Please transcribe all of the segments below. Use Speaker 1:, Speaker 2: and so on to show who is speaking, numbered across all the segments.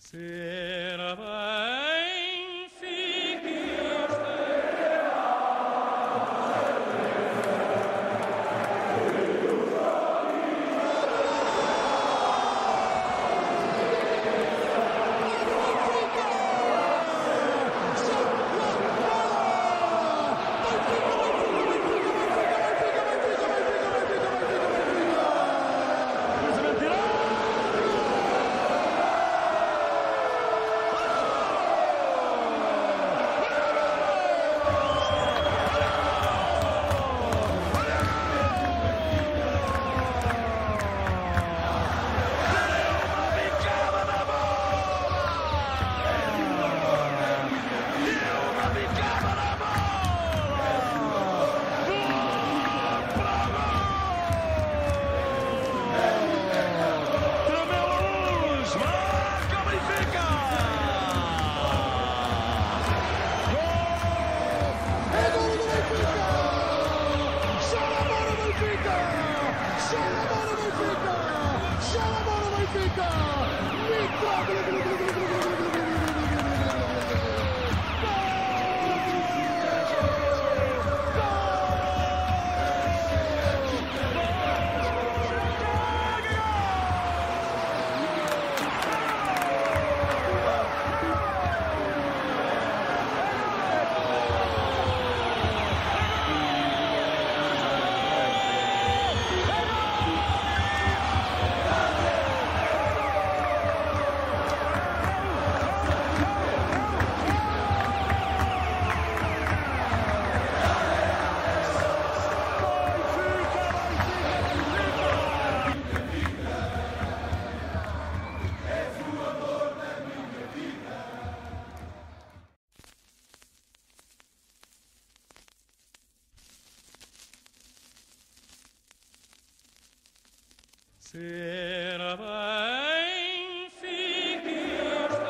Speaker 1: Será benfiquista. Será benfiquista.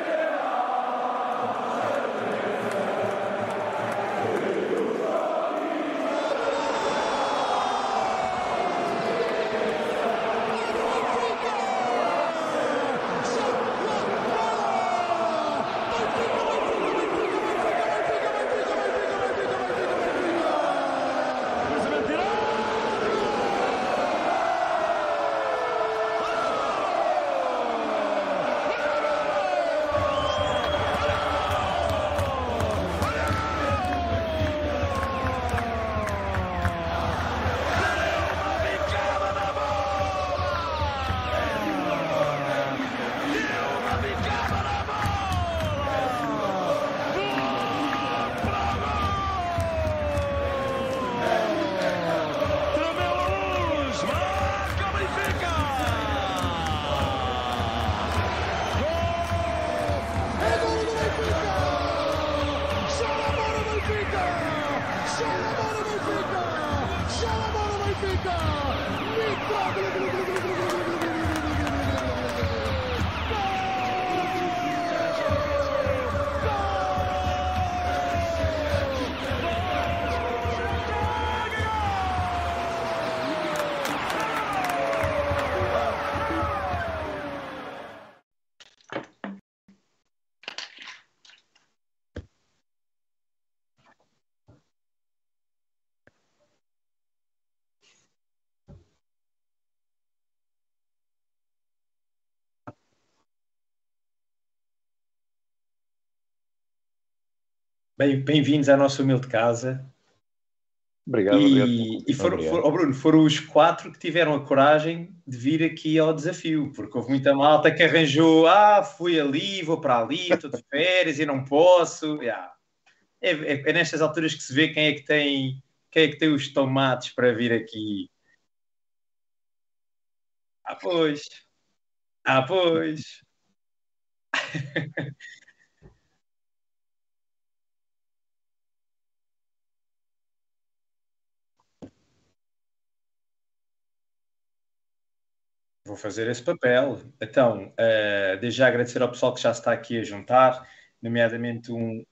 Speaker 2: Bem-vindos à nossa humilde casa.
Speaker 3: Obrigado,
Speaker 2: obrigado. Bruno, foram os 4 que tiveram a coragem de vir aqui ao desafio, porque houve muita malta que arranjou, fui ali, vou para ali, estou de férias e não posso. É nestas alturas que se vê quem é que tem os tomates para vir aqui. Pois. Vou fazer esse papel. Então, desde já agradecer ao pessoal que já está aqui a juntar, nomeadamente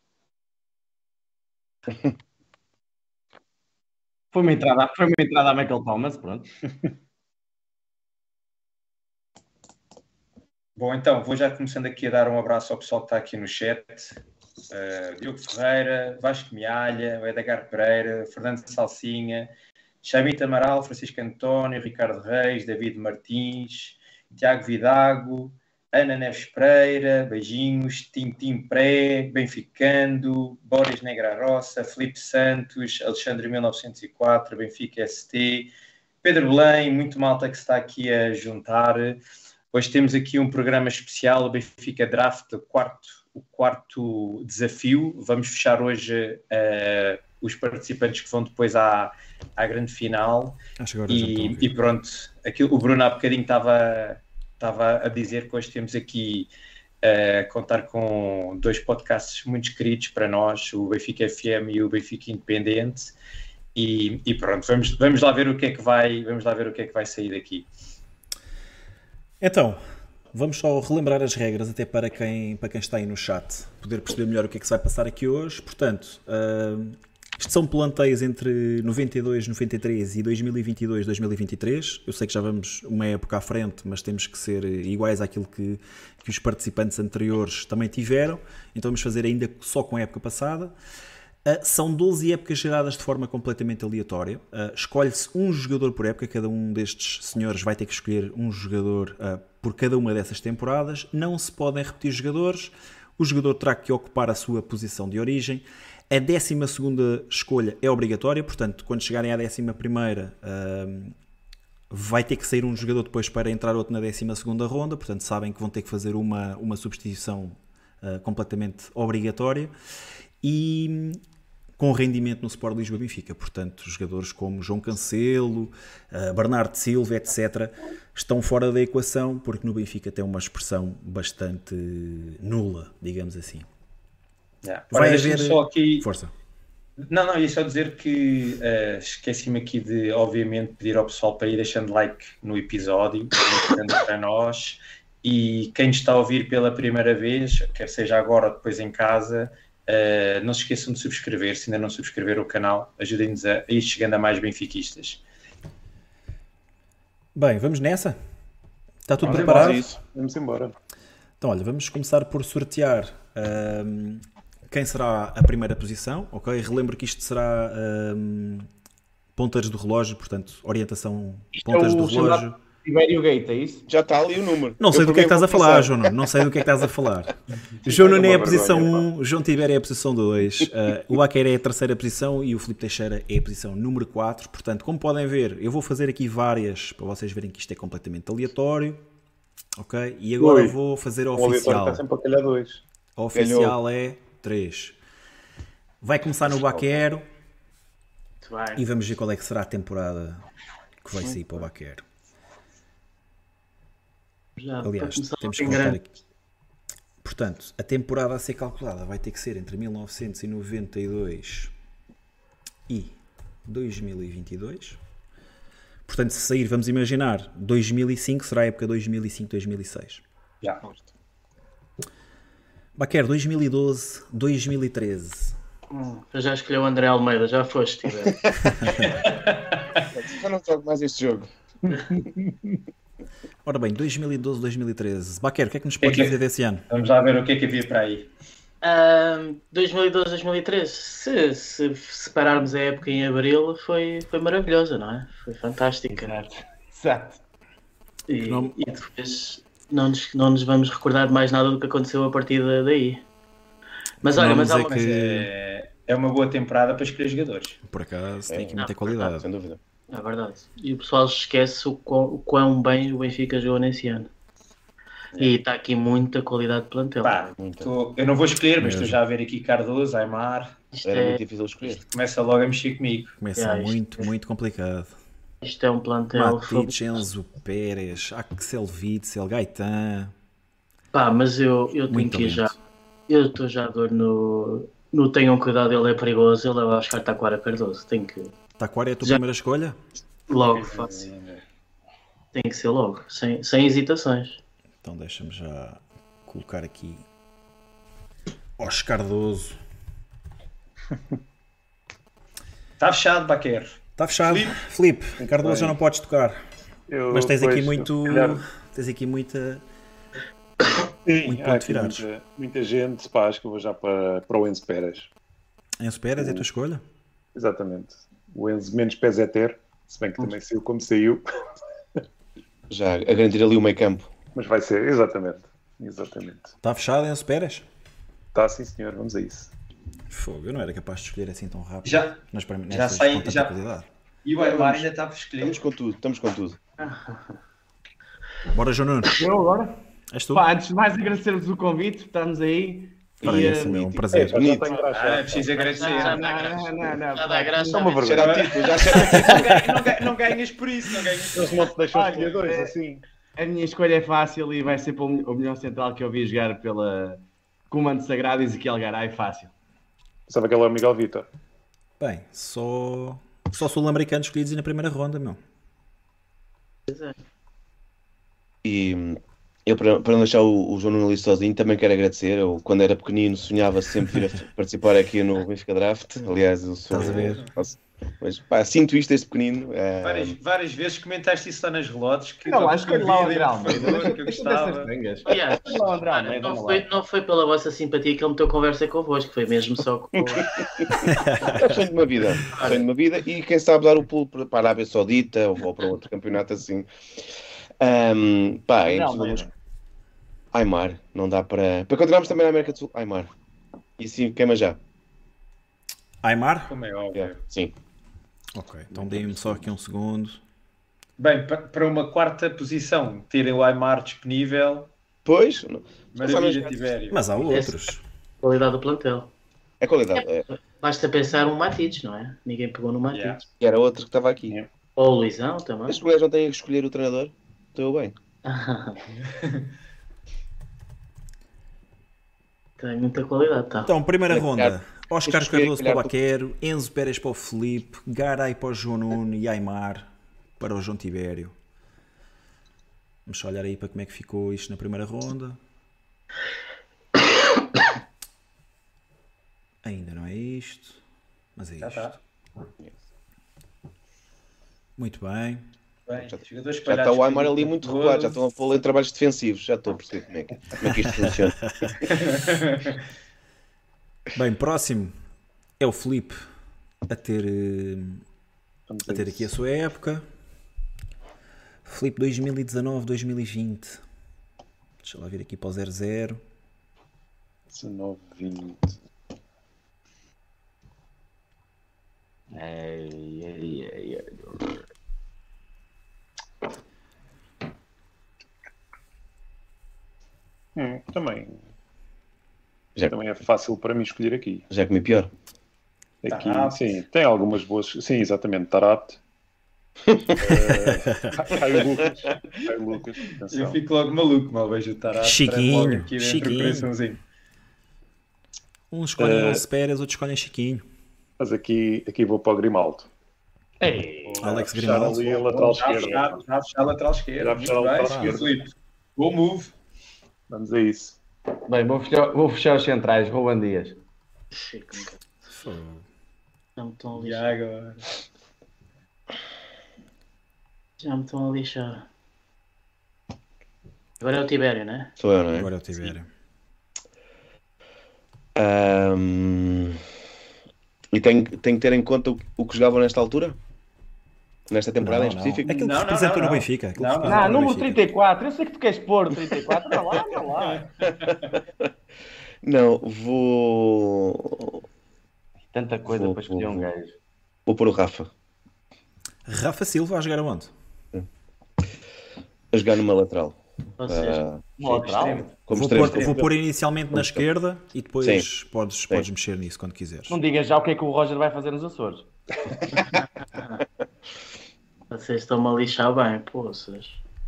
Speaker 4: Foi uma entrada a Michael Thomas, pronto.
Speaker 2: Bom, então, vou já começando aqui a dar um abraço ao pessoal que está aqui no chat. Diogo Ferreira, Vasco Mialha, Edgar Pereira, Fernando Salsinha, Chamita Amaral, Francisco António, Ricardo Reis, David Martins, Tiago Vidago, Ana Neves Pereira, beijinhos, Tim Pré, Benficando, Boris Negra Roça, Filipe Santos, Alexandre 1904, Benfica ST, Pedro Belém, muito malta que se está aqui a juntar. Hoje temos aqui um programa especial, o Benfica Draft, o quarto desafio. Vamos fechar hoje os participantes que vão depois à grande final. E pronto, o Bruno há bocadinho estava a dizer que hoje temos aqui contar com 2 podcasts muito queridos para nós, o Benfica FM e o Benfica Independente. E pronto, vamos lá ver o que é que vai sair daqui.
Speaker 5: Então, vamos só relembrar as regras, até para quem está aí no chat poder perceber melhor o que é que se vai passar aqui hoje. Portanto, isto são planteios entre 92, 93 e 2022, 2023. Eu sei que já vamos uma época à frente, mas temos que ser iguais àquilo que os participantes anteriores também tiveram. Então vamos fazer ainda só com a época passada. São 12 épocas geradas de forma completamente aleatória. Escolhe-se um jogador por época. Cada um destes senhores vai ter que escolher um jogador por cada uma dessas temporadas. Não se podem repetir jogadores. O jogador terá que ocupar a sua posição de origem. A 12ª escolha é obrigatória. Portanto, quando chegarem à 11ª, vai ter que sair um jogador depois para entrar outro na 12ª ronda. Portanto, sabem que vão ter que fazer uma substituição completamente obrigatória. E com rendimento no Sport Lisboa Benfica, portanto, jogadores como João Cancelo, Bernardo Silva, etc., estão fora da equação, porque no Benfica tem uma expressão bastante nula, digamos assim.
Speaker 2: Vai haver só aqui...
Speaker 5: Força.
Speaker 2: Não, ia só dizer que esqueci-me aqui de, obviamente, pedir ao pessoal para ir deixando like no episódio, para nós, e quem está a ouvir pela primeira vez, quer seja agora ou depois em casa... não se esqueçam de subscrever, se ainda não subscreveram o canal, ajudem-nos a ir chegando a mais benfiquistas.
Speaker 5: Bem, vamos nessa? Está tudo preparado?
Speaker 3: Vamos embora.
Speaker 5: Então, olha, vamos começar por sortear quem será a primeira posição, ok? Relembro que isto será ponteiros do relógio, portanto, orientação ponteiros do relógio.
Speaker 4: Tibério Gate, é isso?
Speaker 3: Já está ali o número.
Speaker 5: Não sei do que é que estás a falar, João. Não sei do que é que estás a falar. João Nuno é a posição 1, João Tibério é a posição 2, o Baquer é a terceira posição e o Filipe Teixeira é a posição número 4. Portanto, como podem ver, eu vou fazer aqui várias para vocês verem que isto é completamente aleatório. Ok? E agora vou fazer a oficial.
Speaker 3: Está sempre a calhar 2.
Speaker 5: A oficial é 3. Vai começar no Baquero e vamos ver qual é que será a temporada que vai sair para o Baquero. Aliás, temos que contar aqui. Portanto, a temporada a ser calculada vai ter que ser entre 1992 e 2022. Portanto, se sair, vamos imaginar, 2005 será a época 2005-2006.
Speaker 2: Já.
Speaker 5: Baquer, 2012, 2013.
Speaker 6: Eu já escolhi o André Almeida, já foste.
Speaker 3: Já não jogo mais este jogo.
Speaker 5: Ora bem, 2012, 2013. Baquer, o que é que nos pode dizer desse ano?
Speaker 2: Vamos lá ver o que é que havia para aí.
Speaker 6: 2012, 2013. Se separarmos a época em abril, foi maravilhosa, não é? Foi fantástica.
Speaker 4: Exato.
Speaker 6: E depois não nos vamos recordar de mais nada do que aconteceu a partir daí. Mas olha,
Speaker 2: é uma boa temporada para escolher jogadores.
Speaker 5: Por acaso, tem aqui muita qualidade.
Speaker 3: Sem dúvida.
Speaker 6: É verdade. E o pessoal esquece o quão bem o Benfica jogou nesse ano. E está aqui muita qualidade de plantel.
Speaker 2: Eu não vou escolher, mas estou já a ver aqui Cardoso, Aimar.
Speaker 3: Era muito difícil escolher.
Speaker 2: Começa logo a mexer comigo.
Speaker 5: Começa muito complicado.
Speaker 6: Isto é um plantel...
Speaker 5: Matic, Enzo Pérez, Axel Witsel, Gaetan...
Speaker 6: mas eu tenho que ir já... Eu estou já a dor no tenham cuidado, ele é perigoso. Ele vai buscar Taquara Cardoso. Tem que...
Speaker 5: Taquara é a tua primeira escolha?
Speaker 6: Logo, fácil. Tem que ser logo, sem hesitações.
Speaker 5: Então deixa-me já colocar aqui Oscar Cardoso.
Speaker 2: Está fechado, Baquer.
Speaker 5: Está fechado. Filipe, Cardoso já não podes tocar. Mas tens aqui muita
Speaker 7: Sim,
Speaker 5: Muito
Speaker 7: há
Speaker 5: ponto
Speaker 7: aqui
Speaker 5: virados.
Speaker 7: muita gente. Pá, acho que eu vou já para o Enzo Pérez.
Speaker 5: Enzo Pérez é a tua escolha?
Speaker 7: Exatamente. O Enzo menos Peseter, se bem que também saiu como saiu.
Speaker 3: Já a garantir ali o meio campo.
Speaker 7: Mas vai ser, exatamente. Exatamente.
Speaker 5: Está fechado, Enzo Pérez?
Speaker 7: Tá, sim senhor, vamos a isso.
Speaker 5: Fogo, eu não era capaz de escolher assim tão rápido.
Speaker 2: Já-
Speaker 5: Mas para mim,
Speaker 2: já
Speaker 5: nessas
Speaker 2: sei,
Speaker 5: com tanta
Speaker 2: já-
Speaker 5: qualidade.
Speaker 2: E o Aymar ainda está por escolher.
Speaker 3: Estamos com tudo.
Speaker 5: Bora, João Nuno.
Speaker 4: Eu agora?
Speaker 5: És tu?
Speaker 4: Pá, antes de mais agradecermos o convite, estamos aí.
Speaker 5: Para
Speaker 4: E,
Speaker 5: isso, meu, um prazer.
Speaker 7: Já
Speaker 3: bonito.
Speaker 7: tenho graça.
Speaker 2: É preciso agradecer.
Speaker 6: Já
Speaker 4: não,
Speaker 6: Já dá graça.
Speaker 7: É uma vergonha.
Speaker 3: Cheira a título, já cheira a título.
Speaker 2: Não ganhas por isso, não ganhas por
Speaker 7: Eles
Speaker 2: isso.
Speaker 7: não te deixam
Speaker 4: Olha,
Speaker 7: escolher dois,
Speaker 4: é-
Speaker 7: assim.
Speaker 4: a minha escolha é fácil e vai ser para o melhor central que eu vi jogar pela Comando Sagrado, Ezequiel Garay, fácil.
Speaker 7: Sabe aquele é o Miguel Vitor?
Speaker 5: Bem, só sul-americanos escolhidos na primeira ronda, meu.
Speaker 3: E eu, para não deixar o João Nuno ali sozinho, também quero agradecer. Eu, quando era pequenino, sonhava sempre vir a participar aqui no Benfica Draft. Aliás, eu sou.
Speaker 5: Estás a ver?
Speaker 3: Mas, pá, sinto isto desde pequenino.
Speaker 2: Várias vezes comentaste isso lá nas relotes. Que
Speaker 4: Não, acho que lá o André
Speaker 2: por
Speaker 4: Almeida.
Speaker 2: favor, que eu
Speaker 4: Deixa dessas
Speaker 2: gostava.
Speaker 4: tangas.
Speaker 6: Aliás,
Speaker 4: Lá o André
Speaker 6: cara,
Speaker 4: Almeida,
Speaker 6: não,
Speaker 4: vamos
Speaker 6: foi,
Speaker 4: lá.
Speaker 6: não foi pela vossa simpatia que ele meteu conversa convosco, foi mesmo só com
Speaker 3: É o sonho de uma vida. Sonho de uma vida. E quem sabe dar o pulo para a Arábia Saudita ou para outro campeonato assim. Pá, é
Speaker 4: Não,
Speaker 3: impossível.
Speaker 4: mas-
Speaker 3: Aimar, não dá para. Para continuarmos também na América do Sul, Aimar. E sim, queima já.
Speaker 5: Aymar?
Speaker 2: Como é óbvio.
Speaker 3: Yeah, sim.
Speaker 5: Ok, então deem-me só aqui um segundo.
Speaker 2: Bem, para uma quarta posição, terem o Aymar disponível,
Speaker 3: Pois,
Speaker 2: maravilha, Tibério.
Speaker 5: Mas há outros.
Speaker 6: qualidade do plantel.
Speaker 3: é qualidade.
Speaker 6: Basta pensar um Matites, não é? Ninguém pegou no Matites.
Speaker 2: Yeah.
Speaker 3: E era outro que estava aqui.
Speaker 7: Yeah.
Speaker 6: Ou o Luizão também.
Speaker 3: Estes colegas não têm que escolher o treinador? Estou eu bem.
Speaker 6: Tem muita qualidade, tá?
Speaker 5: Então, primeira
Speaker 3: É,
Speaker 5: ronda.
Speaker 3: calhar-
Speaker 5: Oscar
Speaker 3: escolher,
Speaker 5: Cardoso para o
Speaker 3: calhar,
Speaker 5: Baquero, Enzo Pérez para o Felipe, Garay para o João Nuno e Aymar para o João Tibério. Vamos só olhar aí para como é que ficou isto na primeira ronda. Ainda não é isto, mas é
Speaker 2: Já
Speaker 5: isto.
Speaker 2: está.
Speaker 5: Muito bem.
Speaker 2: Bem, jogadores
Speaker 3: Já
Speaker 2: espalhados
Speaker 3: está o Aimar
Speaker 2: pelo
Speaker 3: ali muito
Speaker 2: todo.
Speaker 3: regulado, já estão a pô-lo em trabalhos defensivos, já estou a perceber como é que isto funciona.
Speaker 5: Bem, próximo é o Felipe a ter
Speaker 7: Vamos
Speaker 5: a ter aqui a sua época. Felipe 2019-2020. Deixa lá vir aqui para o 00.
Speaker 7: 19, 20. Também.
Speaker 3: Já-
Speaker 7: Também é fácil para mim escolher aqui.
Speaker 3: Já comi pior.
Speaker 7: Aqui,
Speaker 2: Tarate.
Speaker 7: sim, tem algumas boas. Sim, exatamente. Tarate. Caio Lucas. Caio Lucas.
Speaker 2: Eu
Speaker 7: Atenção.
Speaker 2: fico logo maluco, mal vejo o Tarado.
Speaker 5: Chiquinho,
Speaker 2: treme logo aqui dentro do
Speaker 5: Chiquinho.
Speaker 2: coraçãozinho.
Speaker 5: Uns escolhem Enzo Pérez, outros escolhem Chiquinho.
Speaker 7: Mas aqui vou para o Grimaldo.
Speaker 4: Ei,
Speaker 5: Alex
Speaker 7: Fechar
Speaker 5: Grimaldo.
Speaker 7: ali a lateral
Speaker 2: Já
Speaker 7: esquerda.
Speaker 2: a fechar a lateral esquerda.
Speaker 7: Já a fechar a
Speaker 2: Muito bem,
Speaker 7: lateral esquerda.
Speaker 2: Filipe. Bom move.
Speaker 7: Vamos a isso.
Speaker 4: bem, vou fechar os centrais, Ruben Dias.
Speaker 6: Chico,
Speaker 5: Fogo.
Speaker 6: já me estão a
Speaker 2: E
Speaker 6: lixar.
Speaker 2: agora?
Speaker 6: Já me estão a lixar. Agora é o Tibério, né?
Speaker 3: Sou eu, não é?
Speaker 5: Agora é o Tibério.
Speaker 3: E tenho que ter em conta o que jogavam nesta altura? Nesta temporada em específico?
Speaker 5: Aquilo que
Speaker 2: Não,
Speaker 5: representou
Speaker 2: não,
Speaker 5: no
Speaker 2: não.
Speaker 5: Benfica. Aquilo que
Speaker 2: Não,
Speaker 5: representou
Speaker 4: Não,
Speaker 5: no
Speaker 4: número
Speaker 5: Benfica.
Speaker 4: 34. Eu sei que tu queres pôr 34. Não lá, não lá.
Speaker 3: Não, vou
Speaker 4: Tanta coisa
Speaker 3: Vou-
Speaker 4: para escolher um gajo.
Speaker 3: pôr o Rafa
Speaker 5: Rafa Silva a jogar aonde?
Speaker 3: a jogar numa lateral.
Speaker 6: Ou seja,
Speaker 4: Um lateral?
Speaker 3: Como
Speaker 5: Vou
Speaker 3: extremo.
Speaker 5: pôr, vou pôr inicialmente na esquerda e depois
Speaker 3: Sim.
Speaker 5: podes mexer nisso quando quiseres.
Speaker 4: Não digas já o que é que o Roger vai fazer nos Açores.
Speaker 6: vocês estão-me a lixar bem, poças.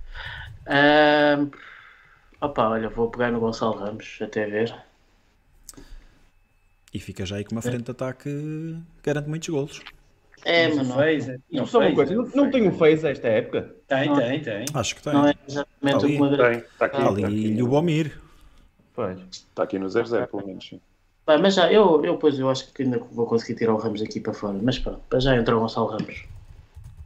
Speaker 6: Opa, olha, vou pegar no Gonçalo Ramos, até ver.
Speaker 5: E fica já aí com uma frente de ataque que garante muitos golos.
Speaker 6: É, mas não,
Speaker 2: Fez,
Speaker 4: Isto só uma coisa, não tenho fez esta época.
Speaker 2: Tem.
Speaker 5: Acho que tem.
Speaker 6: não é exatamente o que me agrada.
Speaker 7: Tem. Está aqui.
Speaker 5: Está ali e o Bomir.
Speaker 4: Pois.
Speaker 7: Está aqui no 0-0, pelo menos. Sim.
Speaker 6: Pá, mas já, eu acho que ainda vou conseguir tirar o Ramos aqui para fora. Mas pronto, para já entrou o Gonçalo Ramos.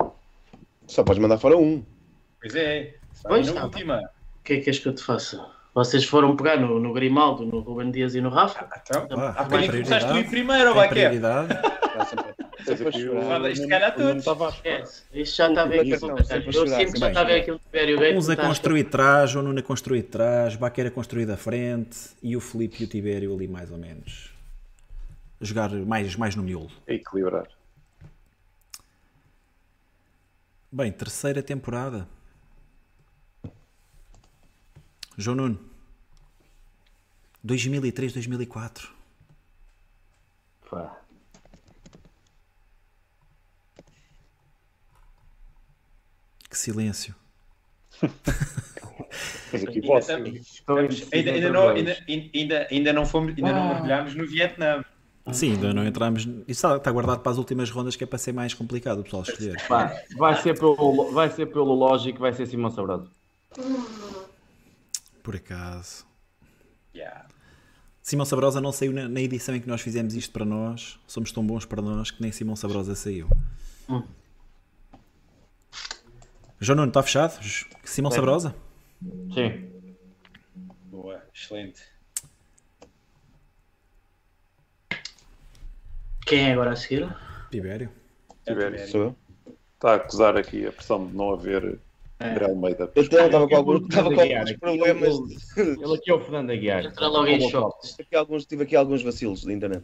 Speaker 3: Só podes mandar fora um.
Speaker 2: Pois é.
Speaker 6: Pois
Speaker 2: Na
Speaker 6: está.
Speaker 2: última.
Speaker 6: O que é que és que eu te faça? Vocês foram pegar no Grimaldo, no Ruben Dias e no Rafa?
Speaker 2: Então,
Speaker 5: Ah,
Speaker 2: há bocadinho
Speaker 5: tem
Speaker 2: começaste tu
Speaker 5: prioridade.
Speaker 2: em primeiro,
Speaker 5: Tem
Speaker 2: Baquer.
Speaker 5: prioridade.
Speaker 7: Tens aqui o
Speaker 2: Manda isto, calhar,
Speaker 7: Nuno
Speaker 2: todos.
Speaker 7: Tavares.
Speaker 6: Isto já está a ver aqui.
Speaker 3: Não,
Speaker 6: Eu
Speaker 3: sempre
Speaker 6: sinto
Speaker 3: chorar,
Speaker 6: que já está a ver aquilo do Bério Beto.
Speaker 5: Uns a construir trás, o Nuno a construir trás, Baquer a construir da frente e o Filipe e o Tibério ali mais ou menos. A jogar mais no miolo.
Speaker 7: A equilibrar.
Speaker 5: Bem, terceira temporada. João Nuno. 2003, 2004.
Speaker 4: Pá.
Speaker 5: Que silêncio.
Speaker 7: Tens aqui Bóssia.
Speaker 2: Ainda não mergulhámos no Vietnã.
Speaker 5: Sim, ainda não entramos. Isso está guardado para as últimas rondas, que é para ser mais complicado o pessoal escolher.
Speaker 4: Pá, vai ser pelo lógico, vai ser Simão Sabroso.
Speaker 5: Por acaso.
Speaker 2: Yeah.
Speaker 5: Simão Sabrosa não saiu na edição em que nós fizemos isto para nós. Somos tão bons para nós que nem Simão Sabrosa saiu. João Nuno, está fechado? Simão Sabrosa?
Speaker 4: Sim.
Speaker 2: Boa, excelente.
Speaker 6: Quem é agora a seguir?
Speaker 5: Tibério.
Speaker 7: Tibério.
Speaker 3: Sou eu?
Speaker 7: Está a acusar aqui a pressão de não haver André Almeida.
Speaker 3: Eu estava com alguns problemas.
Speaker 4: Ele aqui é o Fernando Aguiar.
Speaker 6: Entra logo em choque.
Speaker 3: Tive aqui alguns vacilos da internet.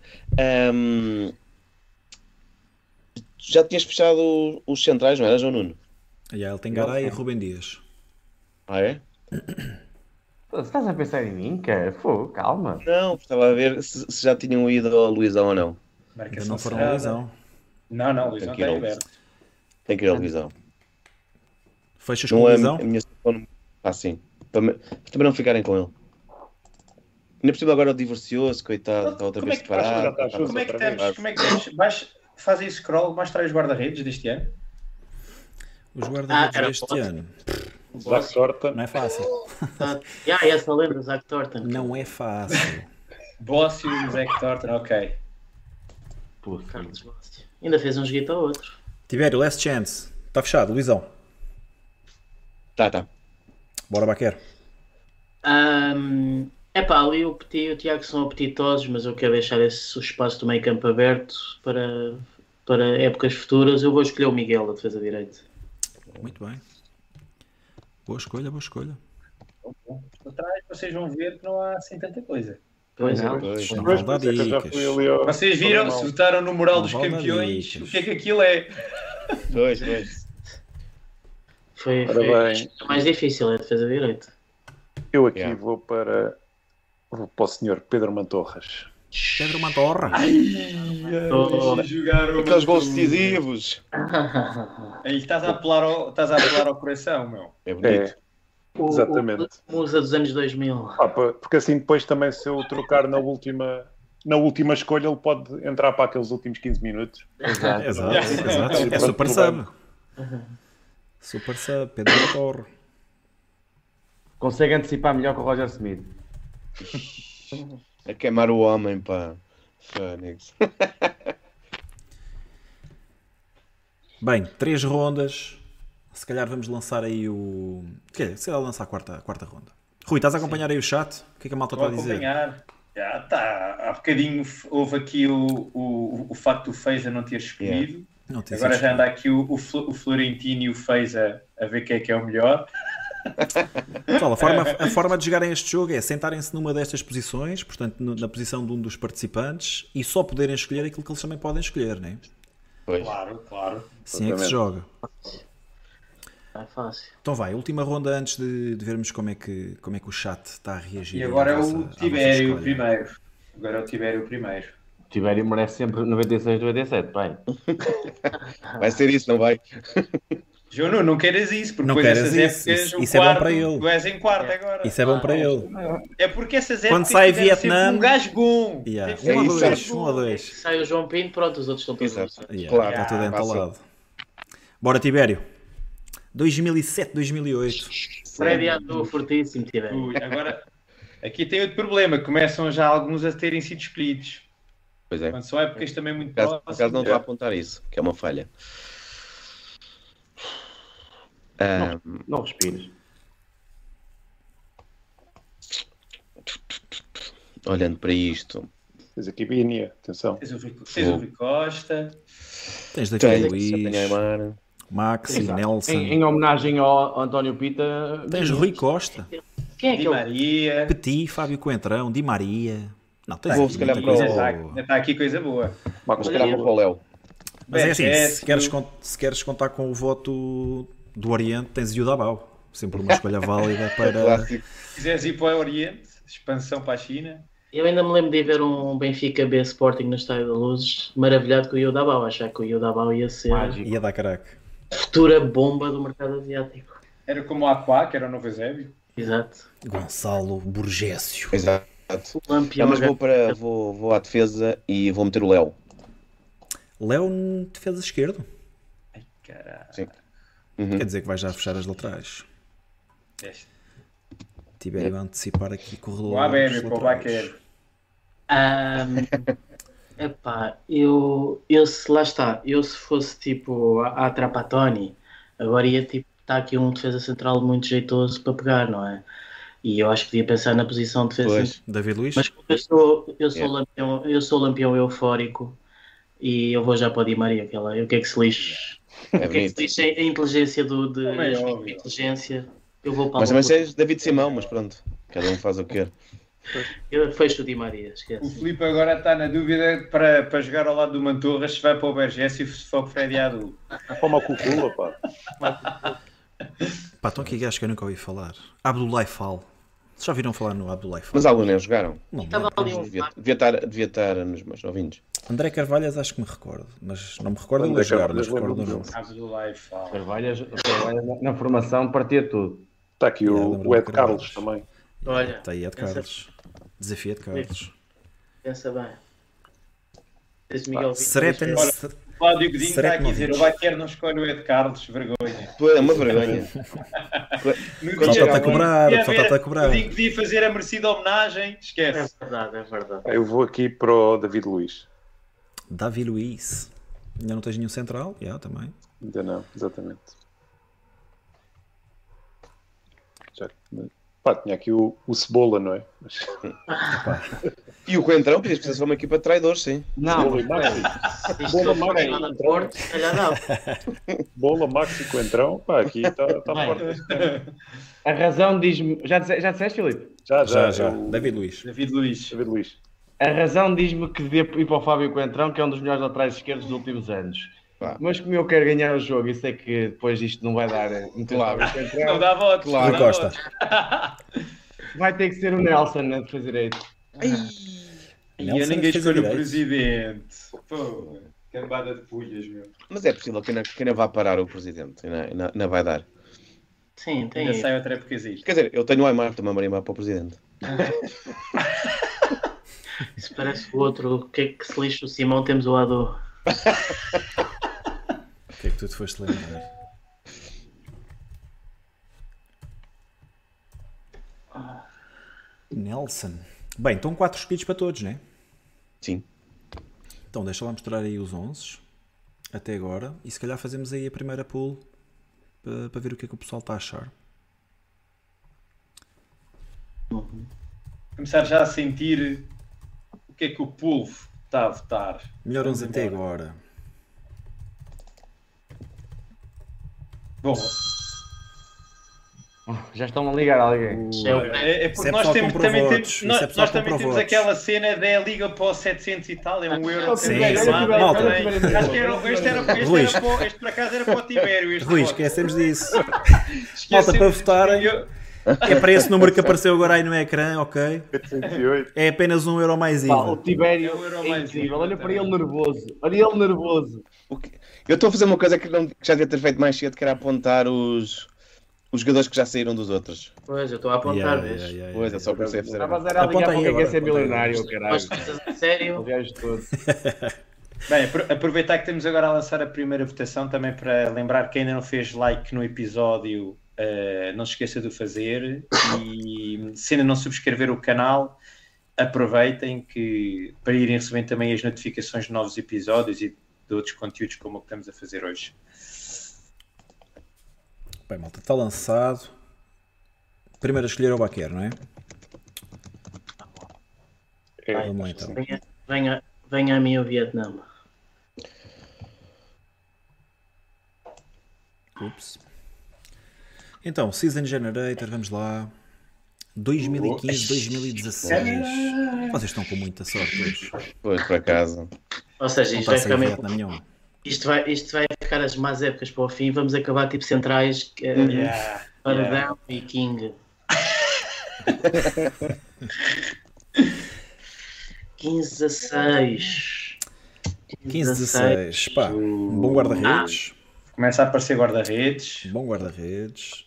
Speaker 3: Já tinhas fechado os centrais, não era, João Nuno?
Speaker 5: Ele tem Garay e Rubem Dias.
Speaker 3: Ah, é?
Speaker 4: Estás a pensar em mim, cara? Pô, calma.
Speaker 3: Não, estava a ver se já tinham ido ao Luizão ou não.
Speaker 5: Ainda não foram a Luizão.
Speaker 2: Não, Luizão
Speaker 3: Tem que ir
Speaker 2: está
Speaker 3: ao-
Speaker 2: aberto.
Speaker 3: Tem que ir ao Luizão.
Speaker 5: Fechas com
Speaker 3: Não
Speaker 5: a
Speaker 3: é
Speaker 5: Luizão?
Speaker 3: a minha sugestão. Ah, sim. Também não ficarem com ele. Ainda por cima agora divorciou-se, coitado, está outra
Speaker 2: Como
Speaker 3: vez
Speaker 2: é que
Speaker 3: separado.
Speaker 7: faz?
Speaker 2: Como é que estamos? Faz aí scroll, mostra aí os guarda-redes deste ano.
Speaker 5: Os guarda-redes
Speaker 6: era
Speaker 5: deste
Speaker 6: foda.
Speaker 5: ano.
Speaker 7: Zac Torta.
Speaker 5: Não é fácil.
Speaker 6: Essa lembra, Zac Thornton.
Speaker 5: Não é fácil.
Speaker 2: Bósio e Zac Thornton, ok.
Speaker 6: Carlos Bósio. Ainda fez um joguito ao outro.
Speaker 5: Tibério, last chance. Está fechado, Luizão.
Speaker 3: Tá.
Speaker 5: Bora, Baquer.
Speaker 6: Ali o Petit e o Tiago são apetitosos, mas eu quero deixar esse espaço do meio campo aberto para épocas futuras. Eu vou escolher o Miguel, a defesa direita.
Speaker 5: Muito bem. Boa escolha, boa escolha.
Speaker 2: Por trás vocês vão ver que não há assim tanta coisa.
Speaker 6: Pois é.
Speaker 3: Pois.
Speaker 5: Não
Speaker 7: Pois,
Speaker 5: vão dar
Speaker 7: por isso é que eu já
Speaker 5: dicas.
Speaker 7: fui ali ao-
Speaker 2: Vocês viram, se votaram no moral
Speaker 5: Não
Speaker 2: dos
Speaker 5: vale
Speaker 2: campeões,
Speaker 5: dicas.
Speaker 2: o que é que aquilo é?
Speaker 3: Pois.
Speaker 6: Foi
Speaker 7: Ora bem.
Speaker 6: a mais difícil, é a defesa direita.
Speaker 7: Eu aqui
Speaker 3: Yeah.
Speaker 7: vou para o senhor Pedro Mantorras.
Speaker 5: Pedro Mantorra.
Speaker 3: Aqueles gols decisivos.
Speaker 2: Aí estás a apelar ao coração, meu.
Speaker 3: É bonito.
Speaker 7: Exatamente.
Speaker 6: O Musa dos anos 2000.
Speaker 7: Porque assim depois também se eu trocar na última escolha ele pode entrar para aqueles últimos 15 minutos.
Speaker 4: Exato.
Speaker 5: Exato. É super sub. Super sub, Pedro Mantorra.
Speaker 4: Consegue antecipar melhor que o Roger Smith.
Speaker 3: A queimar o homem, pá. Fónix.
Speaker 5: Bem, 3 rondas. Se calhar vamos lançar aí o... Se calhar lançar a quarta ronda. Rui, estás a acompanhar aí o chat? O que é que a malta está
Speaker 2: Vou
Speaker 5: a dizer?
Speaker 2: acompanhar. Já está. Há bocadinho houve aqui o facto do Feiza não ter escolhido.
Speaker 5: Não, tem
Speaker 2: Agora
Speaker 5: sido
Speaker 2: já anda aqui o Florentino e o Feiza a ver quem é que é o melhor.
Speaker 5: Pessoal, a forma de jogarem este jogo é sentarem-se numa destas posições, portanto na posição de um dos participantes, e só poderem escolher aquilo que eles também podem escolher, não é?
Speaker 3: Pois.
Speaker 2: Claro.
Speaker 5: Assim é que se joga.
Speaker 6: É fácil.
Speaker 5: Então vai, última ronda antes de vermos como é que o chat está a reagir.
Speaker 2: E agora
Speaker 5: à
Speaker 2: é
Speaker 5: vossa- à
Speaker 2: o
Speaker 5: vossa
Speaker 2: Tibério
Speaker 5: escolha.
Speaker 2: primeiro. Agora é o Tibério primeiro.
Speaker 4: O Tibério merece sempre 96, 97, pai.
Speaker 3: Vai ser isso, não vai?
Speaker 2: João Nuno, não queiras isso, porque
Speaker 5: Não
Speaker 2: depois
Speaker 5: queiras
Speaker 2: essas
Speaker 5: isso,
Speaker 2: épocas
Speaker 5: isso-
Speaker 2: o
Speaker 5: isso é bom
Speaker 2: quarto,
Speaker 5: para ele.
Speaker 2: tu és em quarto agora.
Speaker 5: Isso é bom para ele.
Speaker 2: É porque essas épocas
Speaker 5: Quando sai
Speaker 2: tiveram sempre
Speaker 5: Vietnã-
Speaker 2: um gajo bom.
Speaker 5: Yeah.
Speaker 2: Teve
Speaker 5: Um
Speaker 2: sempre
Speaker 5: a
Speaker 3: isso,
Speaker 5: dois,
Speaker 2: gajo
Speaker 5: um
Speaker 2: bom.
Speaker 5: a dois.
Speaker 6: Sai o João Pinto, pronto, os outros estão todos.
Speaker 3: Exato.
Speaker 5: Yeah,
Speaker 3: Claro.
Speaker 5: está tudo
Speaker 3: Ah,
Speaker 5: entalado. Bora, Tibério. 2007, 2008.
Speaker 6: Freddy atua fortíssimo, tiver.
Speaker 2: Ui, agora, aqui tem outro problema. Começam já alguns a terem sido escolhidos.
Speaker 3: Pois é.
Speaker 2: Quando são épocas também muito
Speaker 3: Por acaso não
Speaker 2: próximas.
Speaker 3: estou a apontar isso, que é uma falha.
Speaker 4: Não respires.
Speaker 3: olhando para isto,
Speaker 7: Tens aqui Bínia, atenção.
Speaker 2: Tens o Rui Costa.
Speaker 5: Tens David
Speaker 3: tenho
Speaker 5: Luiz,
Speaker 3: Aymar.
Speaker 5: Maxi,
Speaker 4: Exato.
Speaker 5: Nelson.
Speaker 4: Em homenagem ao António Pita.
Speaker 5: Tens Rui Costa,
Speaker 6: Quem é
Speaker 2: Di
Speaker 6: que é o
Speaker 2: Maria.
Speaker 5: Petit, Fábio Coentrão, Di Maria. Não, tens
Speaker 3: Vou,
Speaker 5: aqui
Speaker 3: se calhar,
Speaker 5: muita
Speaker 3: para
Speaker 5: coisa
Speaker 3: o-
Speaker 5: boa.
Speaker 2: Ainda está aqui coisa boa.
Speaker 3: Mas se calhar vou para o Léo.
Speaker 5: Mas é assim,
Speaker 2: Bergesio.
Speaker 5: se queres contar com o voto do Oriente, tens o Dabau. Sempre uma escolha válida para...
Speaker 3: Clássico.
Speaker 2: Se quiseres ir para o Oriente, expansão para a China.
Speaker 6: Eu ainda me lembro de ver um Benfica B Sporting no Estádio da Luz, maravilhado com o Iodabau, achar que o Iodabau ia ser
Speaker 4: Mágico.
Speaker 5: Ia dar caraca.
Speaker 6: a futura bomba do mercado asiático.
Speaker 2: Era como o Aquá, que era o Novo Eusébio.
Speaker 6: Exato.
Speaker 5: Gonçalo Borgésio.
Speaker 3: Exato.
Speaker 6: O lampião.
Speaker 3: Mas vou à defesa e vou meter o Léo.
Speaker 5: Léo, defesa esquerdo.
Speaker 2: Ai, caralho.
Speaker 3: Sim.
Speaker 5: Quer dizer que vai já fechar as laterais.
Speaker 2: Este.
Speaker 5: Tiveram a antecipar aqui corredor.
Speaker 2: O Abebe, para o Baquer.
Speaker 6: Epá, lá está, eu se fosse tipo a Trapattoni, agora ia tipo, está aqui um defesa central muito jeitoso para pegar, não é? E eu acho que podia pensar na posição de defesa
Speaker 3: Pois.
Speaker 6: central.
Speaker 5: David Luiz.
Speaker 6: Mas como eu sou lampião eufórico e eu vou já para o Di Maria, o que é que se lixe?
Speaker 3: É
Speaker 6: O que é que
Speaker 3: bonito.
Speaker 6: se lixe a inteligência
Speaker 2: Também é
Speaker 6: a
Speaker 2: óbvio.
Speaker 6: inteligência? Eu vou para
Speaker 3: Mas
Speaker 6: a
Speaker 3: também
Speaker 6: loucura.
Speaker 3: és David Simão, mas pronto. Cada um faz o que quer.
Speaker 6: Eu fecho o Di Maria,
Speaker 2: O
Speaker 6: esquece.
Speaker 2: Filipe agora está na dúvida para jogar ao lado do Mantorras se vai para o Bergesio ou se for para o Freddy Adu.
Speaker 7: Para uma cucula, pá.
Speaker 5: Pá, estão aqui gajos que eu nunca ouvi falar. Abdoulaye Fall. Vocês já ouviram falar no Abdoulaye Fall?
Speaker 3: Mas alguns nem jogaram.
Speaker 5: Não,
Speaker 6: Estava ali um
Speaker 3: Devia estar nos meus novinhos.
Speaker 5: André Carvalhas acho que me recordo. Mas não me recordo
Speaker 7: André
Speaker 5: de jogar,
Speaker 7: Carvalhas,
Speaker 5: mas recordo o
Speaker 7: lembro-me
Speaker 5: nome.
Speaker 2: Abdoulaye Fall.
Speaker 4: Carvalhas na formação partia tudo.
Speaker 7: Está aqui
Speaker 5: lembro-me
Speaker 7: o Ed
Speaker 5: de
Speaker 7: Carlos
Speaker 5: Carvalhos.
Speaker 7: também.
Speaker 6: Olha,
Speaker 5: Está aí Ed Carlos. Desafio de Carlos.
Speaker 6: pensa bem. Esse Miguel Vitor-
Speaker 5: Sreten.
Speaker 2: Cláudio Godinho está aqui a dizer:
Speaker 5: Sretnovic.
Speaker 2: o Baquer não escolhe o Ed Carlos, vergonha.
Speaker 3: Tu é uma vergonha.
Speaker 2: No
Speaker 5: O pessoal
Speaker 2: dia-
Speaker 5: está a cobrar, o
Speaker 2: podia
Speaker 5: pessoal está a cobrar.
Speaker 2: Godinho podia fazer a merecida homenagem,
Speaker 6: É
Speaker 2: esquece.
Speaker 6: verdade, é verdade.
Speaker 7: Eu vou aqui para o David Luiz.
Speaker 5: Davi Luiz. Ainda não tens nenhum central? Já, também.
Speaker 7: Ainda não, exatamente. Já, pá, tinha aqui o Cebola, não é? Mas,
Speaker 3: E o Coentrão, podias precisar de uma equipa de traidores, sim.
Speaker 4: Não,
Speaker 7: Cebola e Maxi.
Speaker 6: Isto
Speaker 7: Bola,
Speaker 6: se for
Speaker 7: Maxi.
Speaker 6: lá no Porto, se calhar dá.
Speaker 7: Bola, Maxi, Coentrão. Pá, aqui está
Speaker 4: Bem.
Speaker 7: forte.
Speaker 4: a razão diz-me. Já disseste, Filipe?
Speaker 5: Já.
Speaker 7: o
Speaker 5: David Luiz.
Speaker 2: David Luiz.
Speaker 7: David Luiz.
Speaker 4: A razão diz-me que devia ir para o Fábio Coentrão, que é um dos melhores laterais esquerdos dos últimos anos.
Speaker 3: Pá.
Speaker 4: Mas como eu quero ganhar o jogo e sei que depois isto não vai dar muito
Speaker 3: Claro.
Speaker 4: Fábio
Speaker 2: Não
Speaker 4: Coentrão,
Speaker 2: dá votos.
Speaker 3: Claro.
Speaker 2: não
Speaker 5: Rui
Speaker 2: dá
Speaker 5: Costa.
Speaker 2: votos.
Speaker 4: vai ter que ser o Nelson na defesa direita.
Speaker 2: E
Speaker 5: Nelson
Speaker 2: eu ninguém
Speaker 5: defesa
Speaker 2: escolhe o
Speaker 5: direito.
Speaker 2: presidente. Pô, cambada de pulhas, meu.
Speaker 3: Mas é possível que ainda vá parar o presidente. Ainda vai dar.
Speaker 6: Sim, tem
Speaker 2: Ainda sai outra épocazista.
Speaker 3: Quer dizer, eu tenho o Aymar também a marimbar para o presidente.
Speaker 6: Isso parece o outro. O que é que se lixa o Simão? Temos o Ado.
Speaker 5: O que é que tu te foste lembrar? Nelson. Bem, estão 4 escolhidos para todos, né?
Speaker 3: Sim.
Speaker 5: Então deixa lá mostrar aí os 11 até agora e se calhar fazemos aí a primeira pool para ver o que é que o pessoal está a achar.
Speaker 2: Começar já a sentir o que é que o povo está a votar.
Speaker 5: Melhor
Speaker 2: Vamos
Speaker 5: 11 até
Speaker 2: embora.
Speaker 5: agora.
Speaker 2: Bom,
Speaker 4: Já estão a ligar alguém.
Speaker 2: é
Speaker 5: Isso
Speaker 2: porque
Speaker 5: é
Speaker 2: nós
Speaker 5: pessoal
Speaker 2: temos,
Speaker 5: que compra
Speaker 2: também
Speaker 5: votos.
Speaker 2: temos,
Speaker 5: Isso
Speaker 2: nós,
Speaker 5: é pessoal
Speaker 2: nós
Speaker 5: que
Speaker 2: também
Speaker 5: compra
Speaker 2: temos
Speaker 5: votos.
Speaker 2: aquela cena da Liga para os 700 e tal, é um euro.
Speaker 5: Sim,
Speaker 2: também,
Speaker 5: sim.
Speaker 2: lá,
Speaker 5: Malta.
Speaker 2: também. Acho que
Speaker 5: Luís.
Speaker 2: este por acaso era para o Tibério. Este
Speaker 5: Rui,
Speaker 2: voto.
Speaker 5: esquecemos disso.
Speaker 2: Esquecemos
Speaker 5: Malta, para
Speaker 2: disso.
Speaker 5: votarem. É para esse número que apareceu agora aí no ecrã, ok?
Speaker 7: 808.
Speaker 5: É apenas €1 mais
Speaker 4: Pá, o
Speaker 5: IVA.
Speaker 4: Tibério
Speaker 2: É o euro
Speaker 4: é
Speaker 2: mais
Speaker 4: incrível.
Speaker 2: IVA,
Speaker 4: Olha para ele
Speaker 2: também.
Speaker 4: nervoso. Olha ele nervoso.
Speaker 3: Eu estou a fazer uma coisa que já devia ter feito mais cedo, que era apontar os jogadores que já saíram dos outros.
Speaker 6: Pois, eu estou a apontar, vês?
Speaker 3: Pois é, só comecei a fazer
Speaker 4: Estava a
Speaker 3: agora.
Speaker 4: dizer a ligar
Speaker 5: Aponta
Speaker 4: para
Speaker 5: aí
Speaker 4: quem quer
Speaker 5: agora,
Speaker 4: ser
Speaker 5: aponta aí.
Speaker 4: milionário, caralho.
Speaker 6: Mas coisas a sério.
Speaker 4: O gajo todo.
Speaker 2: Bem, aproveitar que temos agora a lançar a primeira votação também para lembrar que ainda não fez like no episódio, não se esqueça de o fazer e se ainda não subscrever o canal, aproveitem que para irem recebendo também as notificações de novos episódios e de outros conteúdos como o que estamos a fazer hoje.
Speaker 5: Bem, malta, está lançado. Primeiro a escolher o Baquer, não é?
Speaker 7: É.
Speaker 5: Vamos lá então.
Speaker 6: Venha a mim o Vietnã.
Speaker 5: Ups. Então, Season Generator, vamos lá. 2015, 2016. Vocês estão com muita sorte hoje.
Speaker 3: Pois, por acaso.
Speaker 6: Ou seja,
Speaker 5: Não
Speaker 6: isto vai
Speaker 5: está
Speaker 6: ficar
Speaker 5: sem
Speaker 6: meio.
Speaker 5: Vietnã nenhum.
Speaker 6: Isto vai ficar as más épocas para o fim. Vamos acabar tipo centrais, Paradão e King. 15 a 6.
Speaker 5: 15, 16. Pá, bom guarda-redes.
Speaker 2: Começa a aparecer guarda-redes.
Speaker 5: Bom guarda-redes.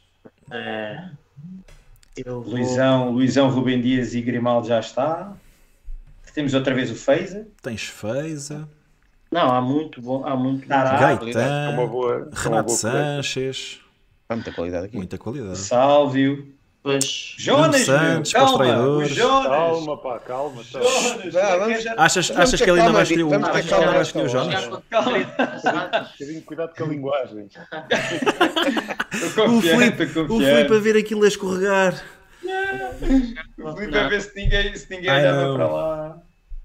Speaker 6: Eu vou...
Speaker 2: Luizão, Rubem Dias e Grimaldo já está. Temos outra vez o Feiza.
Speaker 5: Tens Feiza.
Speaker 6: Não, há muito bom. Há muito
Speaker 2: Tará,
Speaker 7: É uma
Speaker 5: Gaetan.
Speaker 7: boa.
Speaker 5: Renato Sanches.
Speaker 3: Há muita qualidade aqui.
Speaker 5: Muita qualidade.
Speaker 2: Sálvio.
Speaker 6: Pois.
Speaker 2: Jonas,
Speaker 5: Santos,
Speaker 2: meu,
Speaker 5: para os
Speaker 2: calma, o
Speaker 5: traidores.
Speaker 2: Jonas.
Speaker 7: Calma, pá, calma. Tá.
Speaker 2: Jonas,
Speaker 3: Vamos.
Speaker 5: Achas que ele ainda vai escolher o
Speaker 3: Vamos ter
Speaker 5: achas que ele ainda
Speaker 3: calma
Speaker 5: vai escolher o
Speaker 3: nesta
Speaker 5: Jonas?
Speaker 6: Já
Speaker 7: Um bocadinho de cuidado com a linguagem.
Speaker 2: Estou
Speaker 5: O
Speaker 2: confiante,
Speaker 5: Filipe
Speaker 2: estou
Speaker 5: a
Speaker 2: confiante.
Speaker 5: ver aquilo a escorregar.
Speaker 2: O Filipe a ver se ninguém
Speaker 5: Ai,
Speaker 2: olhava
Speaker 5: não.
Speaker 2: para lá.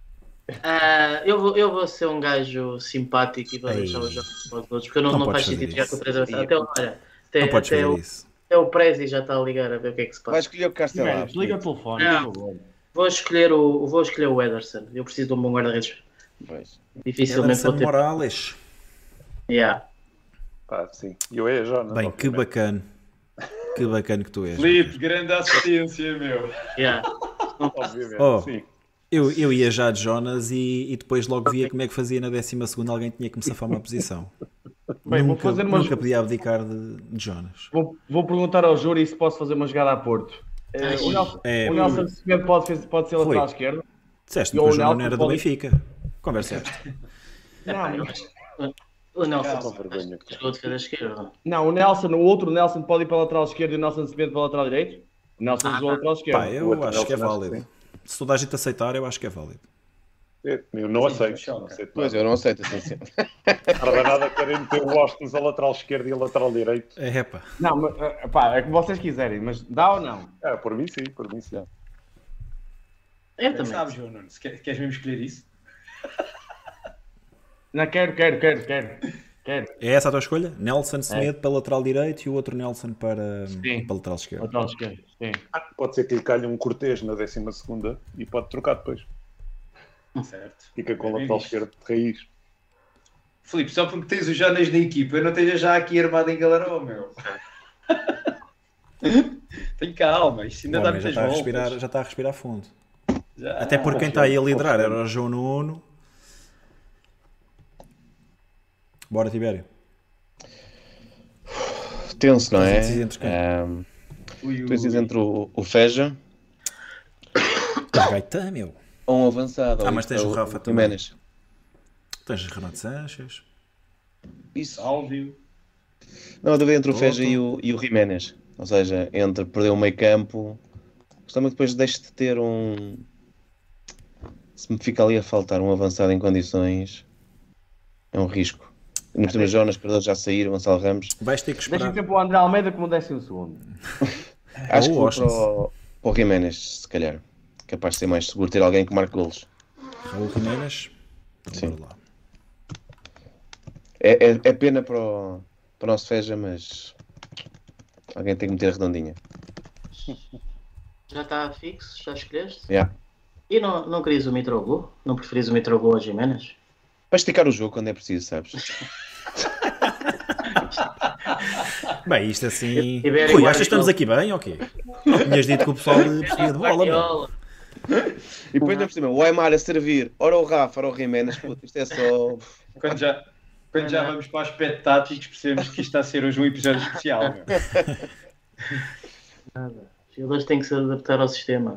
Speaker 6: eu vou ser um gajo simpático e vou
Speaker 5: Ei.
Speaker 6: deixar os jogos para todos, porque não
Speaker 5: Não
Speaker 6: faz
Speaker 5: podes fazer
Speaker 6: sentido já
Speaker 5: isso.
Speaker 6: com 3 até,
Speaker 5: Não podes fazer
Speaker 6: o,
Speaker 5: isso.
Speaker 6: até o Prezi já está a ligar a ver o que é que se
Speaker 3: Vai
Speaker 6: passa.
Speaker 3: escolher o Castelá.
Speaker 4: Desliga o telefone,
Speaker 6: Não.
Speaker 4: por favor.
Speaker 6: Vou escolher o Ederson. Eu preciso de um bom guarda-redes.
Speaker 3: Pois.
Speaker 6: Dificilmente
Speaker 5: Ederson
Speaker 6: vou ter.
Speaker 5: Morales.
Speaker 6: Yeah.
Speaker 7: Pá, sim. E eu é já, não
Speaker 5: Bem, que bacana. Que bacana que tu és.
Speaker 2: Filipe, grande assistência, meu.
Speaker 6: Yeah.
Speaker 7: Obviamente,
Speaker 5: Oh.
Speaker 7: sim.
Speaker 5: Eu ia já de Jonas e depois logo via como é que fazia na 12ª. Alguém tinha que me safar uma posição.
Speaker 4: Bem,
Speaker 5: nunca,
Speaker 4: vou fazer umas...
Speaker 5: nunca podia abdicar de Jonas.
Speaker 4: Vou perguntar ao júri se posso fazer uma jogada a Porto. O Nelson Semedo pode ser
Speaker 5: Foi.
Speaker 4: lateral esquerdo?
Speaker 5: Disseste-me
Speaker 4: E
Speaker 5: que
Speaker 4: o
Speaker 5: o João não
Speaker 4: Nelson
Speaker 5: era do
Speaker 4: pode-
Speaker 5: Benfica. Conversa esta.
Speaker 6: O Nelson
Speaker 7: Com vergonha.
Speaker 6: jogou de defesa esquerda.
Speaker 4: Não, o outro Nelson pode ir para a lateral esquerdo e o Nelson Semedo para a lateral direito? O Nelson jogou a lateral esquerdo.
Speaker 5: Pá, eu
Speaker 7: outro
Speaker 5: acho que é
Speaker 7: Nelson, acho que
Speaker 5: válido. Se toda a gente aceitar, eu acho que é válido.
Speaker 7: Eu não aceito.
Speaker 2: choca.
Speaker 7: Não aceito
Speaker 3: Pois,
Speaker 7: nada.
Speaker 3: eu não aceito assim sempre.
Speaker 7: Tarda nada querem meter o Austin a lateral esquerdo e a lateral direito.
Speaker 5: É pá.
Speaker 4: Não, mas, pá, é como vocês quiserem, mas dá ou não?
Speaker 7: Por mim sim, por mim sim.
Speaker 6: Eu também.
Speaker 2: Sabes, João Nunes, queres mesmo escolher isso?
Speaker 4: Não, quero.
Speaker 5: É essa a tua escolha? Nelson Semedo para lateral direito e o outro Nelson para lateral esquerdo.
Speaker 4: Lateral esquerdo, sim.
Speaker 7: Pode ser que lhe calhe um Cortês na 12ª e pode trocar depois.
Speaker 2: Certo.
Speaker 7: Fica com o
Speaker 2: Bem
Speaker 7: lateral
Speaker 2: visto.
Speaker 7: esquerdo de raiz.
Speaker 2: Filipe, só porque tens o Jonas na equipa, eu não esteja já aqui armado em galarão, meu. Tenho calma, isto ainda
Speaker 5: O
Speaker 2: dá
Speaker 5: homem
Speaker 2: muitas voltas.
Speaker 5: já está a respirar fundo.
Speaker 2: Já.
Speaker 5: Até porque quem está aí a liderar era o João Nuno. Bora, Tibério.
Speaker 3: Tenso, não é?
Speaker 5: Estás indeciso entre quem?
Speaker 2: Ui,
Speaker 3: Tu dizes entre o Feja
Speaker 5: Gaetan, meu.
Speaker 3: ou um avançado.
Speaker 5: Mas tens o Rafa também.
Speaker 3: Jiménez.
Speaker 5: Tens Renato Sanches.
Speaker 3: Isso.
Speaker 2: Sálvio.
Speaker 3: Não, a dúvida entre o Feja e o Jiménez. Ou seja, entre perder o meio campo. Gostava que depois deixe de ter um. Se me fica ali a faltar um avançado em condições, é um risco. No último Jonas, Cardoso já saíram, Gonçalo Ramos.
Speaker 5: Vais ter que
Speaker 4: Deixa
Speaker 5: esperar.
Speaker 4: sempre o André Almeida como 12º.
Speaker 3: Acho que
Speaker 5: Ou
Speaker 3: vou para o Jiménez, se calhar. Capaz de ser mais seguro ter alguém que marque golos.
Speaker 5: Raul Jiménez.
Speaker 3: Sim.
Speaker 5: Bora lá.
Speaker 3: É pena para o nosso Feja, mas alguém tem que meter a redondinha.
Speaker 6: Já está fixo? Já escolheste?
Speaker 3: Yeah.
Speaker 6: E não querias o Mitroglou? Não preferis o Mitroglou ao Jiménez?
Speaker 3: Para esticar o jogo quando é preciso, sabes?
Speaker 5: Bem, isto assim.
Speaker 6: Tibério
Speaker 5: Rui,
Speaker 6: Guardiola.
Speaker 5: achas que estamos aqui bem ou quê? Tinhas dito que o pessoal percebia de bola, meu.
Speaker 6: Guardiola.
Speaker 3: E depois ainda por cima, o Aymar a servir, ora o Rafa, ora o Jiménez, puto, isto é só.
Speaker 2: Quando já vamos para aspectos táticos, percebemos que isto está a ser hoje um episódio especial, meu.
Speaker 6: Nada. Os jogadores têm que se adaptar ao sistema.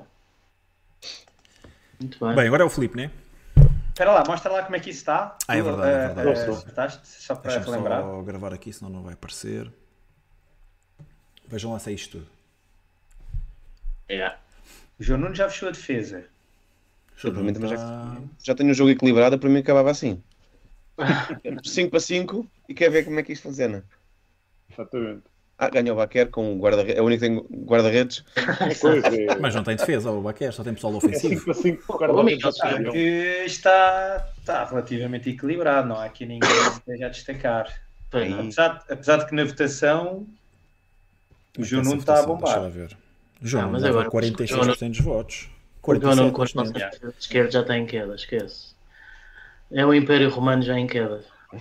Speaker 6: Muito bem.
Speaker 5: Bem, agora é o Filipe, né?
Speaker 2: Espera lá, mostra lá como é que isso está.
Speaker 5: É verdade, é verdade.
Speaker 2: Acertaste, só para
Speaker 5: Deixa-me
Speaker 2: relembrar.
Speaker 5: só gravar aqui, senão não vai aparecer. Vejam lá se é isto tudo.
Speaker 6: Yeah.
Speaker 2: O João Nuno já fechou a defesa.
Speaker 3: Eu, para mim, também
Speaker 5: Tá.
Speaker 3: já tenho um jogo equilibrado, para mim acabava assim. 5 para 5 e quer ver como é que isto funciona.
Speaker 7: Exatamente.
Speaker 3: Ganhou o Baquer com o guarda-redes. É o único que tem guarda-redes.
Speaker 7: Pois é.
Speaker 5: Mas não tem defesa, o Baquer, só tem pessoal
Speaker 7: É
Speaker 5: ofensivo.
Speaker 7: 5-5 o
Speaker 6: Ô,
Speaker 7: guarda-redes
Speaker 6: Miguel,
Speaker 7: já
Speaker 2: Que está relativamente equilibrado, não há aqui ninguém que esteja a destacar.
Speaker 6: Pois não.
Speaker 2: Apesar de que na votação o João Nuno está a
Speaker 5: Deixa lá
Speaker 2: bombar.
Speaker 5: ver. O João
Speaker 6: Não, mas
Speaker 5: Nuno leva
Speaker 6: agora-
Speaker 5: 46% dos votos.
Speaker 6: O João Nuno com
Speaker 5: 47%.
Speaker 6: as nossas defesas de esquerda já está em queda, esquece. É o Império Romano já em queda.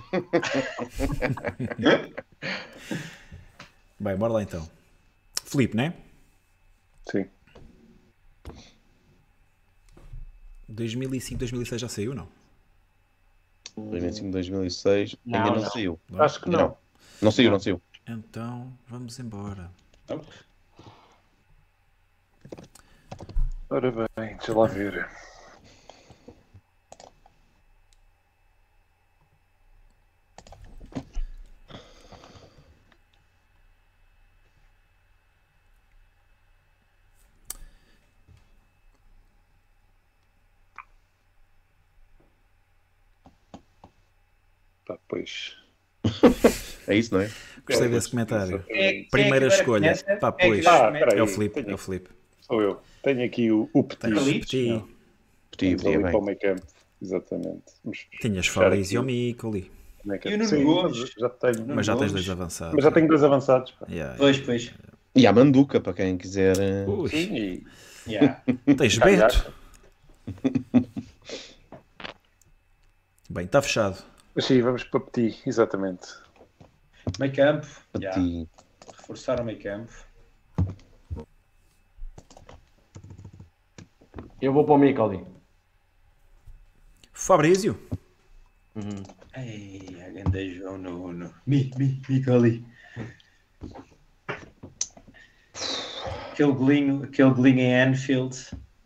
Speaker 5: Bem, bora lá então. Filipe, né?
Speaker 7: Sim.
Speaker 5: 2005, 2006 já saiu, não?
Speaker 3: 2005, 2006.
Speaker 4: Não,
Speaker 3: Ainda não
Speaker 4: não.
Speaker 3: saiu.
Speaker 7: Acho que não.
Speaker 3: Não saiu, não saiu.
Speaker 5: Então, vamos embora.
Speaker 7: Ora bem, deixa lá ver. Pá, pois.
Speaker 3: É isso, não é?
Speaker 5: Gostei desse comentário.
Speaker 2: Quem é que
Speaker 5: Primeira
Speaker 2: agora
Speaker 5: escolha.
Speaker 2: começa?
Speaker 5: Pá,
Speaker 2: Quem é que
Speaker 5: pois.
Speaker 2: agora
Speaker 7: Ah,
Speaker 2: começa?
Speaker 7: peraí.
Speaker 5: É o Filipe,
Speaker 7: tenho-
Speaker 5: é o Filipe.
Speaker 7: Sou eu. Tenho aqui o Petit.
Speaker 5: Tens
Speaker 2: Filipe?
Speaker 5: Petit,
Speaker 2: Não.
Speaker 3: Petit,
Speaker 7: Vamos ali
Speaker 3: bem.
Speaker 7: para o meio campo. Exatamente. Vamos
Speaker 5: tinhas
Speaker 7: fechar
Speaker 5: Fabrício e o
Speaker 7: aqui
Speaker 5: Micoli,
Speaker 7: o meio campo.
Speaker 2: E o Nuno
Speaker 7: Sim,
Speaker 2: Gomes?
Speaker 7: mas já tenho.
Speaker 5: mas já tens
Speaker 2: Gomes.
Speaker 5: dois avançados.
Speaker 7: Mas já tenho 2 avançados. Pá.
Speaker 5: Yeah,
Speaker 2: Pois.
Speaker 3: E há Manduca, para quem quiser.
Speaker 5: Ui,
Speaker 7: Sim, e
Speaker 2: Yeah.
Speaker 5: tens
Speaker 7: calhar.
Speaker 5: Beto. Bem, está fechado.
Speaker 7: Mas sim, vamos para Petit, exatamente.
Speaker 2: Meio campo. Yeah.
Speaker 3: Petit.
Speaker 2: Reforçar o meio campo.
Speaker 4: Eu vou para o Micoli.
Speaker 5: Fabrício.
Speaker 2: Ei, a grande João Nuno. Micoli. Aquele golinho em Anfield.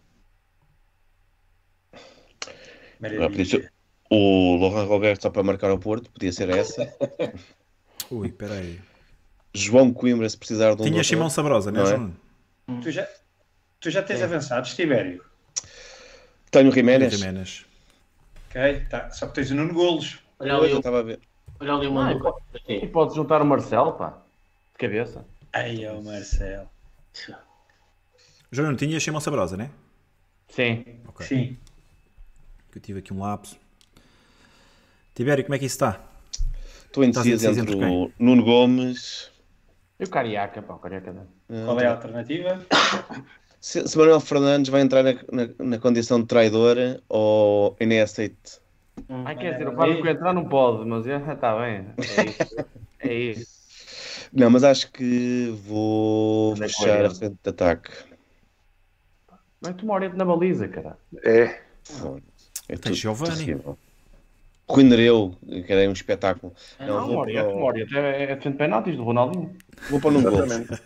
Speaker 3: Ah, podia ser o Lohan Roberto só para marcar o Porto, podia ser essa.
Speaker 5: Ui, peraí.
Speaker 3: João Coimbra, se precisar de um.
Speaker 5: Tinha
Speaker 3: doutor.
Speaker 5: Simão Sabrosa, né,
Speaker 3: Não é?
Speaker 5: João?
Speaker 2: Tu já tens avançados, Tibério.
Speaker 3: Tenho o Jiménez.
Speaker 5: Jiménez.
Speaker 2: Ok? Tá. Só que tens o Nuno Golos.
Speaker 6: Olha
Speaker 3: Eu
Speaker 6: ali,
Speaker 3: já estava a ver.
Speaker 6: olha ali o
Speaker 4: Ah,
Speaker 6: Manduca.
Speaker 4: E podes juntar o Marcelo, pá. De cabeça.
Speaker 2: Ai, o Marcelo.
Speaker 5: João, tinha Simão Sabrosa, né?
Speaker 4: Sim.
Speaker 5: Ok.
Speaker 2: Sim.
Speaker 5: Que eu tive aqui um lapso. Tibério, como é que isso está?
Speaker 3: Estou
Speaker 5: Estás
Speaker 3: indeciso
Speaker 5: indeciso
Speaker 3: entre
Speaker 5: entre
Speaker 3: o Nuno Gomes.
Speaker 4: E o Cariaca, pá. O Cariaca dá.
Speaker 2: Qual é a alternativa?
Speaker 3: Se Manuel Fernandes vai entrar na condição de traidor ou ainda aceite.
Speaker 4: Ah, quer dizer, o Fábio que entrar não pode, mas está bem. É isso. É isso.
Speaker 3: Não, mas acho que vou
Speaker 4: Onde é que vai
Speaker 3: fechar a
Speaker 4: ele?
Speaker 3: frente de ataque.
Speaker 4: Vai tomar oriente na baliza, cara.
Speaker 7: É.
Speaker 3: Foda-se. É
Speaker 5: Tens Giovanni.
Speaker 3: terrível. Rui Nereu, que era um espetáculo. Não,
Speaker 4: Não,
Speaker 3: vou,
Speaker 4: o Oriente é defende penaltis do Ronaldinho.
Speaker 3: vou para o Nuno Gomes.
Speaker 7: Exatamente.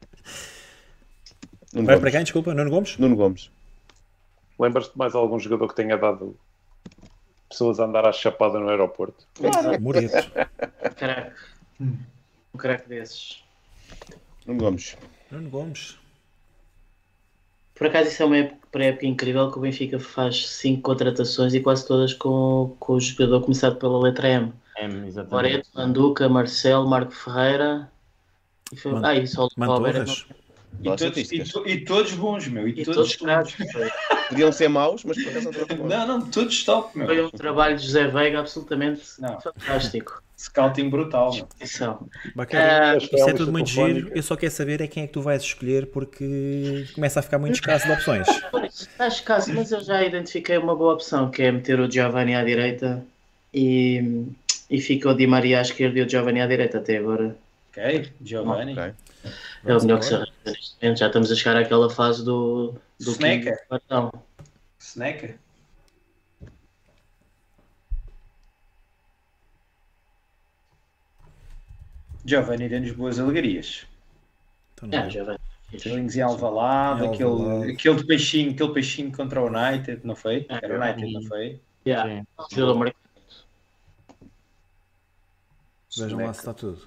Speaker 3: Nuno
Speaker 5: Vai
Speaker 3: Gomes.
Speaker 5: para quem, desculpa? Nuno Gomes?
Speaker 3: Nuno Gomes.
Speaker 7: Lembras-te de mais algum jogador que tenha dado pessoas a andar à chapada no aeroporto?
Speaker 5: Moreto.
Speaker 6: Caraca. Um craque desses.
Speaker 3: Nuno Gomes.
Speaker 5: Nuno Gomes.
Speaker 6: Por acaso isso é uma pré-época incrível que o Benfica faz 5 contratações e quase todas com o jogador começado pela letra M.
Speaker 4: Exatamente.
Speaker 6: Moreto, Manduca, Marcelo, Marco Ferreira. E foi... e só o Alberto.
Speaker 5: Mantorras.
Speaker 3: Boas estatísticas.
Speaker 2: E todos bons, meu.
Speaker 6: E todos craques.
Speaker 3: Podiam ser maus, mas por acaso não foram bons.
Speaker 2: Não, todos top, meu.
Speaker 6: Foi um trabalho de José Veiga absolutamente
Speaker 2: Não.
Speaker 6: fantástico.
Speaker 2: Scouting brutal, meu.
Speaker 6: Atenção.
Speaker 5: Bacana.
Speaker 7: Acho que
Speaker 5: Isso
Speaker 7: uma
Speaker 5: é tudo
Speaker 7: lista
Speaker 5: muito
Speaker 7: telefónica.
Speaker 5: giro. Eu só quero saber é quem é que tu vais escolher porque começa a ficar muito escasso de opções.
Speaker 6: Está escasso, mas eu já identifiquei uma boa opção, que é meter o Giovanni à direita e fica o Di Maria à esquerda e o Giovanni à direita até agora.
Speaker 2: Ok, Giovanni.
Speaker 3: Ok.
Speaker 6: É o melhor que se
Speaker 5: embora.
Speaker 6: arranja neste momento. Já estamos a chegar àquela fase do
Speaker 2: Soneca.
Speaker 6: quinto cartão.
Speaker 2: Snecker. Giovanni deu-nos boas alegrias.
Speaker 5: Então, não é.
Speaker 6: Giovanni.
Speaker 2: Aqueles em Alvalade,
Speaker 5: Em Alvalade.
Speaker 2: aquele peixinho contra o United, não foi? Era o United, não foi?
Speaker 6: Yeah. Jogador marcado.
Speaker 5: Vejam lá se está tudo.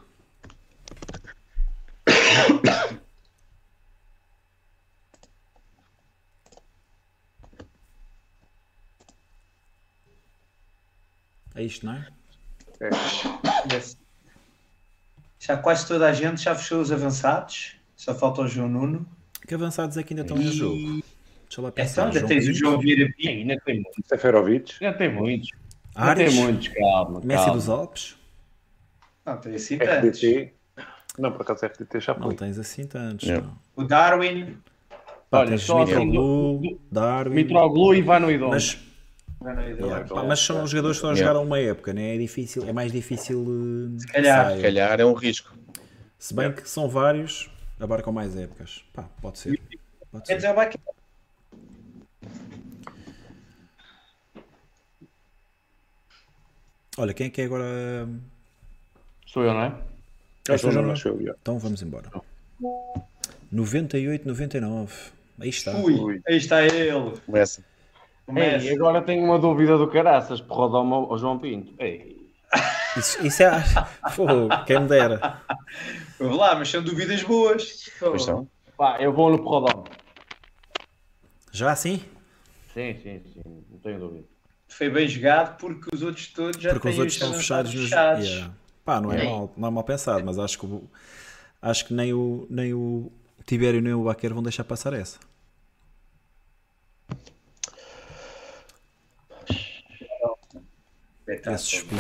Speaker 5: É isto, não é?
Speaker 7: É.
Speaker 2: Yes. Já quase toda a gente já fechou os avançados. Só falta o João Nuno.
Speaker 5: Que avançados é que ainda estão em jogo? Deixa lá pensar.
Speaker 2: Então, ainda tens o
Speaker 5: Pinto,
Speaker 2: João Vieira Pinto.
Speaker 4: Ainda tem muitos.
Speaker 7: Seferovic.
Speaker 4: Já tem muitos. Já
Speaker 5: Ares,
Speaker 4: tem muitos, calma.
Speaker 5: Messi
Speaker 4: calma.
Speaker 5: dos Alpes.
Speaker 2: Não, tem assim tantos.
Speaker 7: FDT. Não, por acaso FDT já
Speaker 5: Não
Speaker 7: foi.
Speaker 5: tens assim tantos.
Speaker 3: Não.
Speaker 5: Não.
Speaker 2: O Darwin.
Speaker 5: Pá,
Speaker 4: Olha,
Speaker 5: tens
Speaker 4: só assim,
Speaker 5: Mitroglou, Darwin.
Speaker 4: Mitroglou e Ivanoidon.
Speaker 5: Mas, mas são jogadores que só jogaram uma época, né? É difícil, é mais difícil
Speaker 2: Se calhar.
Speaker 5: saia.
Speaker 3: Se calhar é um risco.
Speaker 5: Se bem que são vários, abarcam mais épocas. Pá, pode ser. Pode
Speaker 2: Quer
Speaker 5: ser.
Speaker 2: dizer, o Baquer.
Speaker 5: Olha, quem é que é agora?
Speaker 4: Sou eu, não é?
Speaker 5: Este jogo não?
Speaker 7: Acho eu, já.
Speaker 5: Então vamos embora. 98, 99. Aí está.
Speaker 2: Ui, aí está ele.
Speaker 3: Começa.
Speaker 2: Começa.
Speaker 4: Ei, agora tenho uma dúvida do caraças. Porrodoma ou João Pinto? Ei.
Speaker 5: Isso é. Fogo, quem me dera.
Speaker 2: Vamos lá, mas são dúvidas boas.
Speaker 3: Pois são.
Speaker 4: Pá, eu vou no Porrodoma.
Speaker 5: Já assim?
Speaker 4: Sim, não tenho dúvida.
Speaker 2: Foi bem jogado porque os outros todos já
Speaker 5: Porque os
Speaker 2: têm
Speaker 5: outros estão
Speaker 2: avançados
Speaker 5: fechados nos.
Speaker 2: fechados.
Speaker 5: Yeah. Pá, não é mal pensado, mas acho que nem o Tibério nem o Baquer vão deixar passar essa. Esse suspiro.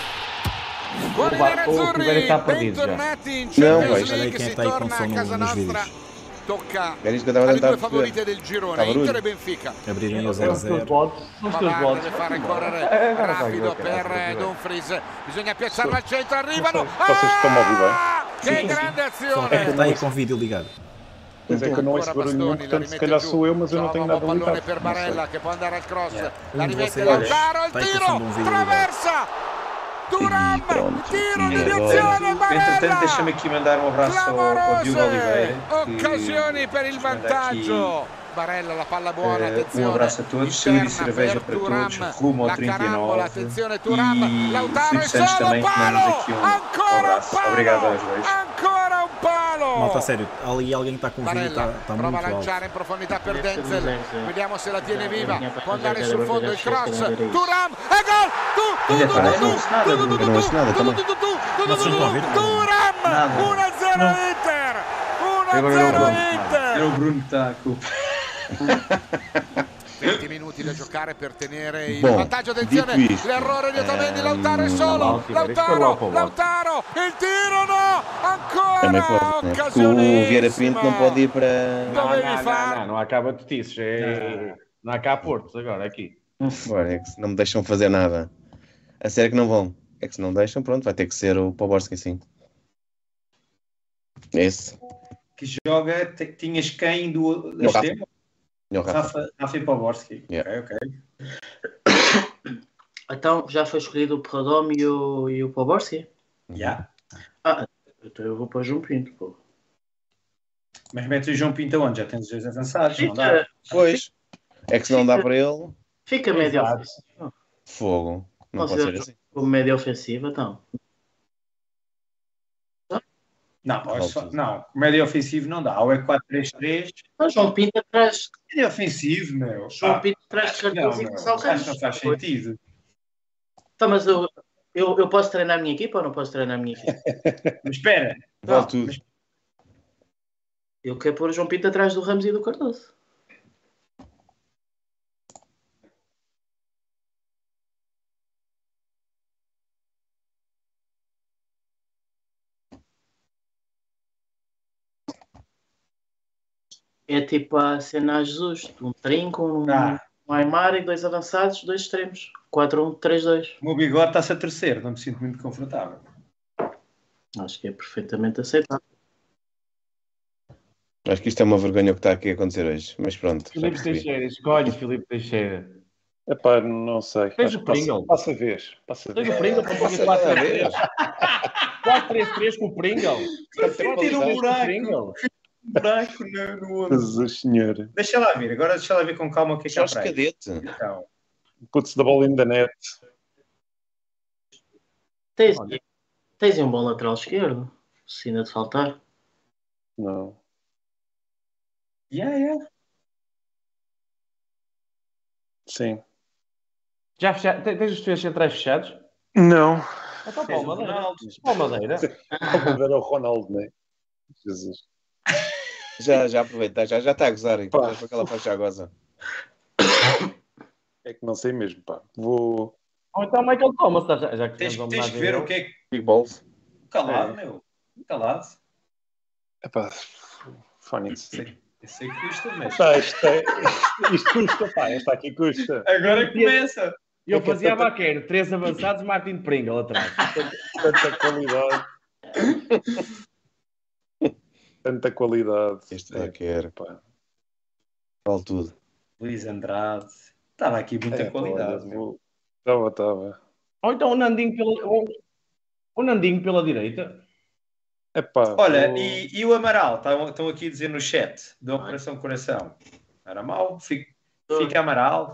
Speaker 4: O Tibério está perdido já.
Speaker 3: Não,
Speaker 5: Olha
Speaker 3: vais.
Speaker 5: aí quem é que está aí com som nos vídeos.
Speaker 8: Tocca
Speaker 3: Era isso que eu estava a
Speaker 8: alle
Speaker 3: tentar
Speaker 8: due favorite
Speaker 3: perceber.
Speaker 8: del girone,
Speaker 3: Sta barulho.
Speaker 8: Inter e Benfica.
Speaker 5: Abrirem o
Speaker 4: São os teus
Speaker 5: 0-0.
Speaker 4: votos. São os teus
Speaker 8: Pavard
Speaker 4: votos.
Speaker 8: deve fare correre
Speaker 4: Agora vai,
Speaker 8: rapido
Speaker 4: vai,
Speaker 8: per
Speaker 4: vai.
Speaker 8: Dumfries, bisogna piazzarla al centro, arrivano.
Speaker 7: Vocês estão a ouvir bem?
Speaker 8: Che grande
Speaker 5: Só quem
Speaker 8: azione!
Speaker 5: está aí com o vídeo ligado.
Speaker 7: Pois é que eu não ouço barulho nenhum, portanto se calhar sou eu, mas eu não tenho nada
Speaker 8: pallone
Speaker 7: ligado.
Speaker 8: per Barella che può andare al cross, la
Speaker 5: Un
Speaker 8: rimette
Speaker 5: due,
Speaker 8: Lautaro, il
Speaker 5: stai
Speaker 8: tiro,
Speaker 5: facendo un video
Speaker 8: traversa! Thuram,
Speaker 3: pronto.
Speaker 8: tiro di
Speaker 3: Agora.
Speaker 8: azione,
Speaker 2: Entretanto,
Speaker 8: Barella!
Speaker 2: deixa-me aqui mandar um abraço ao Diogo Oliveira.
Speaker 8: Clamorose
Speaker 2: que
Speaker 8: occasioni per il
Speaker 2: manda aqui,
Speaker 8: vantaggio. Barella, la palla buona, attenzione.
Speaker 2: um abraço a todos, saúde e cerveja para todos, rumo ao 39.
Speaker 8: Attenzione Thuram,
Speaker 2: E
Speaker 8: Lautaro
Speaker 2: Filipe
Speaker 8: è
Speaker 2: Santos
Speaker 8: solo,
Speaker 2: também, que manda-nos
Speaker 8: palo!
Speaker 2: aqui um
Speaker 8: Ancora un
Speaker 2: abraço.
Speaker 8: palo!
Speaker 2: Obrigado aos dois.
Speaker 8: Ancora un palo!
Speaker 5: Malta, sério, ali alguém está com o vídeo,
Speaker 8: Barella
Speaker 5: está
Speaker 8: prova a
Speaker 5: muito alto.
Speaker 8: lanciare in profondità per Denzel, vediamo se la tiene viva,
Speaker 6: Bisogna
Speaker 8: può andare
Speaker 6: giocare
Speaker 8: sul
Speaker 6: proprio
Speaker 8: fondo
Speaker 6: da
Speaker 8: il cross,
Speaker 6: scelta da vedere.
Speaker 8: Thuram, e gol!
Speaker 2: Ainda faz, não ouço nada,
Speaker 3: Eu não ouço nada também.
Speaker 5: Vocês estão a ouvir?
Speaker 8: Thuram!
Speaker 2: Nada.
Speaker 8: 1-0 Inter!
Speaker 4: Agora
Speaker 8: 1-0
Speaker 4: não.
Speaker 8: Inter!
Speaker 2: Era o Bruno que está a culpa.
Speaker 8: 20 minuti da giocare per tenere il
Speaker 3: Bom,
Speaker 8: vantaggio, attenzione,
Speaker 3: dito isto,
Speaker 8: l'errore di Otamendi, Lautaro è solo,
Speaker 4: Malti,
Speaker 8: Lautaro, Lautaro, il tiro no,
Speaker 3: Também
Speaker 8: ancora
Speaker 3: pode, né? Porque o Vieira Pinto não pode ir para.
Speaker 8: Dovevi
Speaker 4: Não há cá batutices. Não há cá portos agora, aqui.
Speaker 3: Agora é que se não me deixam fazer nada. A sério que não vão. É que se não deixam, pronto, vai ter que ser o Poborski assim. Esse.
Speaker 2: Que joga, tinhas quem do
Speaker 3: E o Rafa.
Speaker 2: extremo?
Speaker 3: E o Rafa.
Speaker 2: Rafa e Poborski.
Speaker 3: Yeah.
Speaker 2: Ok.
Speaker 6: Então já foi escolhido o Perrodome e o Poborski?
Speaker 2: Yeah.
Speaker 6: Então eu vou para o João Pinto, pô.
Speaker 2: Mas mete o João Pinto onde? Já tens os dois avançados, não dá?
Speaker 6: Fica,
Speaker 3: Pois. É que se não dá para ele,
Speaker 6: fica médio
Speaker 4: Exato.
Speaker 6: ofensivo.
Speaker 3: fogo. Não pode ser assim.
Speaker 6: Como médio ofensivo, então.
Speaker 2: Não, não, médio ofensivo não dá. Ou é 4-3-3,
Speaker 6: Então, João Pinto atrás.
Speaker 2: médio ofensivo, meu.
Speaker 6: João Pinto atrás de
Speaker 2: Não,
Speaker 6: Cardoso e
Speaker 2: meu,
Speaker 6: Gonçalo
Speaker 2: acho
Speaker 6: Ramos.
Speaker 2: que não faz sentido.
Speaker 6: Então, mas eu posso treinar a minha equipa ou não posso treinar a minha equipa?
Speaker 2: Mas espera,
Speaker 3: Vale
Speaker 2: não,
Speaker 3: tudo.
Speaker 2: mas
Speaker 6: Eu quero pôr o João Pinto atrás do Ramos e do Cardoso. É tipo a cena a Jesus, um trinco, um Aimar e dois avançados, dois extremos. 4-1-3-2.
Speaker 2: o meu bigode está-se a terceiro, não me sinto muito confortável.
Speaker 6: Acho que é perfeitamente aceitável.
Speaker 3: Acho que isto é uma vergonha o que está aqui a acontecer hoje. Mas pronto. já
Speaker 4: Filipe
Speaker 3: percebi.
Speaker 4: Teixeira, escolhe Filipe Teixeira.
Speaker 7: Epá, não sei.
Speaker 4: Tens
Speaker 7: Acho
Speaker 4: o
Speaker 7: que passa-
Speaker 4: Pringle.
Speaker 7: Passa a vez. Passa a
Speaker 4: Tens
Speaker 7: vez.
Speaker 4: o Pringle para fazer 4-3-3. 4-3-3 com o Pringle.
Speaker 2: Ter um
Speaker 4: 4-3-3 com o
Speaker 2: buraco.
Speaker 4: Pringle.
Speaker 2: Buraco no outro.
Speaker 7: Jesus senhora.
Speaker 2: Deixa lá ver, agora deixa lá ver com calma o que é que há
Speaker 3: Jorge
Speaker 2: para aí.
Speaker 3: Cadete.
Speaker 2: Então,
Speaker 7: Puts the ball in the net.
Speaker 6: Tens aí um bom lateral esquerdo, se ainda de faltar.
Speaker 7: Não.
Speaker 2: yeah.
Speaker 7: Sim.
Speaker 4: Já fecha... Tens os teus centrais fechados?
Speaker 7: Não.
Speaker 4: Então,
Speaker 2: Tens o
Speaker 4: Palmadeira.
Speaker 2: Ronaldo.
Speaker 4: Palmadeira.
Speaker 7: Vamos ver o Ronaldo, não é? Jesus.
Speaker 3: Já aproveita, já está a gozar.
Speaker 7: Pá.
Speaker 3: Para aquela faixa a goza.
Speaker 7: É que não sei mesmo, pá. Vou.
Speaker 4: Ou então Michael Thomas, já que
Speaker 2: Tens,
Speaker 4: fizemos
Speaker 2: tens que
Speaker 4: homenagem
Speaker 2: ver
Speaker 4: a
Speaker 2: o
Speaker 4: ele.
Speaker 2: que é que.
Speaker 3: Big Balls.
Speaker 2: Calado, meu. Calado.
Speaker 7: Epá, Fónix.
Speaker 2: Eu sei que custa, mas.
Speaker 7: Pá, isto custa, pá. Esta aqui custa.
Speaker 2: Agora começa.
Speaker 4: Eu fazia a vaqueiro, 3 avançados, Martin Pringle atrás.
Speaker 7: Tanta qualidade. Tanta qualidade.
Speaker 3: Este daqui era.
Speaker 7: Pá.
Speaker 3: Vale tudo.
Speaker 2: Luís Andrade. Estava aqui muita qualidade, meu.
Speaker 7: Estava.
Speaker 4: Ou então o Nandinho pela direita.
Speaker 7: Epá,
Speaker 2: Olha, e o Amaral? Estão aqui a dizer no chat da Operação Coração. Era mau? Fica Amaral.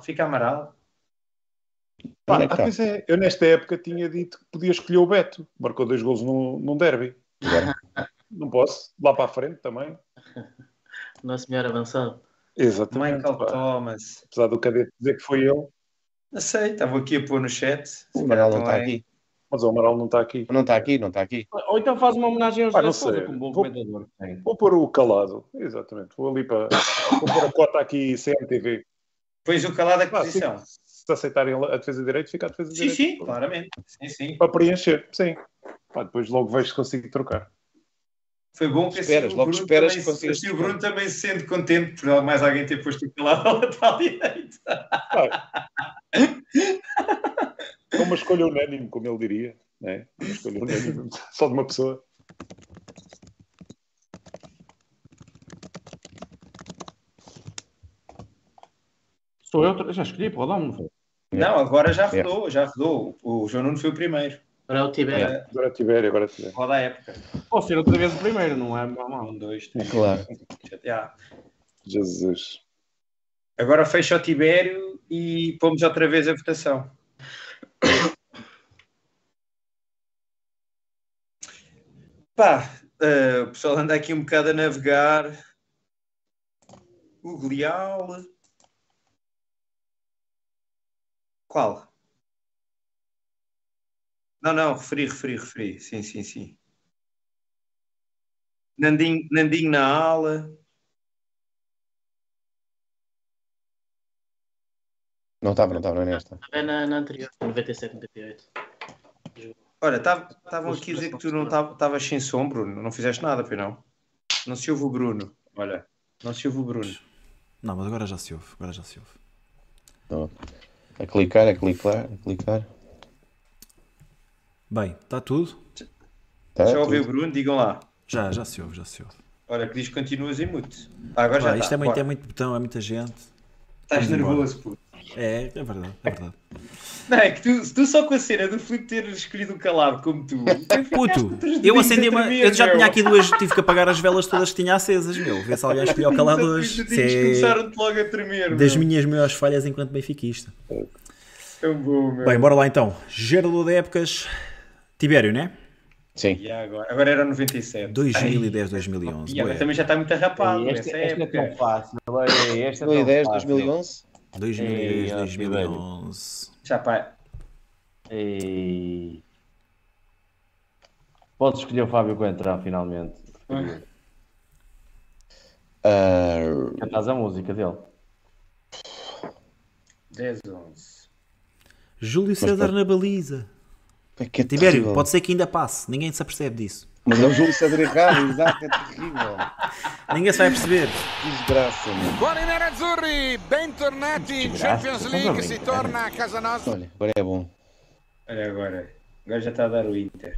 Speaker 7: Pá,
Speaker 3: Onde é que está?
Speaker 7: pois é, eu nesta época tinha dito que podia escolher o Beto. Marcou 2 golos num derby.
Speaker 3: Agora.
Speaker 7: Não posso. Lá para a frente também.
Speaker 6: Nosso melhor avançado.
Speaker 7: Exatamente.
Speaker 2: Michael
Speaker 7: pá.
Speaker 2: Thomas.
Speaker 7: Apesar do cadete dizer que foi ele.
Speaker 2: Não sei, estava aqui a pôr no chat.
Speaker 3: O Amaral não está aqui.
Speaker 7: Mas o Amaral não está aqui.
Speaker 3: Não está aqui, não está aqui.
Speaker 4: Ou então faz uma homenagem ao
Speaker 7: Pá,
Speaker 4: José
Speaker 7: não
Speaker 4: Sousa,
Speaker 7: sei.
Speaker 4: como bom
Speaker 7: Vou-
Speaker 4: comentador. Sim.
Speaker 7: Vou pôr o calado. Exatamente. Vou ali para. Vou pôr a cota aqui CMTV.
Speaker 2: Pões o calado a
Speaker 7: Ah, sim.
Speaker 2: posição.
Speaker 7: Se aceitarem a defesa de direito, fica a defesa de
Speaker 2: Sim,
Speaker 7: direito.
Speaker 2: sim, claramente. Sim.
Speaker 7: Para preencher, sim. Pá, depois logo vejo se consigo trocar.
Speaker 2: Foi bom que
Speaker 3: Esperas,
Speaker 2: assim,
Speaker 3: logo esperas que consigas
Speaker 2: assim, o Bruno também se sente contente por mais alguém ter posto o calado ao lateral direito.
Speaker 7: Pá, é uma escolha unânime, como ele diria. Né? Uma escolha unânime, só de uma pessoa.
Speaker 4: Sou eu, já escolhi para o Dom, não foi?
Speaker 2: Não, agora já rodou. O João Nuno foi o primeiro.
Speaker 6: Agora é o Tibério.
Speaker 7: Agora tiver.
Speaker 2: Roda a época.
Speaker 4: Pode ser outra vez o primeiro, não é mal.
Speaker 2: 1, 2, 3.
Speaker 3: Claro.
Speaker 7: Jesus.
Speaker 2: Agora fecha o Tibério e pomos outra vez a votação. Pá, o pessoal anda aqui um bocado a navegar. O Glial. Qual? Não, referi. Sim. Nandinho na ala.
Speaker 3: Não estava, não é nesta.
Speaker 6: Estava na anterior, 97, 98.
Speaker 2: Olha, estavam aqui a dizer que tu não estavas sem som, Bruno. Não fizeste nada, pois não? Não se ouve o Bruno. Olha, não se ouve o Bruno.
Speaker 5: Não, mas agora já se ouve.
Speaker 3: Não. A clicar.
Speaker 5: Bem, está tudo?
Speaker 3: Tá,
Speaker 2: Já ouviu o
Speaker 3: tudo.
Speaker 2: Bruno? Digam lá.
Speaker 5: Já se ouve.
Speaker 2: Olha, que diz que continuas em mute. Agora já
Speaker 5: Pá, isto
Speaker 2: está.
Speaker 5: é muito botão, é muita gente.
Speaker 2: Estás
Speaker 5: Vamos embora.
Speaker 2: nervoso, puto.
Speaker 5: É verdade.
Speaker 2: Não, é que tu só com a cena do Filipe ter escolhido o calado como tu.
Speaker 5: Puto, eu acendi eu já tinha aqui duas, tive que apagar as velas todas que tinha acesas, meu. Vê se alguém escolheu o calado hoje. Isso é
Speaker 2: Começaram-te logo a tremer.
Speaker 5: das
Speaker 2: meu.
Speaker 5: minhas maiores falhas enquanto benfiquista.
Speaker 2: Tão bom, meu.
Speaker 5: Bem, bora lá então. Gerador de épocas. Tibério, né?
Speaker 3: Sim.
Speaker 2: E agora era 97.
Speaker 5: 2010, 2011.
Speaker 2: E agora
Speaker 5: Bué.
Speaker 2: também já está muito arrapado.
Speaker 4: Este
Speaker 2: Essa
Speaker 4: é
Speaker 2: época.
Speaker 4: tão fácil. Este é tão
Speaker 3: 2010,
Speaker 4: fácil.
Speaker 3: 2011.
Speaker 5: 2010,
Speaker 4: Ei,
Speaker 5: 2011.
Speaker 2: Já pá.
Speaker 4: E... Podes escolher o Fábio Coentrão, finalmente. Cantas a música dele.
Speaker 2: 10, 11.
Speaker 5: Júlio César na baliza.
Speaker 3: É que é
Speaker 5: Tibério,
Speaker 3: terrível.
Speaker 5: pode ser que ainda passe. Ninguém se apercebe disso.
Speaker 3: Mas é o Júlio César errado, exato, é terrível.
Speaker 5: Ninguém se vai perceber.
Speaker 3: Que desgraça, mano.
Speaker 8: Buoni nerazzurri, bentornati in Champions League, si torna a casa nostra.
Speaker 3: Olha, agora é bom.
Speaker 2: Olha agora. Agora já está a dar o Inter.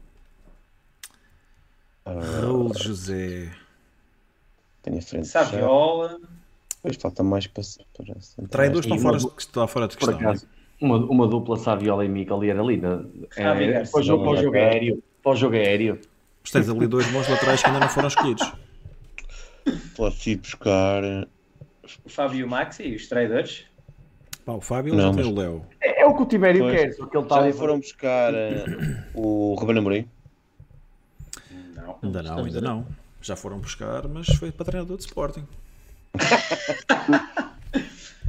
Speaker 5: Raul José.
Speaker 3: Tenho a frente.
Speaker 2: Saviola.
Speaker 3: Depois falta mais para centrais.
Speaker 5: Traidores estão fora de
Speaker 4: Por
Speaker 5: questão.
Speaker 4: acaso, uma dupla Saviola e Mica ali era linda.
Speaker 2: Javi Garcia.
Speaker 4: Para o jogo aéreo. Para o jogo aéreo.
Speaker 5: Mas tens ali dois bons laterais que ainda não foram escolhidos.
Speaker 3: Posso ir buscar.
Speaker 2: O Fábio e o Maxi e os traders.
Speaker 5: Pá, o Fábio
Speaker 3: Não,
Speaker 5: já tem
Speaker 3: mas-
Speaker 5: o Léo.
Speaker 4: É o que o Tibério
Speaker 3: Pois.
Speaker 4: quer, só que ele está
Speaker 3: Já
Speaker 4: ali.
Speaker 3: nem foram buscar o Ruben Amorim.
Speaker 2: Não.
Speaker 5: Ainda não. Já foram buscar, mas foi para treinador de Sporting.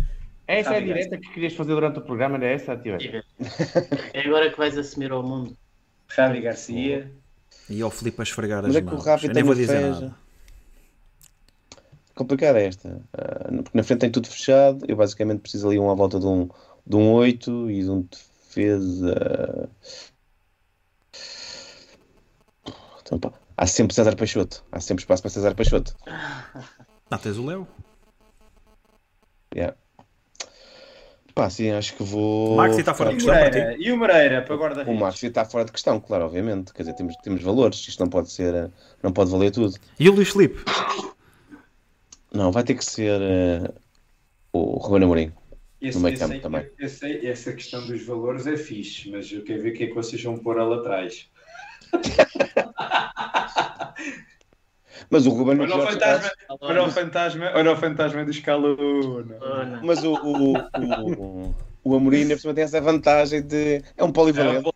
Speaker 4: Essa é a direta que querias fazer durante o programa, era essa, Tibério?
Speaker 6: É agora que vais assumir ao mundo.
Speaker 2: Javi Garcia.
Speaker 5: E ao Filipe a esfregar
Speaker 3: Mas
Speaker 5: as
Speaker 3: é que o
Speaker 5: mãos.
Speaker 3: Rafi
Speaker 5: Eu nem vou
Speaker 3: também
Speaker 5: dizer
Speaker 3: fez.
Speaker 5: nada.
Speaker 3: Complicada esta. Porque na frente tem tudo fechado. Eu basicamente preciso ali à volta de um 8 e de um defesa. Então, pá, há sempre César Peixoto. Há sempre espaço para César Peixoto.
Speaker 5: Tens o Léo?
Speaker 3: Yeah. Pá, sim, acho que vou.
Speaker 5: Maxi está fora de
Speaker 2: E o
Speaker 5: questão para
Speaker 2: Moreira,
Speaker 5: ti?
Speaker 2: e o Moreira para
Speaker 3: O
Speaker 2: guarda-redes.
Speaker 3: Maxi está fora de questão, claro, obviamente. Quer dizer, temos valores. Isto não pode ser. Não pode valer tudo.
Speaker 5: E o Luís Filipe?
Speaker 3: Não, vai ter que ser o Ruben Amorim. No meio campo também.
Speaker 2: Essa questão dos valores é fixe, mas eu quero ver o que é que vocês vão pôr lá atrás.
Speaker 3: Mas o Ruben
Speaker 2: Olha o fantasma do escalão.
Speaker 3: Mas o Amorim, na cima, tem essa vantagem de. É um polivalente.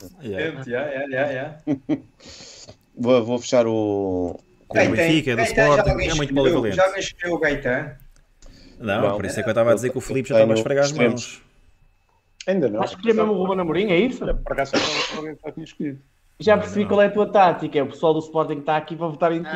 Speaker 3: Vou fechar o.
Speaker 5: Com o Benfica, do Sporting, é muito polivalente.
Speaker 2: Já alguém escolheu o Gaetan?
Speaker 5: Não, por isso é que eu estava a dizer que o Filipe já estava a esfregar as mãos.
Speaker 7: Ainda não.
Speaker 4: Acho que é mesmo o Ruben Amorim, é isso?
Speaker 7: Por acaso alguém já tinha escolhido.
Speaker 4: Já percebi qual é a tua tática. É o pessoal do Sporting que está aqui para votar em ti.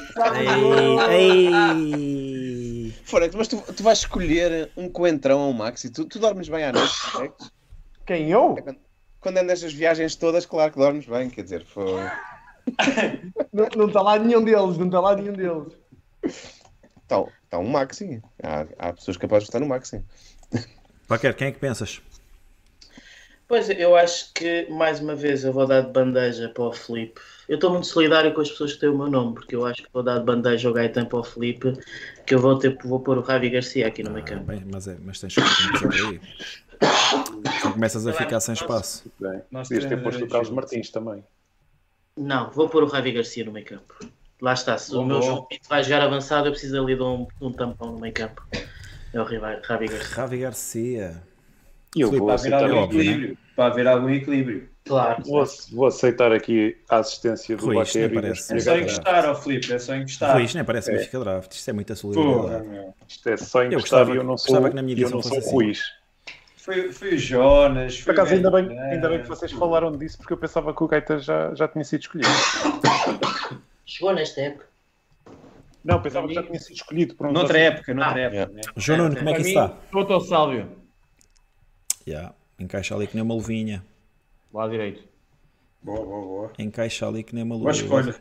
Speaker 5: Ei.
Speaker 3: Forex, mas tu vais escolher um coentrão ao Maxi. Tu dormes bem à noite, Forex?
Speaker 4: Quem, eu?
Speaker 3: Quando andas nestas viagens todas, claro que dormes bem. Quer dizer, foi.
Speaker 4: Não está lá nenhum deles, não está lá nenhum deles.
Speaker 3: Está um Maxi. Há pessoas capazes de votar no Maxi.
Speaker 5: Baquer, quem é que pensas?
Speaker 6: Pois, eu acho que, mais uma vez, eu vou dar de bandeja para o Filipe. Eu estou muito solidário com as pessoas que têm o meu nome, porque eu acho que vou dar de bandeja ao Gaetan para o Filipe, que eu vou pôr o Javi Garcia aqui no meio campo.
Speaker 5: Bem, mas tens que começar por aí. Então começas a ficar sem espaço.
Speaker 7: Bem, podias ter posto o Carlos Martins também.
Speaker 6: Não, vou pôr o Javi Garcia no meio campo. Lá está, se o meu João Pinto vai jogar avançado, eu preciso ali de um tampão no meio campo. É o Javi Garcia.
Speaker 5: Javi Garcia.
Speaker 7: E eu vou aceitar,
Speaker 2: Para haver algum equilíbrio.
Speaker 6: Claro.
Speaker 7: vou aceitar aqui a assistência do
Speaker 5: Rui, isto nem
Speaker 7: Baquer.
Speaker 5: parece.
Speaker 2: É só encostar, ó Filipe, é só encostar.
Speaker 5: Rui, isto nem parece Benfica Draft. Isto é muita
Speaker 2: Porra,
Speaker 5: solidariedade.
Speaker 2: meu.
Speaker 7: Isto é só encostar
Speaker 5: gostava-
Speaker 7: e eu não
Speaker 5: gostava
Speaker 7: sou,
Speaker 5: que na minha
Speaker 7: eu
Speaker 5: edição
Speaker 7: não
Speaker 5: fosse
Speaker 7: sou
Speaker 5: assim.
Speaker 7: Ruiz.
Speaker 2: Foi o Jonas.
Speaker 7: Por acaso, ainda bem que vocês falaram disso, porque eu pensava que o Gaeta já tinha sido escolhido.
Speaker 6: Chegou nesta época.
Speaker 7: Não, pensava que já tinha sido escolhido. Por um
Speaker 2: Noutra época.
Speaker 3: Yeah.
Speaker 2: Né?
Speaker 5: João Nuno, como é que isso está?
Speaker 4: Estou ao Sálvio.
Speaker 5: Yeah. Encaixa ali que nem uma luvinha.
Speaker 4: Lá direito.
Speaker 2: Boa.
Speaker 5: Encaixa ali que nem uma
Speaker 2: Boa
Speaker 5: luvinha.
Speaker 2: escolha.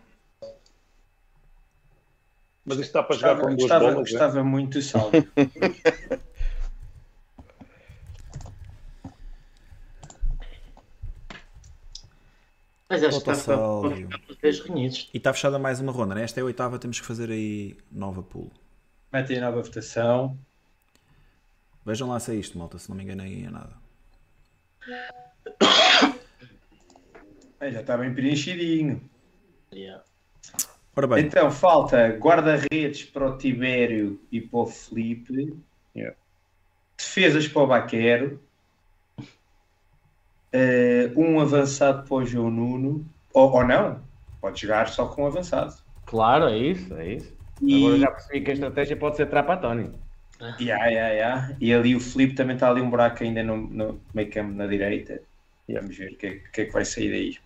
Speaker 7: Mas isto está para jogar com duas bolas.
Speaker 2: Gostava muito do Salve.
Speaker 6: Mas acho que está
Speaker 5: Sálvio.
Speaker 6: para os três reunidos.
Speaker 5: E está fechada mais uma ronda, né? Esta é a oitava, temos que fazer aí nova pool.
Speaker 2: Mete aí nova votação.
Speaker 5: Vejam lá se é isto, malta, se não me enganei em nada.
Speaker 2: Já está bem preenchidinho.
Speaker 6: Yeah.
Speaker 5: Ora bem,
Speaker 2: Então falta guarda-redes para o Tibério e para o Felipe.
Speaker 7: Yeah.
Speaker 2: Defesas para o Baquero. Um avançado para o João Nuno. Ou não. Pode jogar só com um avançado.
Speaker 4: Claro, é isso. Agora já percebi que a estratégia pode ser Trapattoni.
Speaker 2: E ali o Felipe também está ali um buraco ainda no meio campo na direita. Vamos ver o que é que vai sair daí.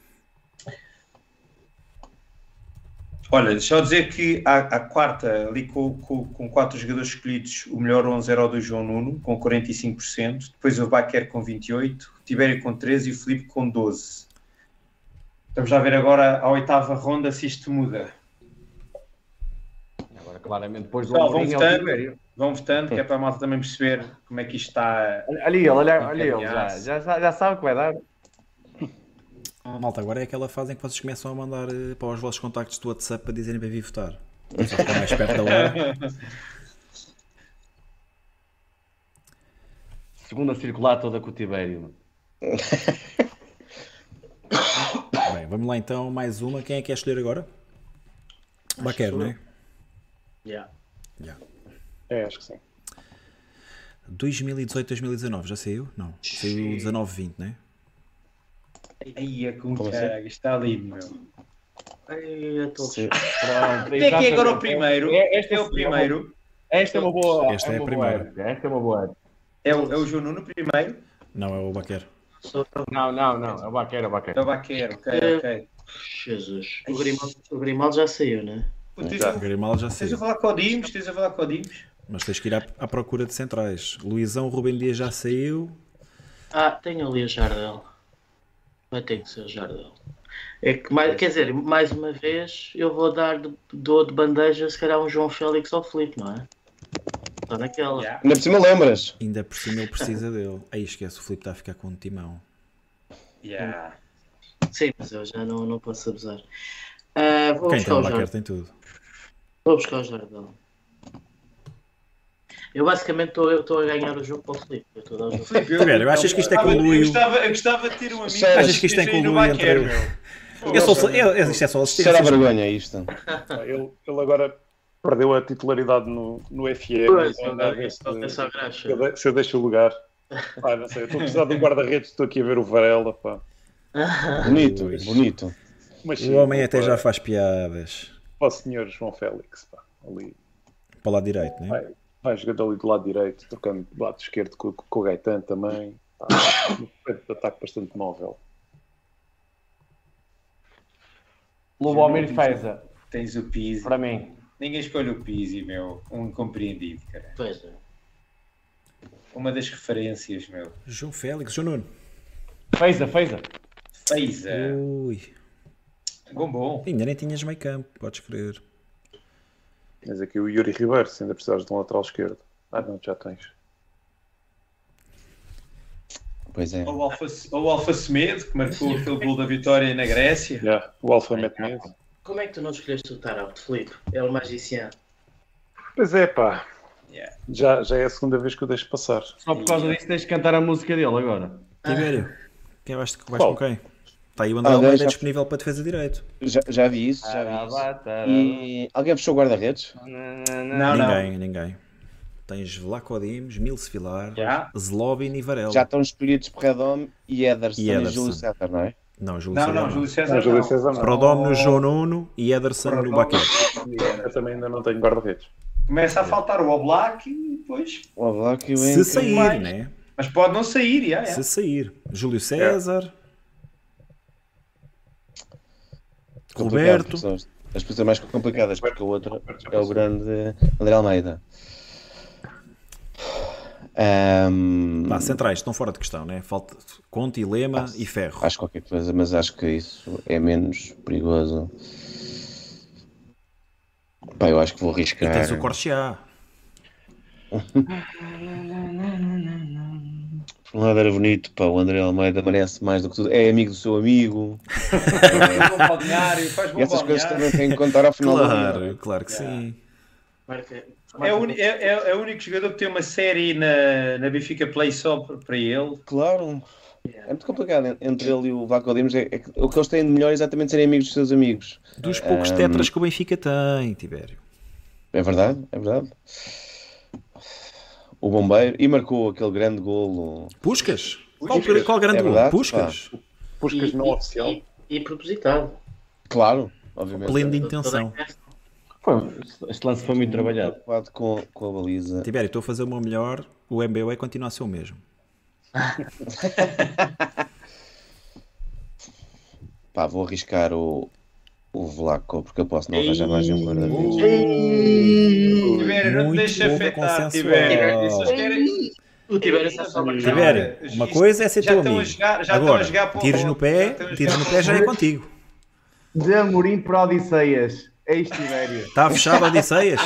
Speaker 2: Olha, deixa eu dizer que a quarta, ali com 4 jogadores escolhidos, o melhor 11 era o do João Nuno, com 45%. Depois o Baquer com 28%, o Tibério com 13% e o Felipe com 12%. Estamos a ver agora a oitava ronda se isto muda.
Speaker 4: Agora, claramente, depois do
Speaker 2: Pessoal, vão
Speaker 4: Amorim é o
Speaker 2: votando,
Speaker 4: Tibério.
Speaker 2: vão votando, que é para a malta também perceber como é que isto está.
Speaker 4: Olha ele, já sabe o que vai dar.
Speaker 5: malta, agora é aquela fase em que vocês começam a mandar para os vossos contactos do WhatsApp para dizerem para vir votar. Só ficar mais perto da hora.
Speaker 4: Segunda circular toda com o Tibério.
Speaker 5: Bem, vamos lá então, mais uma. Quem é que quer escolher agora? Baquero, não é?
Speaker 6: Yeah.
Speaker 7: É, acho que sim.
Speaker 5: 2018-2019, já saiu? Não, saiu 19-20, não é?
Speaker 2: Aí é com
Speaker 3: Como
Speaker 2: caralho, está ali, meu.
Speaker 6: Eu estou
Speaker 3: Sim.
Speaker 2: Quem é que é agora o primeiro?
Speaker 4: Este
Speaker 2: É o primeiro.
Speaker 4: Esta é uma boa.
Speaker 5: Esta é a
Speaker 4: uma
Speaker 5: primeira.
Speaker 4: boa época. Esta é uma boa época.
Speaker 2: É o João Nuno primeiro.
Speaker 5: Não, é o Baquero.
Speaker 4: Não, é o Baqueiro.
Speaker 2: É o Baqueiro, ok.
Speaker 6: Jesus. O Grimaldo já saiu, né?
Speaker 5: O Grimaldo já
Speaker 2: Tens
Speaker 5: saiu.
Speaker 2: a falar com o Dimos,
Speaker 5: Mas tens que ir à procura de centrais. Luizão, Rubem Dias já saiu.
Speaker 6: Tenho ali o Jardel. Vai ter que ser o Jardel. É que, quer dizer, mais uma vez, eu vou dar de bandeja, se calhar, um João Félix ao Filipe, não é? Está naquela.
Speaker 2: Yeah.
Speaker 3: Ainda por cima lembras?
Speaker 5: Ainda por cima ele precisa dele. Aí esquece, o Filipe está a ficar com um timão.
Speaker 2: Yeah.
Speaker 6: Sim, mas eu já não posso abusar. Vou
Speaker 5: Quem
Speaker 6: buscar
Speaker 5: tem
Speaker 6: o
Speaker 5: o Baquer
Speaker 6: Jardel.
Speaker 5: tem tudo.
Speaker 6: Vou buscar o Jardel. Eu basicamente estou a ganhar o jogo para o Filipe. Eu estou a dar o jogo.
Speaker 2: Filipe,
Speaker 5: Tiveram, achas que isto é com o
Speaker 2: eu
Speaker 5: Luio?
Speaker 2: gostava de ter um amigo
Speaker 3: Sério?
Speaker 5: Achas que isto é com o
Speaker 2: no
Speaker 5: Luio
Speaker 2: Baquer,
Speaker 5: entre-
Speaker 2: meu.
Speaker 5: Isto é só
Speaker 3: Isto era
Speaker 5: assistência.
Speaker 3: vergonha isto.
Speaker 7: Ele agora perdeu a titularidade no FE.
Speaker 6: Pois,
Speaker 7: mas ainda a ver se
Speaker 6: é só graxa.
Speaker 7: se eu deixo o lugar. Não sei, eu estou a precisar de um guarda-redes, estou aqui a ver o Varela. Pá.
Speaker 3: Bonito,
Speaker 5: Pois.
Speaker 3: bonito.
Speaker 7: Mas
Speaker 5: O
Speaker 7: sim,
Speaker 5: homem
Speaker 7: vou
Speaker 5: até
Speaker 7: para-
Speaker 5: já faz piadas.
Speaker 7: para o senhor João Félix. Pá, ali.
Speaker 5: Para o lado direito, não é?
Speaker 7: Vai jogando ali do lado direito, tocando do lado esquerdo com o Gaetan também. Pá, um frente de ataque bastante móvel.
Speaker 4: Lubomir Feza,
Speaker 2: Tens o Pizzi.
Speaker 4: para mim.
Speaker 2: Ninguém escolhe o Pizzi, meu. Um incompreendido, cara.
Speaker 6: Pois é.
Speaker 2: Uma das referências, meu.
Speaker 5: João Félix, João Nuno.
Speaker 4: Feza.
Speaker 2: Feiza.
Speaker 5: Ui.
Speaker 2: Bom.
Speaker 5: Ainda nem tinhas meio campo, podes crer.
Speaker 7: Tens aqui o Yuri Ribeiro, se ainda precisares de um lateral esquerdo. Não, já tens.
Speaker 3: Pois é.
Speaker 2: Ou o Alfa Semedo, que marcou aquele gol da vitória na Grécia.
Speaker 7: Yeah, o Alfa mete medo.
Speaker 6: Como é que tu não escolheste o Tarapte, Filipe? É o magiciano.
Speaker 7: Pois é, pá.
Speaker 2: Yeah.
Speaker 7: Já é a segunda vez que eu deixo passar.
Speaker 4: Só por causa disso tens de cantar a música dele agora.
Speaker 5: Tibério, quem vais
Speaker 7: Qual?
Speaker 5: com quem? Está aí o André
Speaker 3: Ah,
Speaker 5: Almeida
Speaker 3: já-
Speaker 5: disponível para defesa direito.
Speaker 3: Já vi isso, já vi isso. E alguém fechou o guarda-redes?
Speaker 2: Não.
Speaker 5: Ninguém. Tens Vlaco Dimos, Milce Vilar,
Speaker 2: Já.
Speaker 5: Zlobin e Varela.
Speaker 3: Já estão escolhidos Predom e Ederson
Speaker 5: E
Speaker 3: e
Speaker 5: Ederson.
Speaker 3: Júlio César, não é?
Speaker 5: Não, Júlio
Speaker 2: Não,
Speaker 5: César não.
Speaker 2: Júlio César.
Speaker 7: Não, Júlio
Speaker 2: não.
Speaker 7: César não.
Speaker 5: Prodome no João Nuno e Ederson no Baquer.
Speaker 7: Eu também ainda não tenho guarda-redes.
Speaker 2: Começa a faltar o Oblak e depois.
Speaker 3: O Oblak e o
Speaker 5: Se
Speaker 3: Henry.
Speaker 5: sair,
Speaker 2: mais.
Speaker 5: né?
Speaker 2: Mas pode não sair, já.
Speaker 5: Se sair. Júlio César,
Speaker 3: Complicado,
Speaker 5: Roberto.
Speaker 3: são as posições mais complicadas, porque o outro é o grande André Almeida.
Speaker 5: Pá, centrais estão fora de questão, né? Falta Conte, Lema e Ferro.
Speaker 3: Acho qualquer coisa, mas acho que isso é menos perigoso. Pá, eu acho que vou
Speaker 5: E
Speaker 3: arriscar.
Speaker 5: tens o Corchia.
Speaker 3: Por um lado era bonito, pá, o André Almeida merece mais do que tudo. É amigo do seu amigo.
Speaker 2: Faz bom balneário, faz
Speaker 3: E
Speaker 2: bom
Speaker 3: essas coisas
Speaker 2: balneário.
Speaker 3: também têm que contar ao final do ano.
Speaker 5: Claro que sim.
Speaker 6: Marca.
Speaker 2: É o único jogador que tem uma série na Benfica Play só para ele.
Speaker 3: Claro. É muito complicado entre ele e o Vlaco Dimos. O que eles têm de melhor é exatamente serem amigos dos seus amigos.
Speaker 5: Dos poucos tetras que o Benfica tem, Tibério.
Speaker 3: É verdade, é verdade. O Bombeiro. E marcou aquele grande golo.
Speaker 5: Puscas?
Speaker 2: Puscas.
Speaker 5: Qual grande
Speaker 3: É
Speaker 5: gol?
Speaker 3: verdade,
Speaker 5: Puscas?
Speaker 7: Puscas não oficial.
Speaker 6: E propositado.
Speaker 3: Claro, obviamente.
Speaker 5: Pleno de intenção.
Speaker 4: Este lance foi muito trabalhado.
Speaker 3: Preocupado com a baliza.
Speaker 5: Tibério, estou a fazer o meu melhor. O MBE continua a ser o mesmo.
Speaker 3: Pá, vou arriscar o Vlaco, porque eu posso não arranjar mais um guarda-redes.
Speaker 2: Tibério, não te
Speaker 5: Muito
Speaker 2: deixes
Speaker 5: bom,
Speaker 2: afetar,
Speaker 5: consensual.
Speaker 2: Tibério. Isso eles querem-
Speaker 6: O Tibério está só marcado.
Speaker 5: Tibério, uma coisa é ser
Speaker 2: Já
Speaker 5: teu
Speaker 2: estão a
Speaker 5: amigo.
Speaker 2: jogar- já estão a
Speaker 5: Agora,
Speaker 2: jogar para o
Speaker 5: tiros no
Speaker 2: outro,
Speaker 5: pé,
Speaker 2: já estão a
Speaker 5: tiros
Speaker 2: jogar
Speaker 5: no
Speaker 2: para
Speaker 5: pé
Speaker 2: o
Speaker 5: já é
Speaker 2: outro.
Speaker 5: contigo.
Speaker 4: De Amorim para Odisseias. É isto, Tibério.
Speaker 5: Está fechado, Odisseias?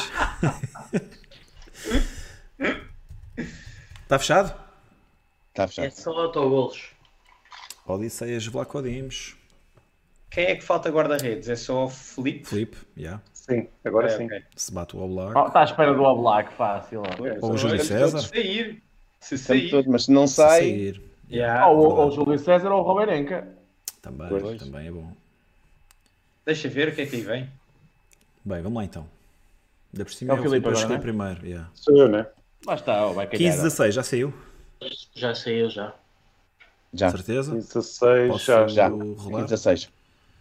Speaker 5: Está fechado?
Speaker 3: Está
Speaker 6: É
Speaker 3: fechado.
Speaker 6: só autogolos.
Speaker 5: Odisseias, Vlaco Dimos,
Speaker 2: Quem é que falta guarda-redes? É só o Filipe?
Speaker 5: Filipe, já.
Speaker 7: Sim, agora sim.
Speaker 2: Ok.
Speaker 5: Se bate o Oblak.
Speaker 4: Está à espera do Oblak, fácil.
Speaker 5: Ou o Júlio César.
Speaker 2: Se sair. Se
Speaker 3: Estamos
Speaker 2: sair.
Speaker 3: todos, mas se não
Speaker 5: Se
Speaker 3: sai,
Speaker 5: sair.
Speaker 2: Já.
Speaker 4: Ou o Júlio César ou o Roberenca.
Speaker 5: Também é bom.
Speaker 2: Deixa ver o que é que aí vem.
Speaker 5: Bem, vamos lá então. Ainda por cima
Speaker 4: É o Filipe
Speaker 5: para
Speaker 4: agora,
Speaker 5: escolher
Speaker 4: né?
Speaker 5: primeiro. Yeah.
Speaker 7: Sou eu, né?
Speaker 4: Lá está, vai calhar.
Speaker 5: 15, 16, já saiu?
Speaker 6: Já saiu, já.
Speaker 3: já.
Speaker 5: Certeza?
Speaker 7: 16,
Speaker 5: Posso
Speaker 7: já.
Speaker 5: rolar?
Speaker 3: 16.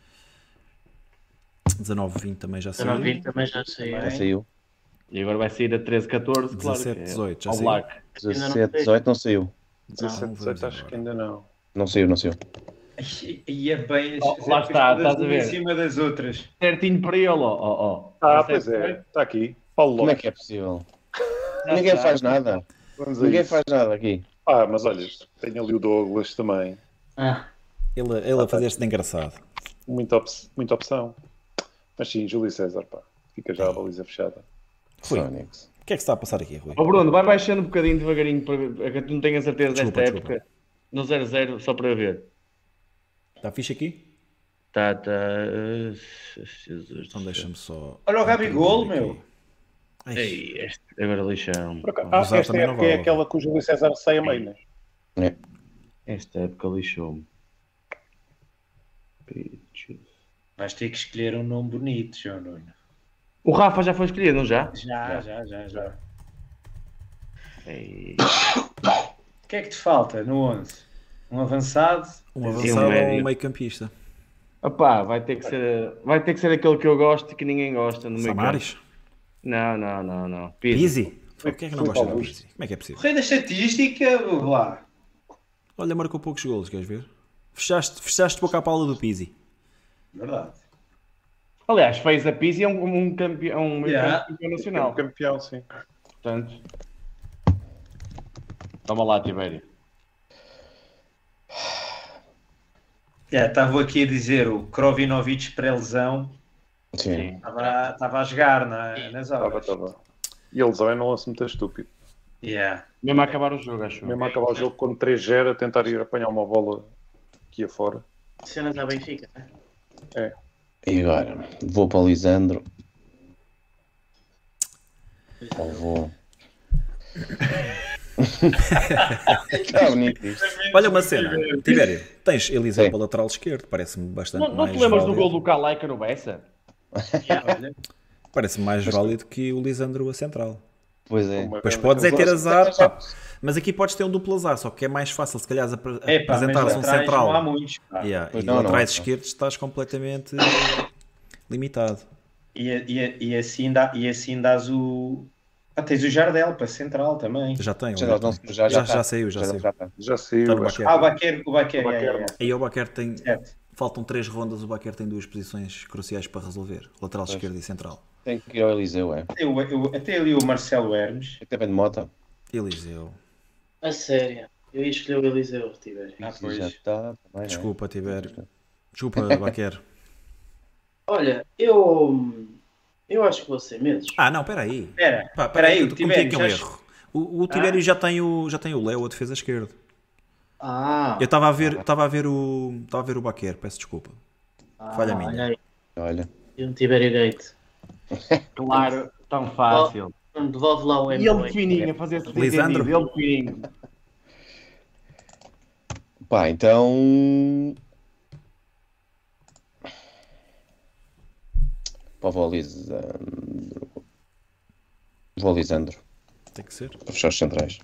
Speaker 5: 19, 20 também já
Speaker 6: Eu
Speaker 5: saiu.
Speaker 6: não vi, também já saiu.
Speaker 3: Já saiu.
Speaker 4: E agora vai sair a 13, 14, claro.
Speaker 5: 17,
Speaker 4: que é
Speaker 5: 18, já
Speaker 4: Oblak.
Speaker 3: 17, 18 não saiu.
Speaker 7: 17,
Speaker 5: vamos
Speaker 7: 18, acho
Speaker 5: embora.
Speaker 7: que ainda não.
Speaker 3: Não saiu, não saiu.
Speaker 2: E é bem,
Speaker 4: Lá está,
Speaker 2: todas
Speaker 4: estás a
Speaker 2: uma
Speaker 4: ver.
Speaker 2: em cima das outras.
Speaker 4: Certinho para ele, ó.
Speaker 7: Pois é, está aqui. Paulo
Speaker 3: Como é
Speaker 7: Lopes.
Speaker 3: que é possível?
Speaker 4: Já
Speaker 3: Ninguém
Speaker 4: está.
Speaker 3: faz nada.
Speaker 7: Vamos a
Speaker 3: Ninguém
Speaker 7: isso.
Speaker 3: faz nada aqui.
Speaker 7: Mas olha, tenho ali o Douglas também.
Speaker 5: Ele a fazer-se de engraçado.
Speaker 7: Muita opção. Mas sim, Júlio César, pá. Fica já a baliza fechada.
Speaker 5: Rui,
Speaker 3: Sonics.
Speaker 5: o que é que se está a passar aqui, Rui?
Speaker 4: Ó Bruno, vai baixando um bocadinho devagarinho para ver, é que tu não tenho a certeza
Speaker 5: Desculpa,
Speaker 4: desta
Speaker 5: desculpa.
Speaker 4: época. No 0-0, só para ver.
Speaker 5: Está fixe aqui?
Speaker 4: Tá. Jesus.
Speaker 5: Então deixa-me só.
Speaker 2: Olha o Gabigol,
Speaker 5: Aqui.
Speaker 2: meu.
Speaker 5: Ai,
Speaker 4: Ei, agora lixão.
Speaker 7: Por acaso,
Speaker 5: Usar
Speaker 7: esta
Speaker 5: também não
Speaker 7: época é
Speaker 5: vale.
Speaker 7: aquela que o Júlio César sai a meio, né?
Speaker 4: Esta época lixou-me.
Speaker 2: Vais ter que escolher um nome bonito, João Nuno.
Speaker 4: O Rafa já foi escolhido, não já?
Speaker 2: Já.
Speaker 4: Ei.
Speaker 2: O que é que te falta no 11? Um avançado?
Speaker 5: Um
Speaker 4: Sim,
Speaker 5: avançado ou
Speaker 4: médio.
Speaker 5: um meio campista?
Speaker 4: Opá, vai ter que ser aquele que eu gosto e que ninguém gosta no meio campo.
Speaker 5: Samaris?
Speaker 4: Não.
Speaker 5: Pizzi? O que é que não
Speaker 7: Foi
Speaker 5: gosta do
Speaker 7: Augusto.
Speaker 5: Pizzi? Como é que é possível?
Speaker 2: Rei da estatística, lá.
Speaker 5: Olha, marcou poucos golos, queres ver? Fechaste boca à pala do Pizzi.
Speaker 2: Verdade.
Speaker 4: Aliás, fez a Pizzi é um campeão,
Speaker 2: Yeah.
Speaker 4: campeão nacional.
Speaker 7: Campeão, sim.
Speaker 4: Portanto, toma lá, Tibério.
Speaker 2: Estava aqui a dizer o Krovinovic pré-lesão
Speaker 3: Sim.
Speaker 2: estava a jogar nas horas.
Speaker 7: Estava. E eles também não lance muito estúpido.
Speaker 4: Mesmo a acabar o jogo, acho.
Speaker 7: Mesmo a acabar o jogo com 3-0 a tentar ir apanhar uma bola aqui afora.
Speaker 6: Cenas à Benfica, né?
Speaker 3: E agora? Vou para o Lisandro. Ou vou. Está bonito isto.
Speaker 5: Olha uma cena, Tibério, tens Eliseu
Speaker 3: Sim.
Speaker 5: para lateral esquerdo, parece-me bastante
Speaker 4: Não
Speaker 5: mais
Speaker 4: te lembras do
Speaker 5: válido.
Speaker 4: gol do Calaika no Bessa?
Speaker 2: Olha,
Speaker 5: Parece-me mais válido que o Lisandro a central.
Speaker 3: Pois é.
Speaker 7: Uma
Speaker 5: Pois
Speaker 7: grande
Speaker 5: podes é ter
Speaker 7: coisa.
Speaker 5: azar, pá. Mas aqui podes ter um duplo azar, só que é mais fácil se calhar apresentares um
Speaker 2: não há
Speaker 5: central.
Speaker 2: muitos. Pá.
Speaker 5: Yeah,
Speaker 3: Pois
Speaker 5: e
Speaker 3: não,
Speaker 5: laterais
Speaker 3: não.
Speaker 5: esquerdos estás completamente limitado.
Speaker 2: E assim dás o... tens o Jardel para central também.
Speaker 5: Já tem,
Speaker 3: Já,
Speaker 5: olha,
Speaker 3: não,
Speaker 5: tem.
Speaker 3: já
Speaker 5: já saiu.
Speaker 3: está.
Speaker 7: Já
Speaker 5: Está
Speaker 7: saiu.
Speaker 5: no
Speaker 7: acho
Speaker 5: Baquer.
Speaker 2: O Baquer.
Speaker 7: O Baquer,
Speaker 5: Aí o Baquer tem.
Speaker 2: Certo.
Speaker 5: Faltam 3 rondas, o Baquer tem 2 posições cruciais para resolver: lateral esquerdo e central.
Speaker 3: Tem que ir ao Eliseu, é.
Speaker 2: Até ali o Marcelo Hermes.
Speaker 3: Até bem de moto.
Speaker 5: Eliseu.
Speaker 6: A sério. Eu ia escolher o Eliseu, Tibério.
Speaker 2: Pois.
Speaker 3: Já está. Também, é.
Speaker 5: Desculpa, Tibério. Desculpa, Baquer.
Speaker 6: Olha, eu acho que vou ser mesmo.
Speaker 5: Ah, não, espera aí.
Speaker 2: Espera aí,
Speaker 5: eu
Speaker 2: o
Speaker 5: cometi
Speaker 2: Tibério.
Speaker 5: aquele erro. O Tibério já tem o Léo a defesa esquerda.
Speaker 6: Ah,
Speaker 5: Eu estava a ver o Baquer, peço desculpa. Falha minha.
Speaker 6: olha aí.
Speaker 3: Olha.
Speaker 6: E um Tibério Gate.
Speaker 4: Claro, tão fácil.
Speaker 6: Devolve lá o
Speaker 4: E ele
Speaker 6: M2.
Speaker 4: de fininho a fazer-se
Speaker 5: Lisandro?
Speaker 4: entendido. Ele de fininho.
Speaker 3: Pá, então. Pá, vou ao Lisandro. Vou ao Lisandro.
Speaker 5: Tem que ser.
Speaker 3: Para fechar os centrais.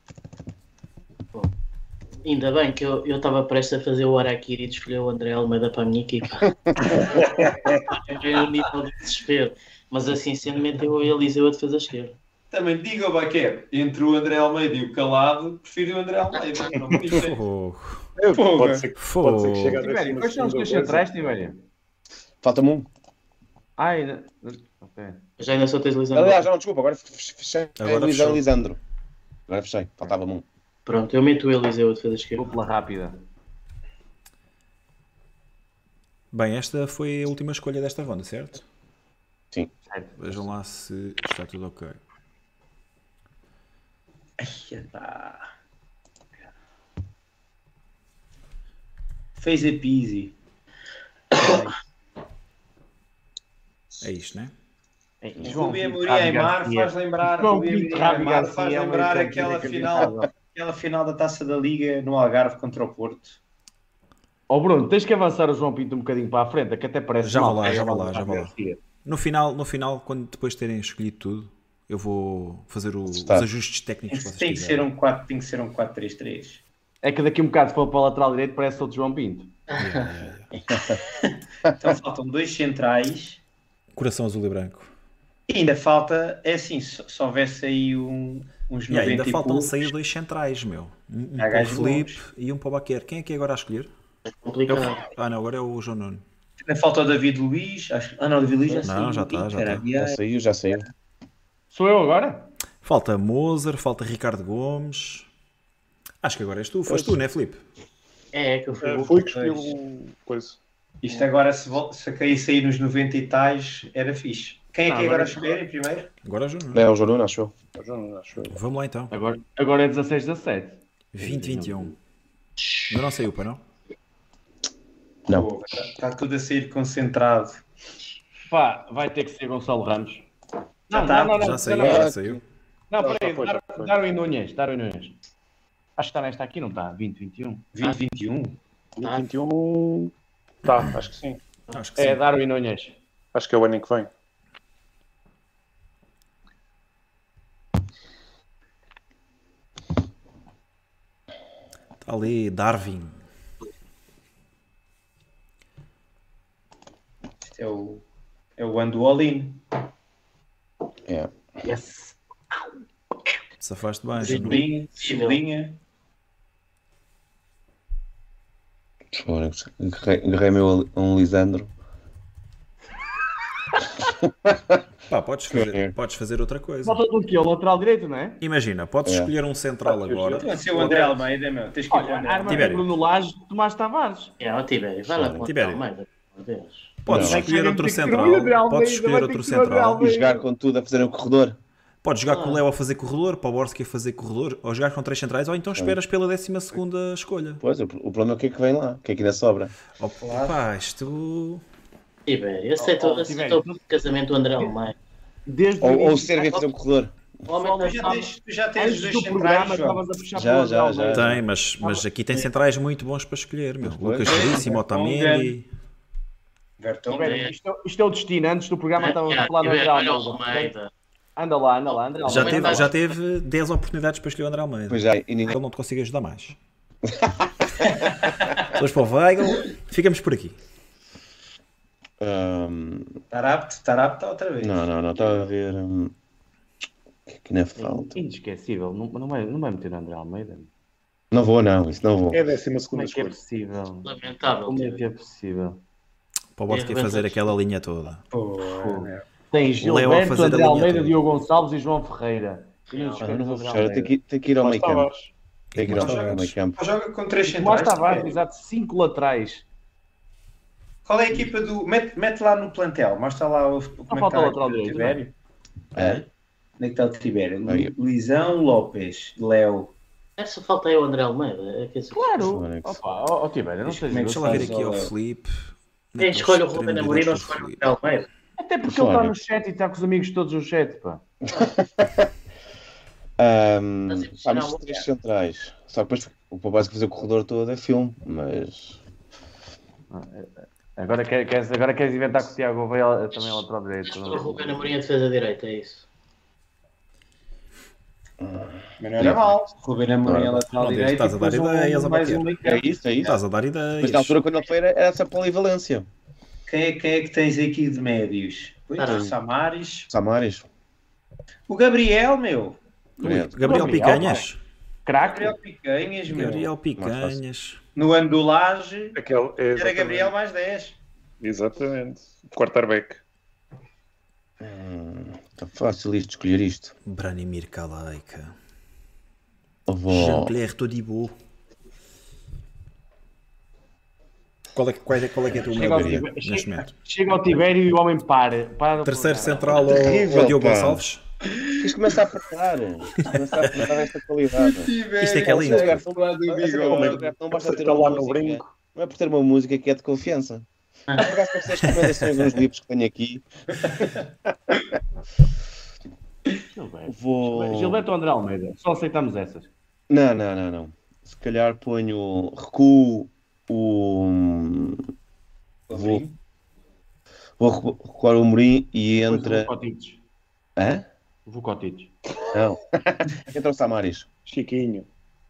Speaker 6: Ainda bem que eu estava prestes a fazer o Araquiri e de escolher o André Almeida para a minha equipa. É um nível de desespero. Mas assim, sendo meteu o Eliseu a defesa esquerda.
Speaker 2: Também diga o Baquer, entre o André Almeida e o Calado, prefiro o André Almeida. Não me diga.
Speaker 5: Fogo.
Speaker 7: Pode ser que
Speaker 5: Fogo.
Speaker 7: chegue a
Speaker 4: Tibério, quais são os teus centrais, Tibério?
Speaker 3: Falta-me um.
Speaker 4: Ai, ok.
Speaker 6: Já ainda só tens Lisandro.
Speaker 3: Aliás, não, desculpa, agora fechei.
Speaker 5: Agora
Speaker 3: Eliseu
Speaker 5: fechou.
Speaker 3: e Lisandro. Agora fechei. Faltava-me um.
Speaker 6: Pronto, eu meto o Eliseu a defesa esquerda.
Speaker 4: Dupla rápida.
Speaker 5: Bem, esta foi a última escolha desta ronda, certo?
Speaker 3: Sim.
Speaker 5: Vejam lá se está tudo ok.
Speaker 2: Fez a Pizzi.
Speaker 5: É isto, né?
Speaker 2: Rubem Amorim Aimar faz lembrar,
Speaker 4: João
Speaker 2: Rubem
Speaker 4: Pinto
Speaker 2: Amorim
Speaker 4: Rabi
Speaker 2: Aimar
Speaker 4: Garcia
Speaker 2: faz
Speaker 4: é uma
Speaker 2: lembrar
Speaker 4: coisa
Speaker 2: aquela
Speaker 4: inacreditável.
Speaker 2: final da Taça da Liga no Algarve contra o Porto.
Speaker 4: Ó Bruno, tens que avançar o João Pinto um bocadinho para a frente, que até parece
Speaker 5: Já
Speaker 4: mal.
Speaker 5: vou lá,
Speaker 4: É,
Speaker 5: já vou
Speaker 4: João
Speaker 5: lá, já vou lá.
Speaker 4: Garcia.
Speaker 5: No final, quando depois terem escolhido tudo, eu vou fazer os
Speaker 3: Está.
Speaker 5: ajustes técnicos que vocês
Speaker 2: Tem que ser
Speaker 5: quiserem.
Speaker 2: um 4, tem que ser um 4-3-3.
Speaker 4: É que daqui a um bocado, se for para o lateral direito, parece outro João Pinto.
Speaker 2: Então faltam 2 centrais.
Speaker 5: Coração azul e branco.
Speaker 2: E ainda falta, é assim, se houvesse aí uns
Speaker 5: E ainda
Speaker 2: 90 e
Speaker 5: faltam
Speaker 2: poucos.
Speaker 5: sair 2 centrais, meu. Um
Speaker 2: Há
Speaker 5: para o
Speaker 2: gajos
Speaker 5: Felipe
Speaker 2: bons.
Speaker 5: e um para o Baquer. Quem é que é agora a escolher?
Speaker 6: É complicado.
Speaker 5: Ah, não, agora é o João Nuno.
Speaker 2: Ainda falta o David Luiz. Não, o David Luiz já saiu.
Speaker 5: Não, já está,
Speaker 2: Ih,
Speaker 5: já
Speaker 2: caralho,
Speaker 5: está.
Speaker 3: Já saiu.
Speaker 4: Sou eu agora?
Speaker 5: Falta Moser, falta Ricardo Gomes. Acho que agora és tu. Foste tu, não é, Felipe?
Speaker 6: É que eu fui.
Speaker 7: Fui que escolhi o coisa.
Speaker 2: Isto agora, se a caísse aí nos 90 e tais, era fixe. Quem é que é agora a escolher em primeiro?
Speaker 5: Agora é o João Nuno.
Speaker 3: É o João Nuno, acho eu.
Speaker 7: Já não acho eu.
Speaker 5: Vamos lá então.
Speaker 4: Agora é 16-17.
Speaker 5: 2021. Ainda não saiu, para não?
Speaker 3: Não.
Speaker 2: Está tudo a sair concentrado.
Speaker 4: Pá, vai ter que ser Gonçalo Ramos.
Speaker 2: Já está.
Speaker 5: Já saiu,
Speaker 4: não,
Speaker 5: já saiu.
Speaker 4: Não,
Speaker 7: Já
Speaker 4: peraí,
Speaker 7: foi.
Speaker 4: Darwin Nunes. Acho que está nesta aqui, não está? 2021.
Speaker 2: 2021?
Speaker 7: 2021. Tá, acho que sim.
Speaker 5: Acho que
Speaker 4: É
Speaker 5: sim.
Speaker 4: Darwin Nunes.
Speaker 7: Acho que é o ano em que vem.
Speaker 5: Está ali, Darwin.
Speaker 2: Isto é o ano do All-In.
Speaker 3: É.
Speaker 4: Yes.
Speaker 5: Safaste bem, João Nuno.
Speaker 2: Cebolinha.
Speaker 3: Agarrei meu um Lisandro.
Speaker 5: Pá, podes fazer outra coisa.
Speaker 4: Falta do que? O lateral direito, não é?
Speaker 5: Imagina, podes
Speaker 3: É.
Speaker 5: escolher um central agora.
Speaker 2: Vai ser o André Almeida, meu. Tens que ir para o
Speaker 4: Olha,
Speaker 2: André
Speaker 4: arma
Speaker 2: Almeida.
Speaker 5: Tibério.
Speaker 4: Bruno Lage, Tomás Tavares.
Speaker 6: É, ó Tibério, vai lá com o
Speaker 5: Tibério.
Speaker 6: Almeida, meu Deus.
Speaker 5: Podes
Speaker 3: Não.
Speaker 5: escolher outro
Speaker 4: Tem que ser
Speaker 5: central.
Speaker 4: o André Almeida,
Speaker 5: Podes escolher
Speaker 4: vai
Speaker 5: outro
Speaker 4: ter que ser o André
Speaker 5: central.
Speaker 3: E
Speaker 4: Almeida.
Speaker 3: jogar com tudo a fazer o corredor.
Speaker 5: Podes jogar com o Léo a fazer corredor, para o Borski a fazer corredor, ou jogar com 3 centrais, ou então esperas pela 12ª escolha.
Speaker 3: Pois, o problema é o que é que vem lá, o que é que ainda sobra.
Speaker 5: Pá, isto...
Speaker 6: Tibério, aceitou
Speaker 4: Tibério.
Speaker 6: o casamento do André Almeida.
Speaker 4: Desde o
Speaker 3: Ou
Speaker 4: início-
Speaker 3: o Sérvia a fazer o corredor.
Speaker 6: O homem está
Speaker 2: Tu já tens os
Speaker 4: Antes
Speaker 2: dois
Speaker 4: do programa
Speaker 2: centrais, João.
Speaker 4: estavas a puxar
Speaker 3: Já,
Speaker 4: pelo
Speaker 3: já,
Speaker 4: André Almeida.
Speaker 5: Tem, mas aqui tem centrais muito bons para escolher, meu.
Speaker 3: Pois.
Speaker 5: Lucas Veríssimo, Otamendi...
Speaker 2: Vertonghen.
Speaker 4: Espera, isto é o destino. Antes do programa estava a falar no André
Speaker 6: Olha o
Speaker 4: Almeida.
Speaker 6: Almeida.
Speaker 4: Anda lá, André
Speaker 5: Já
Speaker 4: Almeida.
Speaker 5: teve, já teve 10 oportunidades para escolher o André Almeida.
Speaker 3: Pois já, e ninguém.
Speaker 5: Ele não te consigo ajudar mais. Depois para o Weigl, ficamos por aqui.
Speaker 2: Estar apto outra vez.
Speaker 3: Não, estava a ver. O que é que ainda falta?
Speaker 4: Inesquecível. Não vai meter o André Almeida?
Speaker 3: Não vou, isso não vou.
Speaker 7: É a 12ª
Speaker 4: Como é que é
Speaker 7: escolha.
Speaker 4: possível?
Speaker 6: Lamentável.
Speaker 4: Como é que é possível?
Speaker 5: Para o Borski fazer aquela linha toda.
Speaker 2: Pô,
Speaker 4: Tem
Speaker 5: Léo a
Speaker 4: Gilberto,
Speaker 5: fazer a
Speaker 4: André
Speaker 5: linha
Speaker 4: Almeida,
Speaker 5: toda.
Speaker 4: Diogo Gonçalves e João Ferreira.
Speaker 3: Não vou fechar, eu tenho que ir ao
Speaker 7: Mas
Speaker 3: meio campo.
Speaker 7: Tavares.
Speaker 3: Tenho que ir ao meio campo.
Speaker 2: joga com 3
Speaker 4: Tomás
Speaker 2: centrais.
Speaker 4: Tavares,
Speaker 2: Tibério.
Speaker 4: exato, 5 laterais.
Speaker 2: Qual é a equipa do. Mete lá no plantel, mostra lá como é que
Speaker 4: falta
Speaker 2: está
Speaker 4: o
Speaker 2: a
Speaker 4: lateral
Speaker 2: equipa do
Speaker 4: direito,
Speaker 2: Tibério.
Speaker 3: É?
Speaker 2: Onde é que está o Tibério?
Speaker 3: Aí.
Speaker 2: Luizão, Lopes, Léo.
Speaker 6: É só falta aí o André Almeida. É que esse...
Speaker 4: Claro!
Speaker 3: Fónix.
Speaker 4: Opa, ó Tibério, não sejas
Speaker 2: Como é que
Speaker 5: Deixa lá ver
Speaker 2: faz,
Speaker 5: aqui ao
Speaker 2: Léo?
Speaker 5: Felipe.
Speaker 6: Quem escolhe o Ruben
Speaker 5: Extremo
Speaker 6: Amorim não
Speaker 5: direito
Speaker 6: escolhe o
Speaker 5: Felipe.
Speaker 6: André Almeida.
Speaker 4: Até porque ele está no
Speaker 3: Fónix.
Speaker 4: chat e está com os amigos todos no chat, pá.
Speaker 3: Mas os 3 centrais. Só que depois o papai que fazer o corredor todo é filme, mas.
Speaker 4: Agora queres inventar que o Tiago veio também ao lateral direito.
Speaker 6: O Ruben Amorim é defesa direita, é isso.
Speaker 2: Mas não era mal. Ruben Amorim é lateral
Speaker 5: Não,
Speaker 2: direito.
Speaker 5: estás a dar
Speaker 2: e depois
Speaker 5: ideias a
Speaker 2: mais
Speaker 5: bater.
Speaker 2: um meio
Speaker 3: É
Speaker 2: campo.
Speaker 3: isso.
Speaker 5: Estás a dar ideias.
Speaker 3: Mas na altura, quando ele foi, era essa polivalência.
Speaker 2: Quem é que tens aqui de médios? Pois,
Speaker 6: Tá.
Speaker 2: o Samaris.
Speaker 3: Samaris.
Speaker 2: O Gabriel, meu.
Speaker 5: Gabriel Picanhas.
Speaker 4: Craque.
Speaker 2: Gabriel Picanhas, meu.
Speaker 5: Gabriel Picanhas.
Speaker 2: No ano do Laje,
Speaker 7: Aquele, é
Speaker 2: era
Speaker 7: exatamente.
Speaker 2: Gabriel mais 10.
Speaker 7: Exatamente. Quarterback.
Speaker 3: Está fácil isto, escolher isto.
Speaker 5: Branimir Kalaika.
Speaker 3: Vou.
Speaker 5: Jean-Claire Todibo. Qual é que é a tua
Speaker 4: Chega ao
Speaker 5: maioria
Speaker 4: Tibério-
Speaker 5: neste momento?
Speaker 4: Chega ao Tibério e o homem para de
Speaker 5: Terceiro
Speaker 4: apontar.
Speaker 5: central ao
Speaker 3: terrível,
Speaker 5: Diogo
Speaker 3: pá.
Speaker 5: Gonçalves?
Speaker 3: Isto começa a apertar. Começa a apertar esta qualidade.
Speaker 5: Isto é que é lindo.
Speaker 3: Não basta ter
Speaker 7: Está
Speaker 3: uma
Speaker 7: lá no
Speaker 3: música.
Speaker 7: brinco.
Speaker 3: Não é por ter uma música que é de confiança. Por acaso, para vocês recomendações nos livros que tenho aqui, vou.
Speaker 4: Gilberto ou André Almeida? Só aceitamos essas.
Speaker 3: Não. Se calhar ponho. Recuo o. Vou recuar o Amorim e entra.
Speaker 4: Vukotic.
Speaker 3: Hã?
Speaker 4: Vukotic.
Speaker 3: Não. Entra o Samaris.
Speaker 7: Chiquinho.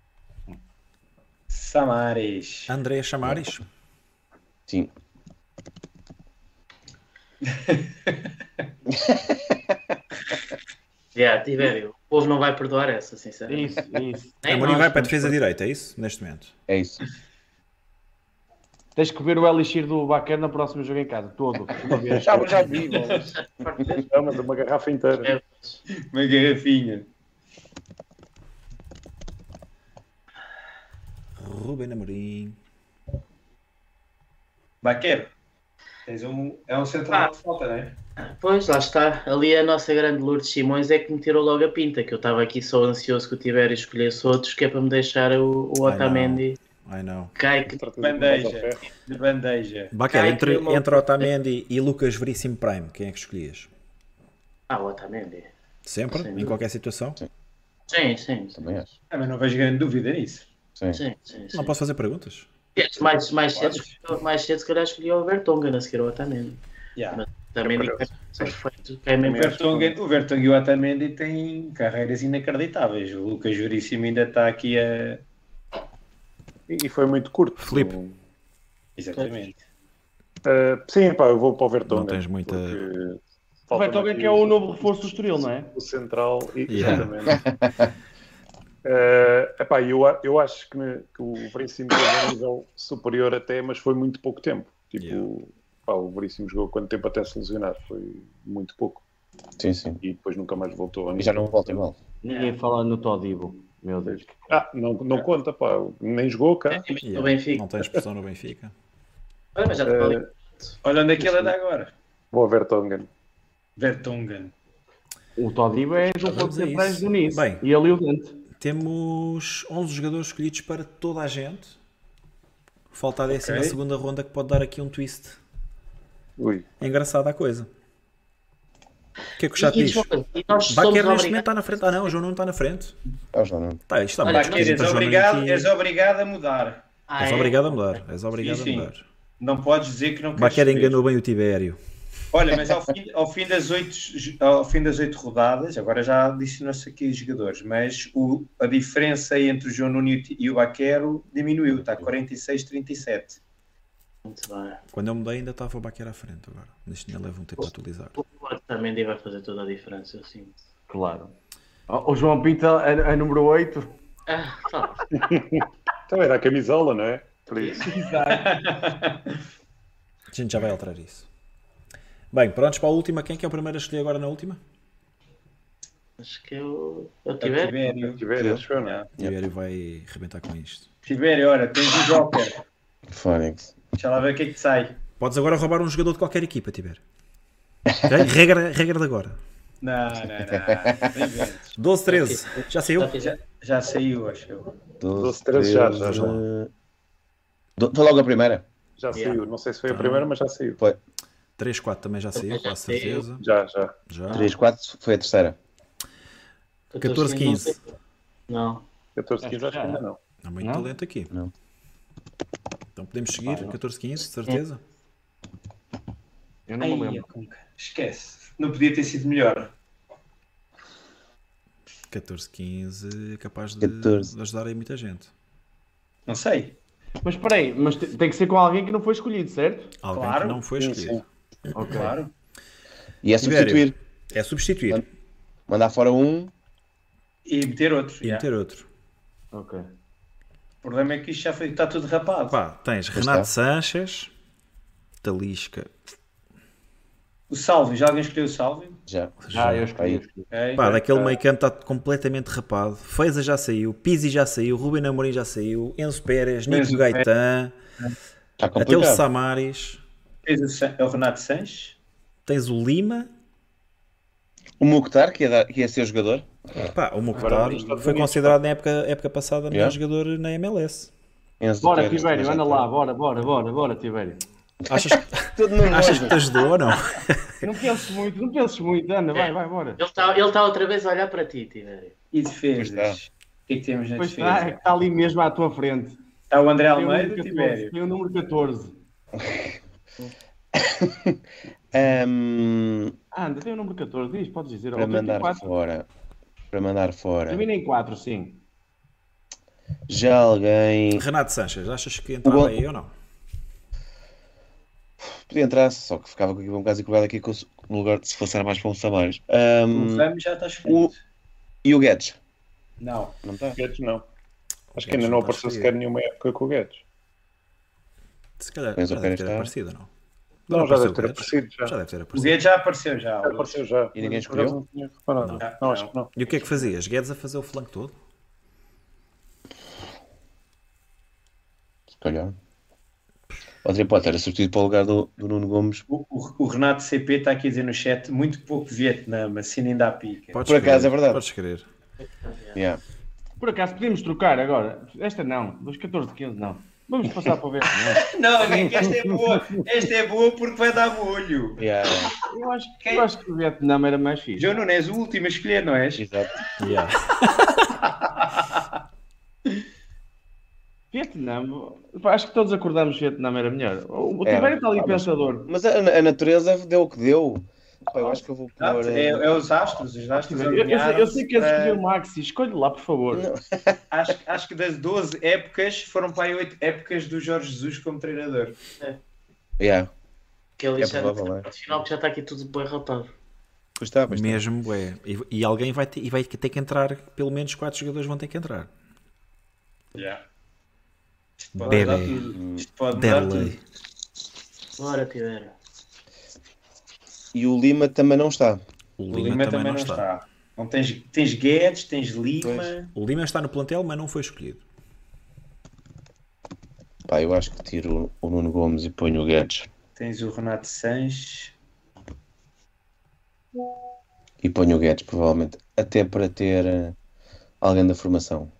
Speaker 2: Samaris.
Speaker 5: André Chamares?
Speaker 3: Sim.
Speaker 6: Já, Tibério. povo não vai perdoar essa, sinceramente.
Speaker 4: Isso.
Speaker 6: Nem
Speaker 5: Amorim
Speaker 6: nós.
Speaker 5: vai para a defesa direita, é isso? Neste momento.
Speaker 3: É isso.
Speaker 4: Tens que ver o elixir do Baquer no próximo jogo em casa. Todo. Uma vez.
Speaker 7: Já vi, mas... Não, mas uma garrafa inteira.
Speaker 2: Uma garrafinha.
Speaker 5: Ruben Amorim.
Speaker 2: Baquero. É um central de falta, não é?
Speaker 6: Pois, lá está. Ali a nossa grande Lourdes Simões é que me tirou logo a pinta, que eu estava aqui só ansioso que o Tibério escolhesse outros, que é para me deixar o Otamendi.
Speaker 5: I know.
Speaker 6: Cai que
Speaker 2: Bandeja. De bandeja.
Speaker 5: Baquer,
Speaker 6: Cai
Speaker 5: entre
Speaker 6: que uma-
Speaker 5: Otamendi e Lucas Veríssimo Prime, quem é que escolhias?
Speaker 6: o Otamendi.
Speaker 5: Sempre?
Speaker 6: Sem
Speaker 5: Em
Speaker 6: dúvida.
Speaker 5: qualquer situação?
Speaker 6: Sim.
Speaker 3: Também acho.
Speaker 2: Mas não vejo grande dúvida nisso.
Speaker 3: Sim.
Speaker 6: Sim.
Speaker 5: Não posso fazer perguntas?
Speaker 6: Mais cedo, se calhar, escolhi o Vertonghen a seguir o Otamendi.
Speaker 2: Yeah.
Speaker 6: Mas também
Speaker 7: É
Speaker 6: perfeito. Cai mesmo
Speaker 2: O Vertonghen e o Otamendi têm carreiras inacreditáveis. O Lucas Veríssimo ainda está aqui a...
Speaker 7: E foi muito curto.
Speaker 5: Filipe.
Speaker 2: Exatamente.
Speaker 7: Sim, pá, eu vou para o Vertonghen.
Speaker 5: Não tens muita-
Speaker 7: porque
Speaker 4: O
Speaker 7: falta-me
Speaker 4: Vertonghen
Speaker 7: aqui
Speaker 4: que é o novo reforço do Estoril, não é?
Speaker 7: O central,
Speaker 5: Yeah.
Speaker 7: exatamente. Eu acho que o Veríssimo teve um nível superior até, mas foi muito pouco tempo. Tipo,
Speaker 5: Yeah.
Speaker 7: o Veríssimo jogou quanto tempo até se lesionar? Foi muito pouco.
Speaker 3: Sim, sim.
Speaker 7: E depois nunca mais voltou.
Speaker 3: E já não volta igual.
Speaker 4: Ninguém fala no Todibo. Meu Deus.
Speaker 7: Não conta, pá. Nem jogou cá.
Speaker 6: no Benfica.
Speaker 5: Não tem expressão no Benfica.
Speaker 6: Olha, mas já te falei.
Speaker 2: Olha onde é que ele anda agora.
Speaker 7: Vou a Vertonghen.
Speaker 2: Vertonghen.
Speaker 4: O Todibo é do
Speaker 5: Vamos a
Speaker 4: ponto
Speaker 5: isso.
Speaker 4: do Nice.
Speaker 5: Bem.
Speaker 4: E ele e o Dente.
Speaker 5: Temos 11 jogadores escolhidos para toda a gente. Falta a 12ª ronda que pode dar aqui um twist.
Speaker 7: Ui.
Speaker 5: É engraçada a coisa. O que é que o chat
Speaker 6: E
Speaker 5: diz?
Speaker 6: nós somos
Speaker 5: Baquer neste momento
Speaker 6: obrigados.
Speaker 5: está na frente. Ah não, o João não está na frente.
Speaker 3: Ah, já não.
Speaker 5: Tá, isto está
Speaker 6: Olha,
Speaker 5: muito
Speaker 6: Baquer,
Speaker 5: esquisito.
Speaker 2: És
Speaker 5: O João
Speaker 2: obrigado,
Speaker 5: aqui-
Speaker 2: és obrigado a mudar.
Speaker 5: És obrigado a mudar. És obrigado a
Speaker 2: Sim.
Speaker 5: mudar.
Speaker 2: Não podes dizer que não queres
Speaker 5: Baquer
Speaker 2: saber.
Speaker 5: enganou bem o Tibério.
Speaker 2: Olha, mas ao fim das 8 rodadas, agora já adicionou-se aqui os jogadores, mas a diferença entre o João Nuno e o Baquero diminuiu, está 46-37.
Speaker 6: Muito bem.
Speaker 5: Quando eu mudei ainda estava o Baquer à frente agora. Isto ainda leva um tempo a atualizar.
Speaker 6: O Otamendi vai fazer toda a diferença, eu sinto.
Speaker 4: Claro. O João Pinto é número 8.
Speaker 6: Fala.
Speaker 7: Então era a camisola, não é? Por isso.
Speaker 5: A gente já vai alterar isso. Bem, prontos para a última. Quem é que é o primeiro a escolher agora na última?
Speaker 6: Acho que eu tiver.
Speaker 2: Tibério.
Speaker 7: Tiver, achou, não é?
Speaker 5: O Tibério vai arrebentar com isto.
Speaker 2: Tibério, olha, tens o Joker.
Speaker 3: Fónix.
Speaker 2: Deixa lá ver o que é que te sai.
Speaker 5: Podes agora roubar um jogador de qualquer equipa, Tibério. Ok? Regra de agora.
Speaker 2: Não.
Speaker 5: 12-13. Já saiu?
Speaker 2: Já saiu, acho eu.
Speaker 3: 12,
Speaker 7: 13 já.
Speaker 3: Foi logo a primeira?
Speaker 7: Já saiu. Não sei se foi a primeira, mas já saiu.
Speaker 3: Foi.
Speaker 5: 3-4 também já saiu, com a certeza.
Speaker 7: Já.
Speaker 5: Já.
Speaker 3: 3, 4 foi a terceira.
Speaker 5: 14-15.
Speaker 6: Não.
Speaker 7: 14, 15, acho que ainda não.
Speaker 5: Há muito
Speaker 4: Não?
Speaker 5: talento aqui.
Speaker 3: Não.
Speaker 5: Então podemos seguir. 14-15, certeza?
Speaker 4: Eu não me
Speaker 2: Ai,
Speaker 4: lembro.
Speaker 2: esquece. Não podia ter sido melhor.
Speaker 5: 14-15 é capaz de
Speaker 3: 14.
Speaker 5: ajudar aí muita gente.
Speaker 2: Não sei.
Speaker 4: Mas espera aí, mas tem que ser com alguém que não foi escolhido, certo?
Speaker 5: Alguém
Speaker 2: Claro.
Speaker 5: que não foi
Speaker 7: Sim,
Speaker 5: escolhido.
Speaker 4: Ok.
Speaker 2: Claro.
Speaker 3: E é substituir.
Speaker 5: É substituir
Speaker 3: Mandar fora um.
Speaker 2: E meter outro.
Speaker 5: e
Speaker 2: já.
Speaker 5: meter outro.
Speaker 4: Ok.
Speaker 2: O problema é que isto já foi, está tudo rapado.
Speaker 5: Pá, tens Renato Sanches, Talisca.
Speaker 2: O Salvio, já alguém escolheu o Salvio?
Speaker 3: Já.
Speaker 4: Eu escolhi.
Speaker 2: Ok.
Speaker 5: Pá, daquele meio campo está completamente rapado. Feiza já saiu, Pizzi já saiu, Ruben Amorim já saiu, Enzo Pérez, Nico
Speaker 2: Enzo
Speaker 5: Gaetan,
Speaker 3: Está
Speaker 5: até o
Speaker 3: complicado.
Speaker 5: Samaris.
Speaker 2: Fez o Renato Sanches.
Speaker 5: Tens o Lima.
Speaker 3: O Mukhtar, que ia ser o jogador.
Speaker 5: Pá, o Mukhtar foi considerado na época passada melhor jogador na MLS.
Speaker 3: Enzo
Speaker 4: Bora,
Speaker 3: Pérez,
Speaker 4: Tibério,
Speaker 3: já
Speaker 4: anda
Speaker 3: está.
Speaker 4: lá, bora, Tibério.
Speaker 5: Achas,
Speaker 3: Tudo nervoso.
Speaker 5: achas que te ajudou ou não?
Speaker 4: Não penses muito, anda, vai, bora.
Speaker 6: Ele está outra vez a olhar para ti, Tibério.
Speaker 2: E defesas.
Speaker 3: Pois
Speaker 2: O que é que temos na
Speaker 4: Pois
Speaker 2: defesa?
Speaker 4: está ali mesmo à tua frente.
Speaker 2: Está o André
Speaker 4: Tem o
Speaker 2: Almeida
Speaker 4: número
Speaker 2: e o
Speaker 4: 14.
Speaker 2: Tibério.
Speaker 4: Tem o número 14. Anda, tem o número 14. Diz, podes dizer.
Speaker 3: Para
Speaker 4: Ou
Speaker 3: mandar
Speaker 4: 34.
Speaker 3: fora. Para mandar fora.
Speaker 4: Termina em 4, sim.
Speaker 3: Já alguém.
Speaker 5: Renato Sanches, achas que entrava aí ou não?
Speaker 3: Podia entrar, só que ficava com um bocado equilibrado aqui no lugar de se passar mais para um Samaris.
Speaker 2: O Fame já está escolhido.
Speaker 3: E o Guedes?
Speaker 2: Não.
Speaker 3: Não está?
Speaker 7: Guedes não. Acho que
Speaker 5: Guedes
Speaker 7: ainda
Speaker 5: não
Speaker 7: não
Speaker 5: está
Speaker 7: apareceu
Speaker 5: escolhido.
Speaker 7: sequer nenhuma época com o Guedes.
Speaker 5: Se calhar
Speaker 3: Mas
Speaker 5: já
Speaker 3: o
Speaker 5: deve
Speaker 3: Pérez
Speaker 5: ter
Speaker 3: está.
Speaker 5: aparecido, não?
Speaker 7: Não, já
Speaker 5: apareceu
Speaker 7: deve ter
Speaker 5: o Guedes?
Speaker 7: aparecido. Já
Speaker 5: Já deve ter
Speaker 2: O
Speaker 5: aparecido.
Speaker 2: Guedes já apareceu já.
Speaker 7: apareceu já.
Speaker 3: E ninguém
Speaker 7: Por acaso
Speaker 3: escolheu?
Speaker 7: Não tinha reparado.
Speaker 5: Não.
Speaker 7: Não, acho que não.
Speaker 5: E o que é que fazias? Guedes a fazer o flanco todo?
Speaker 3: Se calhar. O André Potter era substituído para o lugar do Nuno Gomes.
Speaker 2: O Renato CP está aqui a dizer no chat muito pouco Vietnã, assim nem dá pica.
Speaker 5: Podes
Speaker 3: Por acaso,
Speaker 5: crer,
Speaker 3: é verdade.
Speaker 5: Podes querer.
Speaker 3: Yeah.
Speaker 4: Por acaso podemos trocar agora? Esta não, dos 14 15 não. Vamos passar para o ver.
Speaker 2: Não, Rick, esta é boa. Esta é boa porque vai dar molho.
Speaker 3: Yeah.
Speaker 4: Eu acho que o Vietnã era mais fixe.
Speaker 2: João Nunes, o último a escolher, não és?
Speaker 3: Exato.
Speaker 5: Yeah.
Speaker 4: Vietnã, pá, acho que todos acordamos que Vietnã era melhor. O
Speaker 3: Era.
Speaker 4: Tibério está ali pensador.
Speaker 3: Mas a natureza deu o que deu. Pá, eu acho que eu vou pôr.
Speaker 2: É os astros
Speaker 4: Eu sei que escolher o Maxi, escolhe lá, por favor.
Speaker 2: Acho que das 12 épocas foram para aí 8 épocas do Jorge Jesus como treinador.
Speaker 3: Yeah.
Speaker 6: Que ele
Speaker 3: É
Speaker 6: já
Speaker 3: provável, é.
Speaker 6: no final que já está aqui tudo bem ratado.
Speaker 3: Pois está, pois está.
Speaker 5: Mesmo, é. E alguém vai ter que entrar, pelo menos 4 jogadores vão ter que entrar.
Speaker 2: Isto pode mudar
Speaker 5: Bebê.
Speaker 2: tudo. Isto pode mudar
Speaker 5: Derlei.
Speaker 2: tudo.
Speaker 6: Bora, Tibério.
Speaker 3: E o Lima também não está.
Speaker 5: O
Speaker 2: O Lima também não está. Não tens Guedes, tens Lima.
Speaker 5: O Lima está no plantel, mas não foi escolhido.
Speaker 3: Pá, eu acho que tiro o Nuno Gomes e ponho o Guedes.
Speaker 2: Tens o Renato Sanches.
Speaker 3: E ponho o Guedes, provavelmente. Até para ter alguém da formação.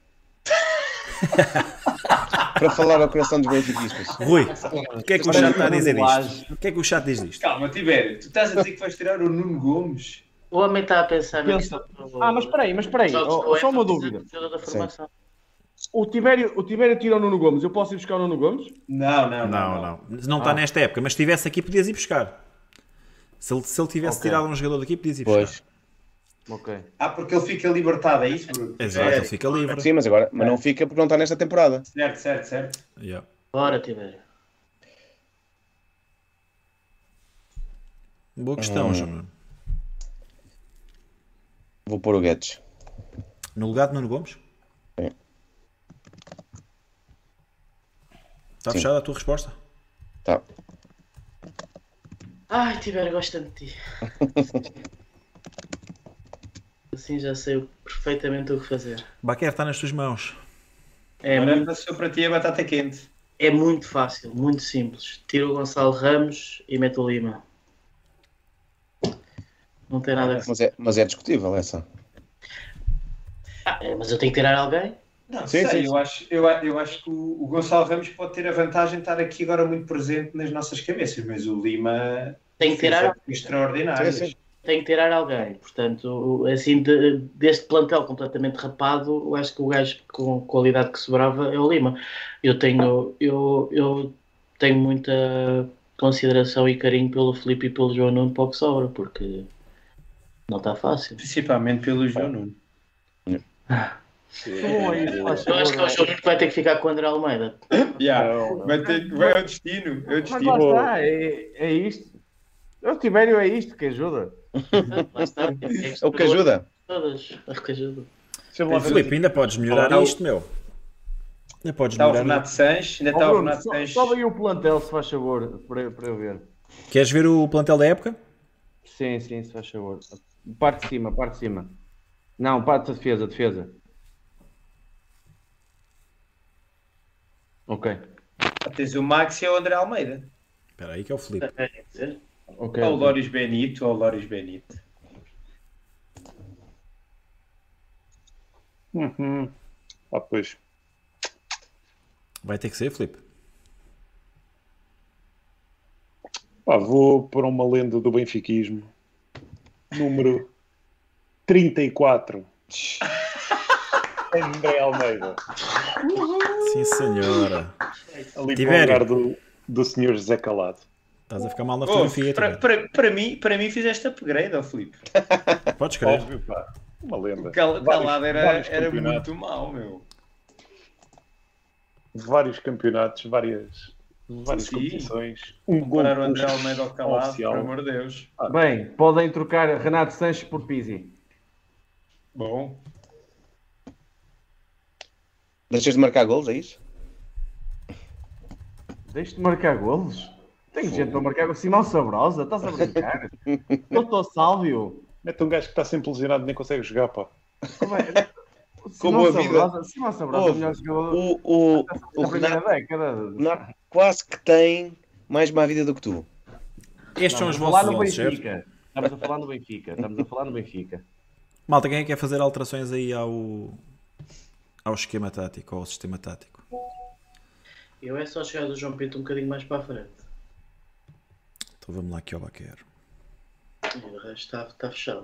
Speaker 3: Para falar ao coração dos benfiquistas.
Speaker 5: Rui, o que é que o chat está a dizer disto? O que é que o chat diz disto?
Speaker 2: Calma, Tibério, tu estás a dizer que vais tirar o Nuno Gomes?
Speaker 6: O homem está a pensar na
Speaker 4: Pensa.
Speaker 6: questão do-
Speaker 4: Mas espera aí.
Speaker 6: Jogos
Speaker 4: Oh,
Speaker 6: com
Speaker 4: só uma
Speaker 6: ênfase
Speaker 4: dúvida.
Speaker 6: no jogador da formação.
Speaker 4: O Tibério tira o Nuno Gomes. Eu posso ir buscar o Nuno Gomes?
Speaker 2: Não.
Speaker 5: Não está nesta época, mas se estivesse aqui podias ir buscar. Se ele tivesse
Speaker 4: Ok.
Speaker 5: tirado um jogador daqui, podias ir buscar.
Speaker 3: Pois.
Speaker 4: Ok.
Speaker 2: Porque ele fica libertado, é isso, Bruno?
Speaker 5: Exato, ele fica livre.
Speaker 3: Sim, mas agora não fica porque não está nesta temporada.
Speaker 2: Certo.
Speaker 5: Yeah.
Speaker 6: Bora, Tibério.
Speaker 5: Boa questão, Júnior.
Speaker 3: Vou pôr o Guedes.
Speaker 5: No lugar de Nuno Gomes?
Speaker 3: Sim.
Speaker 5: Está
Speaker 3: Sim.
Speaker 5: fechada a tua resposta?
Speaker 3: Tá.
Speaker 6: Ai, Tibério, gosta de ti. Assim já sei perfeitamente o que fazer.
Speaker 5: Baquer está nas tuas mãos.
Speaker 2: Agora passou para ti a batata quente.
Speaker 6: É muito fácil, muito simples. Tira o Gonçalo Ramos e mete o Lima. Não tem nada a fazer.
Speaker 3: Mas é discutível essa.
Speaker 6: Mas eu tenho que tirar alguém?
Speaker 2: Não,
Speaker 3: Sim,
Speaker 2: sei,
Speaker 3: sim.
Speaker 2: eu acho que o Gonçalo Ramos pode ter a vantagem de estar aqui agora muito presente nas nossas cabeças, mas o Lima
Speaker 6: Tem que tirar,
Speaker 2: extraordinário.
Speaker 3: Sim.
Speaker 6: tem que tirar alguém. Portanto, assim, deste plantel completamente rapado, eu acho que o gajo com qualidade que sobrava é o Lima. Eu tenho muita consideração e carinho pelo Filipe e pelo João Nuno para o que sobra, porque não está fácil.
Speaker 2: Principalmente pelo João Nuno.
Speaker 6: Eu acho que é o João Nuno que vai ter que ficar com o André Almeida.
Speaker 2: Vai ao destino.
Speaker 4: Mas lá está, é isto. O Tibério é isto que ajuda.
Speaker 6: Lá está.
Speaker 3: É o que ajuda.
Speaker 6: Todas. É o que ajuda.
Speaker 5: Filipe, ainda podes melhorar isto, meu. Ainda podes
Speaker 2: Está o
Speaker 5: melhorar.
Speaker 2: Renato Sanches, ainda
Speaker 4: Ó,
Speaker 2: está o
Speaker 4: Bruno,
Speaker 2: Renato Sanches.
Speaker 4: sobe aí o plantel, se faz favor, para eu ver.
Speaker 5: Queres ver o plantel da época?
Speaker 4: Sim, se faz favor. Parte de cima. Não, parte da defesa. Ok.
Speaker 2: Tens o Max e o André Almeida.
Speaker 5: Espera aí que é o Filipe.
Speaker 4: Ok.
Speaker 2: Ou o Loris Benito.
Speaker 7: Pois.
Speaker 5: Vai ter que ser, Filipe.
Speaker 7: Vou para uma lenda do benfiquismo. Número 34. André Almeida.
Speaker 5: Sim, senhora.
Speaker 7: Ali
Speaker 5: Tibério.
Speaker 7: para o lugar do senhor José Calado.
Speaker 5: Estás a ficar mal na fotografia.
Speaker 2: Para mim fizeste upgrade, ó Filipe.
Speaker 5: Podes crer.
Speaker 7: Óbvio, pá. Uma lenda.
Speaker 2: Calado era
Speaker 7: campeonatos.
Speaker 2: muito mau, meu.
Speaker 7: Vários campeonatos, várias
Speaker 2: Sim.
Speaker 7: competições.
Speaker 2: Comparar o André Almeida ao Calado,
Speaker 7: oficial.
Speaker 2: por amor de Deus.
Speaker 4: Bem, podem trocar Renato Sanches por Pizzi.
Speaker 2: Bom.
Speaker 3: Deixas de marcar golos, é isso?
Speaker 4: Deixa de marcar golos? Tem gente para marcar com o Simão Sabrosa, estás a brincar? Doutor Sálvio.
Speaker 7: Mete um gajo que está sempre lesionado e nem consegue jogar, pá.
Speaker 3: Como a vida.
Speaker 4: Simão Sabrosa é o melhor jogador
Speaker 3: O
Speaker 4: da primeira
Speaker 3: Renato
Speaker 4: década.
Speaker 3: quase que tem mais má vida do que tu.
Speaker 5: Estes são os
Speaker 4: Estamos a falar
Speaker 5: vossos
Speaker 4: no
Speaker 5: 11, certo?
Speaker 4: Benfica. Estamos a falar no Benfica.
Speaker 5: Malta, quem é que quer fazer alterações aí ao esquema tático, ao sistema tático?
Speaker 6: Eu é só chegar do João Pinto um bocadinho mais para a frente.
Speaker 5: Então vamos lá aqui ao Baqueiro.
Speaker 6: E o resto está fechado.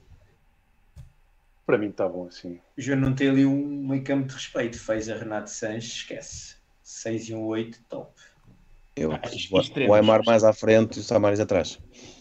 Speaker 7: Para mim está bom assim.
Speaker 2: O João não tem ali um meio campo de respeito. Fez a Renato Sanches, esquece. 6 e um 8, top.
Speaker 3: O Aimar mais à frente e o Samaris atrás.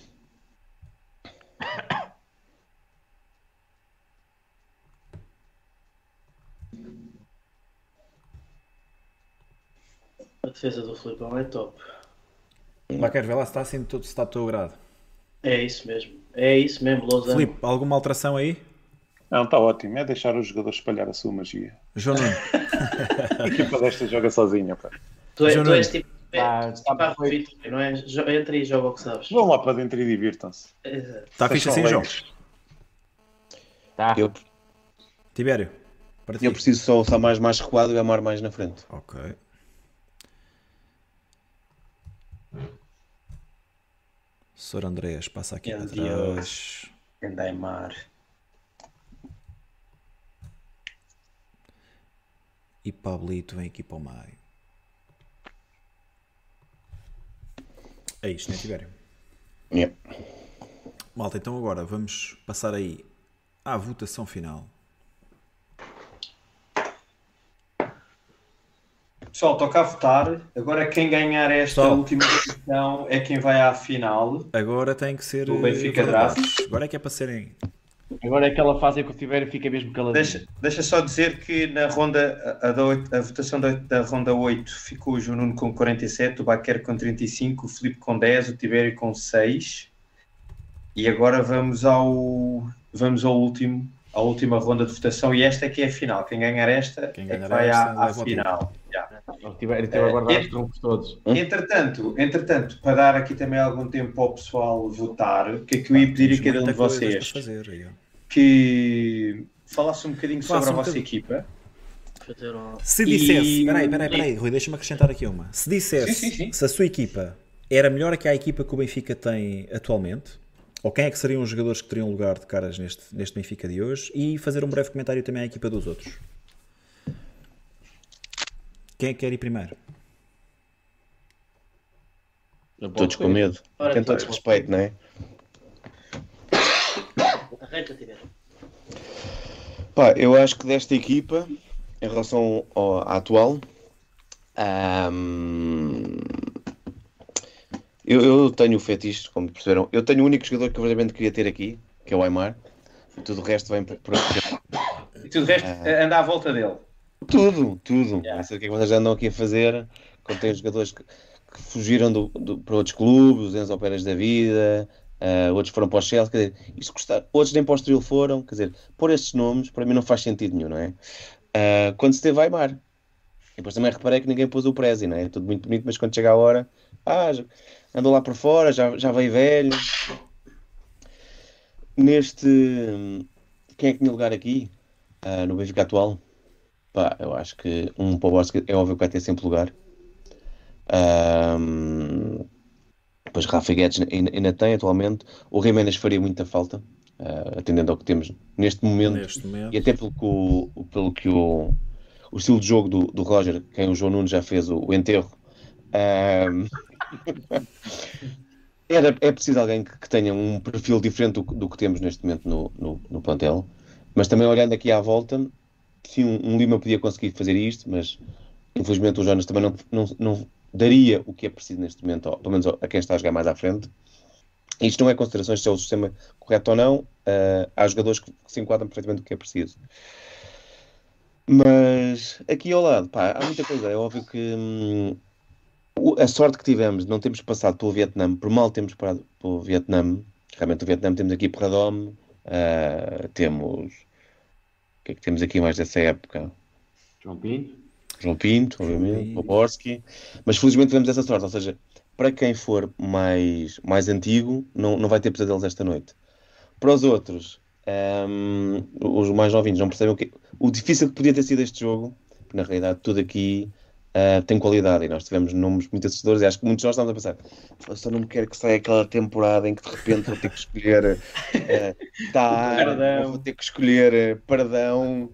Speaker 6: A defesa do Filipão é top.
Speaker 5: Baqueiro, vê lá se está assim, se está do teu grado.
Speaker 6: É isso mesmo, Lousano.
Speaker 5: Filipe, alguma alteração aí?
Speaker 7: Não, está ótimo. É deixar os jogadores espalhar a sua magia.
Speaker 5: João Nuno.
Speaker 7: A equipa desta joga sozinha, pá.
Speaker 6: Tu
Speaker 5: João
Speaker 6: és
Speaker 5: Nuno.
Speaker 6: tipo
Speaker 4: Está
Speaker 6: Parro
Speaker 4: perfeito.
Speaker 6: Vitor, não é? Entra e joga o que sabes.
Speaker 7: Vão lá para dentro e divirtam-se.
Speaker 6: Exato.
Speaker 5: Está fixe assim, João?
Speaker 4: Tá.
Speaker 3: Eu,
Speaker 5: Tibério, para ti.
Speaker 3: eu preciso só o Samaris mais recuado e o Aimar mais na frente.
Speaker 5: Ok. Sr. Andrés, passa aqui para trás.
Speaker 2: Endaimar.
Speaker 5: E Pablito vem aqui para o meio. É isto, não é, Tibério?
Speaker 3: Yeah.
Speaker 5: Malta, então agora vamos passar aí à votação final.
Speaker 2: Pessoal, toca a votar. Agora quem ganhar esta
Speaker 5: Pessoal.
Speaker 2: última posição é quem vai à final.
Speaker 5: Agora tem que ser
Speaker 2: Do Benfica
Speaker 5: verdades. Agora é que é para serem...
Speaker 4: Agora é aquela fase em que o Tibério fica mesmo caladinho.
Speaker 2: Deixa só dizer que na ronda, a votação da ronda 8 ficou o João Nuno com 47, o Baquer com 35, o Filipe com 10, o Tibério com 6. E agora vamos à última ronda de votação, e esta é que é a final. Quem ganhar esta
Speaker 5: Quem
Speaker 2: é que
Speaker 5: ganhar
Speaker 2: vai
Speaker 5: esta
Speaker 2: à
Speaker 5: leva o
Speaker 2: final.
Speaker 4: O Tibério teve a guardar os troncos todos.
Speaker 2: Entretanto, para dar aqui também algum tempo ao pessoal votar, o que é que eu ia pedir a cada um de vocês? Que falasse um bocadinho sobre a vossa equipa.
Speaker 5: Se dissesse, espera aí, Rui, deixa-me acrescentar aqui uma. Se dissesse
Speaker 2: Sim.
Speaker 5: se a sua equipa era melhor que a equipa que o Benfica tem atualmente, ou quem é que seriam os jogadores que teriam lugar de caras neste Benfica de hoje, e fazer um breve comentário também à equipa dos outros. Quem é que quer ir primeiro?
Speaker 3: Todos com medo. Tem todos respeito, não é?
Speaker 6: Arranca, Tibério.
Speaker 3: Pá, eu acho que desta equipa, em relação à atual, eu tenho o fetiche, como perceberam. Eu tenho o único jogador que eu verdadeiramente queria ter aqui, que é o Aimar. E tudo o resto vem por aqui.
Speaker 2: E tudo o resto anda à volta dele.
Speaker 3: Tudo. Não sei o que é que vocês andam aqui a fazer, quando tem jogadores que fugiram para outros clubes, os Enzo Pérez da vida, outros foram para o Chelsea, quer dizer, isto custar, outros nem para o Estoril foram, quer dizer, pôr estes nomes para mim não faz sentido nenhum, não é? Quando se teve Aimar. E depois também reparei que ninguém pôs o Prezi, não é? Tudo muito bonito, mas quando chega a hora, andou lá por fora, já veio velho. Quem é que tinha lugar aqui, no Benfica atual? Pá, eu acho que um Poborski é óbvio que vai ter sempre lugar. Depois Rafa Guedes ainda tem atualmente. O Jiménez faria muita falta, atendendo ao que temos neste momento. E até pelo que o estilo de jogo do Roger, quem o João Nuno já fez o enterro, é preciso alguém que tenha um perfil diferente do que temos neste momento no plantel. Mas também olhando aqui à volta, sim, um Lima podia conseguir fazer isto, mas infelizmente o Jonas também não daria o que é preciso neste momento, pelo menos a quem está a jogar mais à frente. Isto não é considerações se é o sistema correto ou não. Há jogadores que se enquadram perfeitamente o que é preciso. Mas aqui ao lado, pá, há muita coisa. É óbvio que a sorte que tivemos de não termos passado pelo Vietnã, por mal termos parado pelo Vietnã. Realmente o Vietnã temos aqui Perradome, temos que é que temos aqui mais dessa época?
Speaker 4: João Pinto.
Speaker 3: João Pinto, obviamente, Boborski. Mas felizmente tivemos essa sorte, ou seja, para quem for mais antigo, não vai ter pesadelos esta noite. Para os outros, os mais novinhos não percebem o difícil que podia ter sido este jogo, porque na realidade tudo aqui tem qualidade e nós tivemos nomes muito assustadores e acho que muitos de nós estamos a pensar, eu só não me quero que saia aquela temporada em que de repente vou ter que escolher vou ter que escolher Pardão.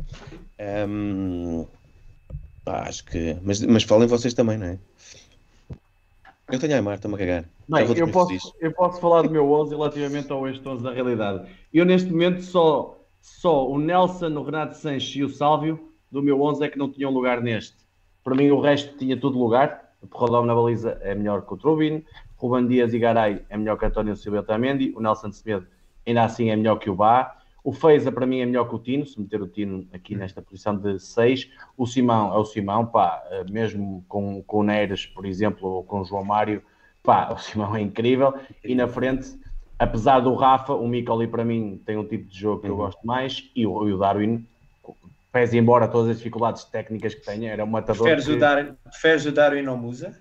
Speaker 3: Acho que... Mas falem vocês também, não é? Eu tenho a Aimar, estou-me a cagar.
Speaker 4: Bem, eu posso falar do meu 11 relativamente ao este 11 da realidade. Eu neste momento só o Nelson, o Renato Sanches e o Sálvio do meu 11 é que não tinham lugar neste. Para mim o resto tinha tudo lugar. O Porradão na baliza é melhor que o Trubin. Ruben Dias e Garay é melhor que António Silva e Otamendi. O Nelson Semedo ainda assim é melhor que o Bá. O Feiza para mim é melhor que o Tino, se meter o Tino aqui nesta posição de 6. O Simão é o Simão, pá, mesmo com o Neres, por exemplo, ou com o João Mário, pá, o Simão é incrível. E na frente, apesar do Rafa, o Micoli para mim tem um tipo de jogo que eu gosto mais, e o Darwin, pese embora todas as dificuldades técnicas que tenha, era um matador.
Speaker 2: Preferes o Darwin ao Musa?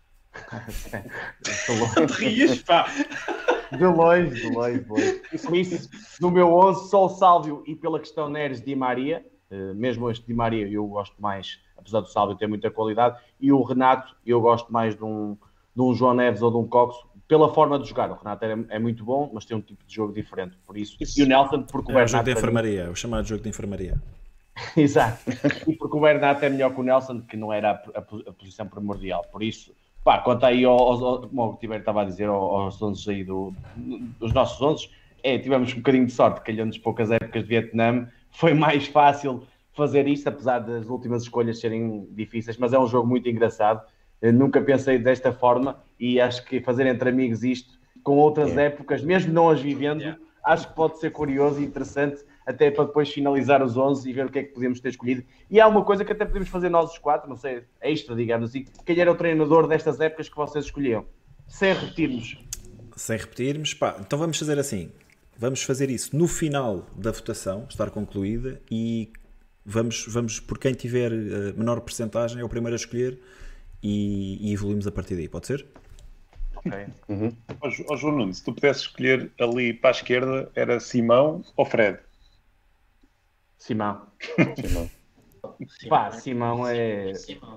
Speaker 2: Não te rias, pá!
Speaker 4: De longe. E por isso, no meu 11, só o Sálvio e pela questão Neres Di Maria, mesmo este Di Maria eu gosto mais, apesar do Sálvio ter muita qualidade, e o Renato eu gosto mais de um João Neves ou de um Cox, pela forma de jogar. O Renato é muito bom, mas tem um tipo de jogo diferente, por isso. E o Nelson, porque o Bernat...
Speaker 5: É o jogo de enfermaria, o chamado jogo de enfermaria.
Speaker 4: Exato. E porque o Bernat é melhor que o Nelson, que não era a posição primordial, por isso... Pá, quanto aí, como o Tiber estava a dizer, aos 11 aí dos nossos 11, tivemos um bocadinho de sorte, calhando-nos poucas épocas de Vietnã, foi mais fácil fazer isto, apesar das últimas escolhas serem difíceis, mas é um jogo muito engraçado. Eu nunca pensei desta forma e acho que fazer entre amigos isto, com outras épocas, mesmo não as vivendo, acho que pode ser curioso e interessante, até para depois finalizar os 11 e ver o que é que podemos ter escolhido. E há uma coisa que até podemos fazer nós os 4, não sei, extra, digamos assim, quem era o treinador destas épocas que vocês escolhiam? Sem repetirmos,
Speaker 5: pá, então vamos fazer assim, vamos fazer isso no final da votação, estar concluída, e vamos por quem tiver a menor percentagem é o primeiro a escolher e evoluímos a partir daí, pode ser?
Speaker 7: Ok. João Nuno, se tu pudesses escolher ali para a esquerda, era Simão ou Fred?
Speaker 4: Simão. Pá, Simão é...
Speaker 3: Sim.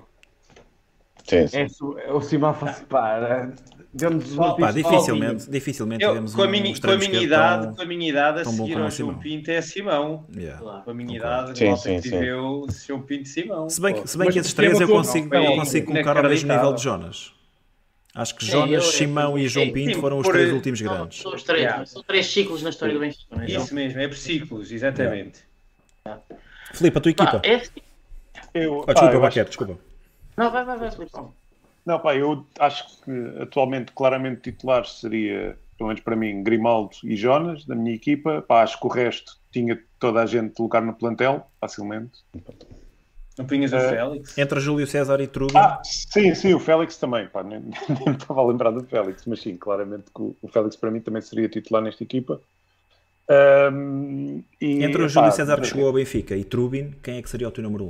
Speaker 4: O Simão faz... Pá,
Speaker 5: dificilmente
Speaker 2: tivemos com a minha idade, a seguir ao João Pinto é Simão. Com a minha idade, viveu João Pinto e Simão.
Speaker 5: Se bem que esses três eu consigo colocar ao mesmo nível de Jonas. Acho que Jonas, Simão e João Pinto foram os três últimos grandes.
Speaker 6: São três ciclos na história do Benfica.
Speaker 2: Isso mesmo, é por ciclos, exatamente.
Speaker 5: Filipe, a tua equipa? Desculpa.
Speaker 6: Não, vai, Filipe.
Speaker 7: Não, pá, eu acho que atualmente, claramente, titular seria, pelo menos para mim, Grimaldo e Jonas, da minha equipa. Pá, acho que o resto tinha toda a gente de lugar no plantel, facilmente.
Speaker 2: Não punhas o Félix?
Speaker 5: Entre Júlio César e Trubin?
Speaker 7: Sim, o Félix também. Pá, nem estava a lembrar do Félix, mas sim, claramente que o Félix para mim também seria titular nesta equipa.
Speaker 5: Entre o Júlio César que chegou ao Benfica e Trubin, quem é que seria o teu número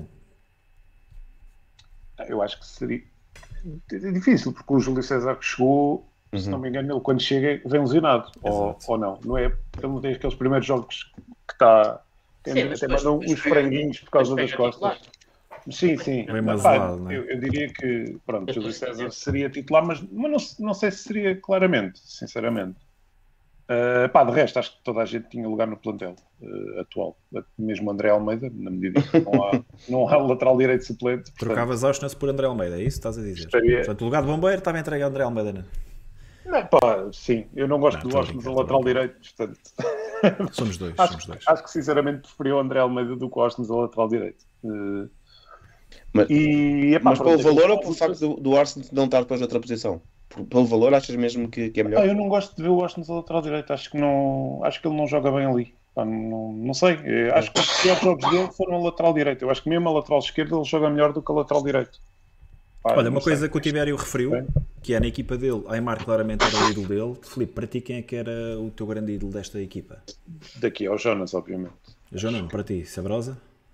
Speaker 5: 1?
Speaker 7: Eu acho que seria difícil, porque o Júlio César que chegou, se não me engano, ele quando chega vem lesionado, ou não. Não é? Ele não tem aqueles primeiros jogos que está... Até mandam uns franguinhos por causa das costas. Sim. Eu diria que, pronto, Júlio César seria titular, mas não sei se seria claramente, sinceramente. De resto, acho que toda a gente tinha lugar no plantel atual. Mesmo André Almeida, na medida que não há lateral direito suplente.
Speaker 5: Trocavas Auschwitz por André Almeida, é isso que estás a dizer? Portanto, o lugar de bombeiro estava entregue a André Almeida, não é?
Speaker 7: Sim, eu não gosto do Auschwitz no lateral direito, portanto...
Speaker 5: Somos dois.
Speaker 7: Acho que sinceramente preferiu o André Almeida do que o Auschwitz no lateral direito.
Speaker 3: Mas pelo valor ou pelo facto do Arsenal não estar depois noutra posição? Pelo valor, achas mesmo que é melhor?
Speaker 7: Eu não gosto de ver o Arsenal no lateral direito. Acho que ele não joga bem ali. Não sei. Acho que os piores jogos dele foram a lateral direito. Eu acho que mesmo a lateral esquerda ele joga melhor do que a lateral direito.
Speaker 5: Olha, uma coisa que o Tibério referiu, que é na equipa dele, Aimar claramente era o ídolo dele. Filipe, para ti quem é que era o teu grande ídolo desta equipa?
Speaker 7: Daqui ao Jonas, obviamente.
Speaker 5: Jonas, para ti, Sabrosa?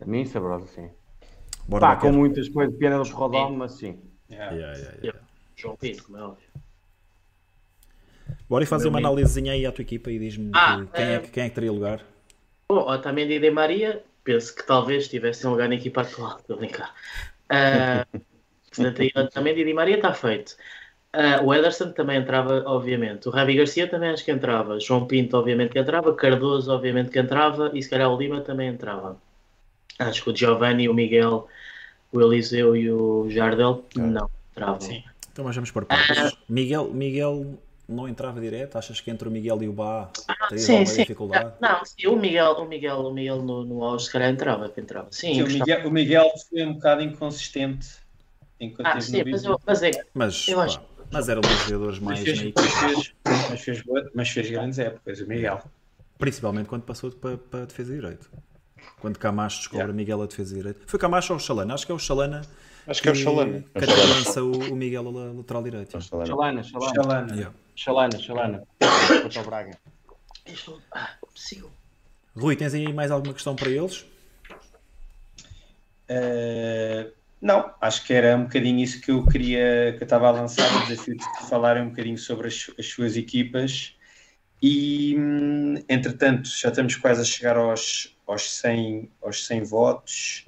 Speaker 4: A mim, saborosa, sim.
Speaker 5: Bora,
Speaker 4: Pá,
Speaker 5: Baquer.
Speaker 4: com muitas coisas, pena do Rodome, mas sim.
Speaker 2: Yeah.
Speaker 6: João Pinto, como é óbvio.
Speaker 5: Bora e fazer uma análisezinha aí à tua equipa e diz-me quem é que teria lugar.
Speaker 6: Bom, Otamendi e Di Maria, penso que talvez tivessem lugar na equipa atual, estou a brincar. Portanto, aí Otamendi e Di Maria está feito. O Ederson também entrava, obviamente. O Javi Garcia também acho que entrava. João Pinto, obviamente que entrava. Cardoso, obviamente que entrava. E se calhar o Lima também entrava. Acho que o Giovanni, o Miguel, o Eliseu e o Jardel não entravam.
Speaker 2: Sim.
Speaker 5: Então mas vamos por partes. Miguel não entrava direto? Achas que entre o Miguel e o Bá teria alguma dificuldade?
Speaker 6: Não, sim, o Miguel no auge se calhar entrava. Sim,
Speaker 2: O Miguel foi um bocado inconsistente enquanto esteve no Viseu.
Speaker 5: Mas era um dos jogadores mais na equipa.
Speaker 2: Mas fez grandes épocas, o Miguel.
Speaker 5: Principalmente quando passou para a defesa direita. Quando Camacho descobre Miguel a defesa direita. Foi Camacho ou o Chalana? Acho que é o Chalana.
Speaker 7: Acho que é o Chalana.
Speaker 5: Que lança o Miguel a lateral direito.
Speaker 4: Chalana. Quanto ao Braga.
Speaker 6: Sigo.
Speaker 5: Rui, tens aí mais alguma questão para eles?
Speaker 2: Não, acho que era um bocadinho isso que eu queria, que eu estava a lançar, o desafio de falarem um bocadinho sobre as suas equipas e, entretanto, já estamos quase a chegar aos 100 votos.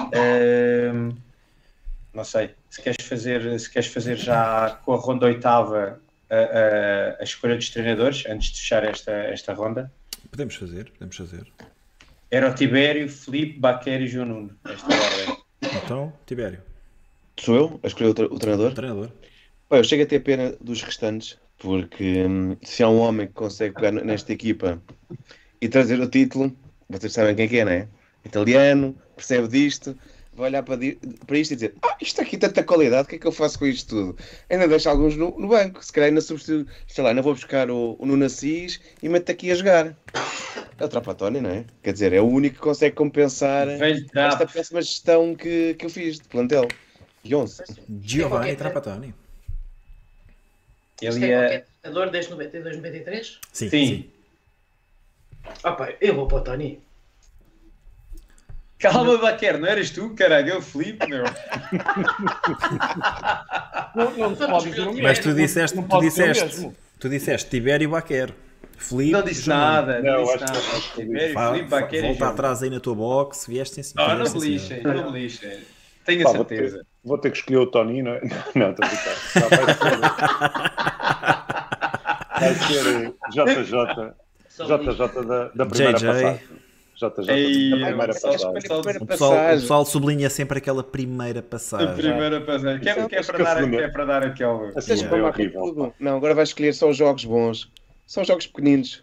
Speaker 2: Não sei, se queres fazer já com a ronda oitava a escolha dos treinadores, antes de fechar esta ronda.
Speaker 5: Podemos fazer.
Speaker 2: Era o Tibério, Filipe, Baquer e João Nuno, esta ordem.
Speaker 5: Então, Tibério.
Speaker 3: Sou eu a escolher o treinador?
Speaker 5: Treinador.
Speaker 3: Pá, eu chego a ter pena dos restantes, porque se há um homem que consegue pegar nesta equipa e trazer o título, vocês sabem quem é, não é? Italiano, percebe disto, vai olhar para isto e dizer: isto aqui tem tanta qualidade, o que é que eu faço com isto tudo? Ainda deixo alguns no banco, se calhar ainda substituo, sei lá, ainda vou buscar o Nuno Assis e meto aqui a jogar. É o Trapattoni, não é? Quer dizer, é o único que consegue compensar esta péssima gestão que eu fiz de plantel. De 11.
Speaker 5: Giovanni Trapattoni.
Speaker 6: Ele é treinador desde 92, 93?
Speaker 5: Sim.
Speaker 6: Eu vou para o Tony.
Speaker 2: Calma, Baquer, não eras tu, caralho, é o Filipe, meu.
Speaker 5: Mas tu disseste Tibério Baquer. Filipe,
Speaker 2: não disse nada.
Speaker 5: Filipe Baquer. Volta atrás aí na tua box, vieste sim.
Speaker 2: Não me lixem. Tenho a certeza.
Speaker 7: Vou ter que escolher o Tony, não é? Não, estou a brincar. Vai ser JJ da primeira passagem. JJ da primeira passagem.
Speaker 5: O pessoal sublinha sempre aquela primeira passagem.
Speaker 2: A primeira passagem. Que é para dar aquele...
Speaker 7: Assim é horrível.
Speaker 3: Não, agora vais escolher só os jogos bons. São jogos pequeninos.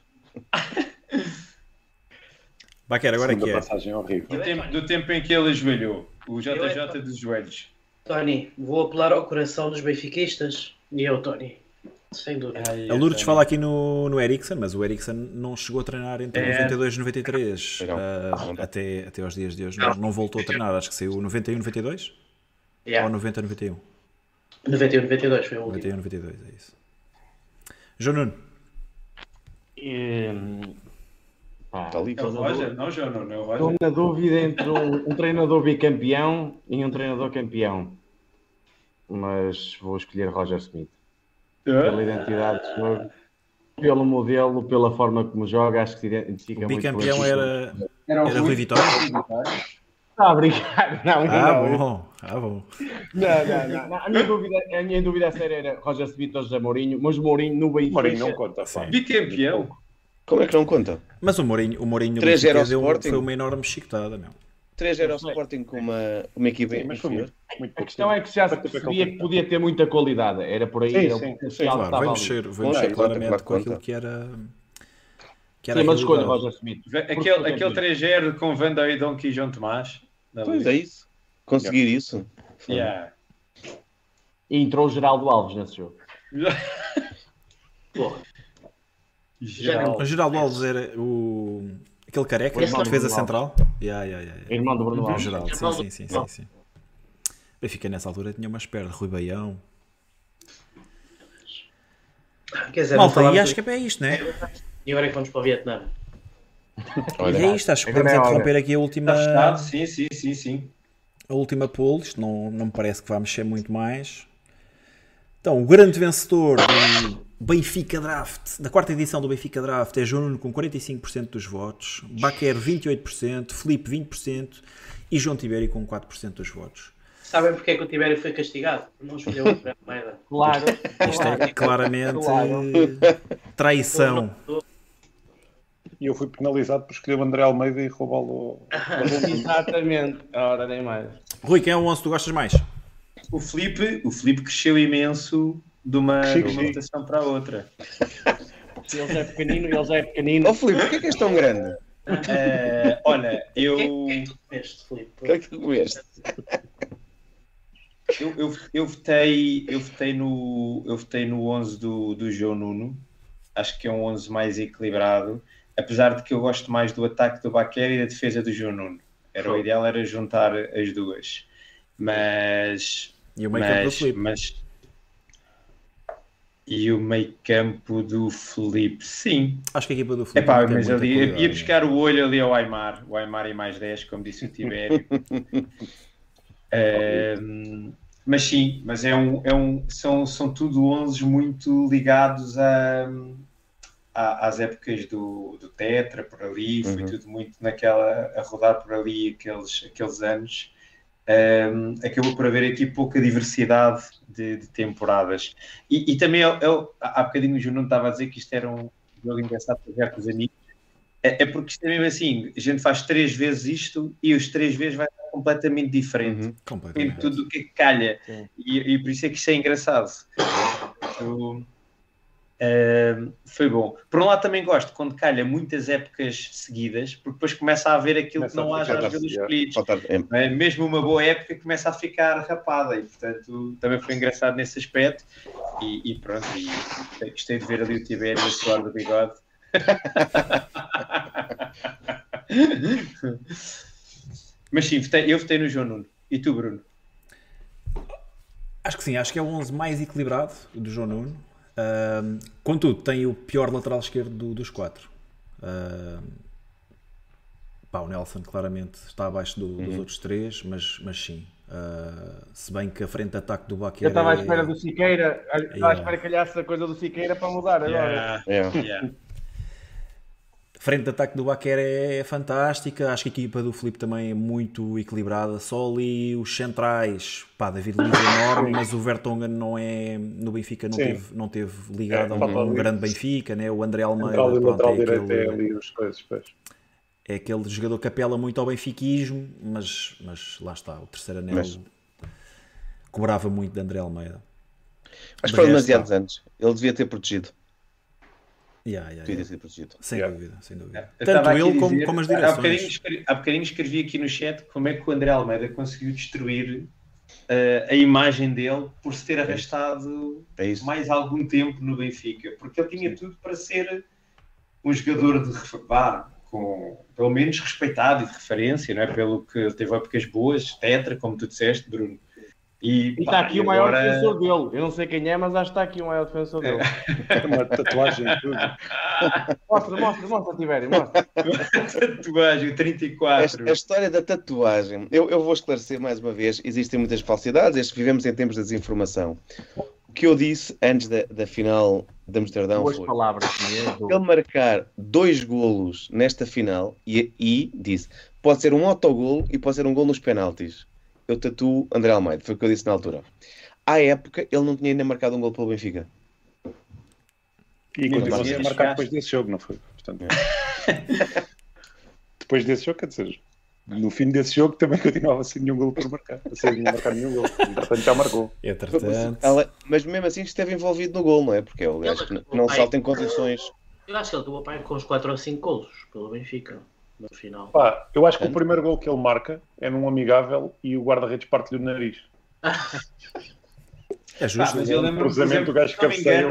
Speaker 5: Baquer, agora é que é.
Speaker 7: Passagem horrível.
Speaker 2: Do tempo em que ele ajoelhou. O JJ dos joelhos.
Speaker 6: Tony, vou apelar ao coração dos benfiquistas. E eu, Tony. Sem dúvida.
Speaker 5: A Lourdes fala aqui no Eriksen, mas o Eriksen não chegou a treinar entre 92 e 93 até aos dias de hoje. Não voltou a treinar, acho que saiu 91, 92? Ou 90, 91?
Speaker 6: 91, 92 foi o último.
Speaker 5: 91, 92, é isso. João Nuno.
Speaker 3: Está ali.
Speaker 2: É o Roger? Não, João Nuno, é o Roger.
Speaker 4: Estou na dúvida entre um treinador bicampeão e um treinador campeão. Mas vou escolher Roger Smith. Pela identidade de jogo, pelo modelo, pela forma como joga, acho que se identifica muito.
Speaker 5: O bicampeão era Rui Vitória?
Speaker 4: Está a brincar? Não,
Speaker 5: bom.
Speaker 4: Não. A minha dúvida séria era Roger Smith ou José Mourinho, mas o Mourinho no Benfica...
Speaker 7: Mourinho não conta.
Speaker 2: Bicampeão?
Speaker 3: Como é que não conta?
Speaker 5: Mas o Mourinho no
Speaker 3: 3-0 ao Sporting.
Speaker 5: Foi uma enorme chicotada, meu.
Speaker 3: 3-0 ao Sporting com uma equipa inferior.
Speaker 4: A questão é que já se percebia que podia ter muita qualidade. Era por aí.
Speaker 5: Claro, vai mexer claramente com aquilo que era...
Speaker 4: Sim, mas escolha Roger Smith.
Speaker 2: Aquele 3-0 com Van Dijk e João Tomás.
Speaker 3: Pois é isso. Conseguir isso.
Speaker 2: Yeah.
Speaker 4: E entrou o Geraldo Alves nesse jogo.
Speaker 5: O Geraldo Alves era aquele careca, defesa central.
Speaker 4: Irmão do Bruno Alves.
Speaker 5: Geraldo, sim. Benfica nessa altura tinha umas pernas, Rui Baião.
Speaker 6: Quer dizer,
Speaker 5: malta, e acho que é isto, não é?
Speaker 6: E agora é que vamos para o Vietnã.
Speaker 5: E é isto, acho que podemos interromper aqui a última.
Speaker 2: Está fechado, sim.
Speaker 5: A última poll, isto não me parece que vai mexer muito mais. Então, o grande vencedor do Benfica Draft, da quarta edição do Benfica Draft, é João Nuno com 45% dos votos, Baquer 28%, Filipe 20% e João Tibério com 4% dos votos.
Speaker 6: Sabem porque é que o Tibério foi castigado? Não escolheu o André Almeida.
Speaker 4: Claro.
Speaker 5: Isto é claramente traição.
Speaker 7: E eu fui penalizado por escolher o André Almeida e roubá-lo.
Speaker 4: Exatamente. Ora, nem mais.
Speaker 5: Rui, quem é o 11 que tu gostas mais?
Speaker 2: O Filipe cresceu imenso de uma votação para a outra.
Speaker 4: Ele já é pequenino.
Speaker 3: Ó Filipe, porquê é que és tão grande?
Speaker 2: Olha, eu...
Speaker 6: O que é que tu comeste, Filipe?
Speaker 3: O que é que tu comeste?
Speaker 2: Eu votei no 11 do João Nuno. Acho que é um 11 mais equilibrado. Apesar de que eu gosto mais do ataque do Baquer e da defesa do João Nuno. O ideal era juntar as duas. Mas...
Speaker 5: E o meio campo do Filipe.
Speaker 2: E o meio campo do Filipe, sim.
Speaker 5: Acho que a equipa do Filipe...
Speaker 2: Mas ali, ia buscar o olho ali ao Aimar. O Aimar e mais 10, como disse o Tibério. Mas sim, são tudo 11 muito ligados às épocas do Tetra, por ali, foi tudo muito a rodar por ali aqueles anos. Acabou por haver aqui pouca diversidade de temporadas. E também, há bocadinho o João não estava a dizer que isto era um jogo engraçado para jogar com os amigos. É porque isto é mesmo assim, a gente faz 3 vezes isto e os 3 vezes vai estar completamente diferente. Completamente. Tudo o que calha. E por isso é que isto é engraçado. Foi bom. Por um lado também gosto quando calha muitas épocas seguidas, porque depois começa a haver aquilo que não há já pelos escolhidos. Mesmo uma boa época começa a ficar rapada e portanto também foi engraçado nesse aspecto e pronto, e gostei de ver ali o Tibério a suar do bigode. Mas sim, eu votei no João Nuno. E tu, Bruno?
Speaker 5: Acho que sim, acho que é o 11 mais equilibrado do João Nuno. Contudo, tem o pior lateral esquerdo dos 4. O Nelson claramente está abaixo dos outros 3, mas sim. Se bem que a frente de ataque do Baquer...
Speaker 4: Eu estava à espera do Siqueira, estava à espera que calhasse a coisa do Siqueira para mudar agora.
Speaker 5: A frente de ataque do Baquer é fantástica, acho que a equipa do Filipe também é muito equilibrada, só ali os centrais, David Luiz é enorme, mas o Vertonghen no Benfica não teve ligado a um grande Benfica, né? O André Almeida é aquele jogador que apela muito ao benfiquismo, mas lá está, o terceiro anel cobrava muito de André Almeida.
Speaker 3: Mas foram demasiados anos, ele devia ter protegido.
Speaker 5: Devia ter protegido. Sem dúvida. Tanto ele como as direções.
Speaker 2: Há bocadinho escrevi aqui no chat como é que o André Almeida conseguiu destruir a imagem dele por se ter arrastado mais algum tempo no Benfica, porque ele tinha tudo para ser um jogador pelo menos respeitado e de referência, não é? Pelo que ele teve épocas boas, Tetra, como tu disseste, Bruno.
Speaker 4: E está aqui o maior defensor dele. Eu não sei quem é, mas acho que está aqui o maior defensor dele.
Speaker 7: Uma tatuagem e tudo.
Speaker 4: Mostra, Tibério, mostra.
Speaker 2: Tatuagem, 34.
Speaker 3: A história da tatuagem. Eu vou esclarecer mais uma vez. Existem muitas falsidades. Vivemos em tempos da desinformação. O que eu disse antes da final de Amsterdão foi ele marcar 2 golos nesta final e disse, pode ser um autogolo e pode ser um golo nos penaltis. Eu tatuo André Almeida, foi o que eu disse na altura. À época, ele não tinha ainda marcado um gol pelo Benfica.
Speaker 7: E continuou a marcar depois desse jogo, não foi? Portanto, depois desse jogo, quer dizer, no fim desse jogo também continuava sem nenhum gol por marcar. Sem marcar nenhum gol. Portanto, já marcou.
Speaker 3: Mas mesmo assim esteve envolvido no gol, não é? Porque é o gajo que não salta em condições.
Speaker 6: Eu acho que ele teve com uns 4 ou 5 golos pelo Benfica. No final.
Speaker 7: Eu acho que o primeiro gol que ele marca é num amigável e o guarda-redes parte-lhe o nariz.
Speaker 5: É justo.
Speaker 2: Mas eu lembro,
Speaker 7: cruzamento do gajo que cabeceia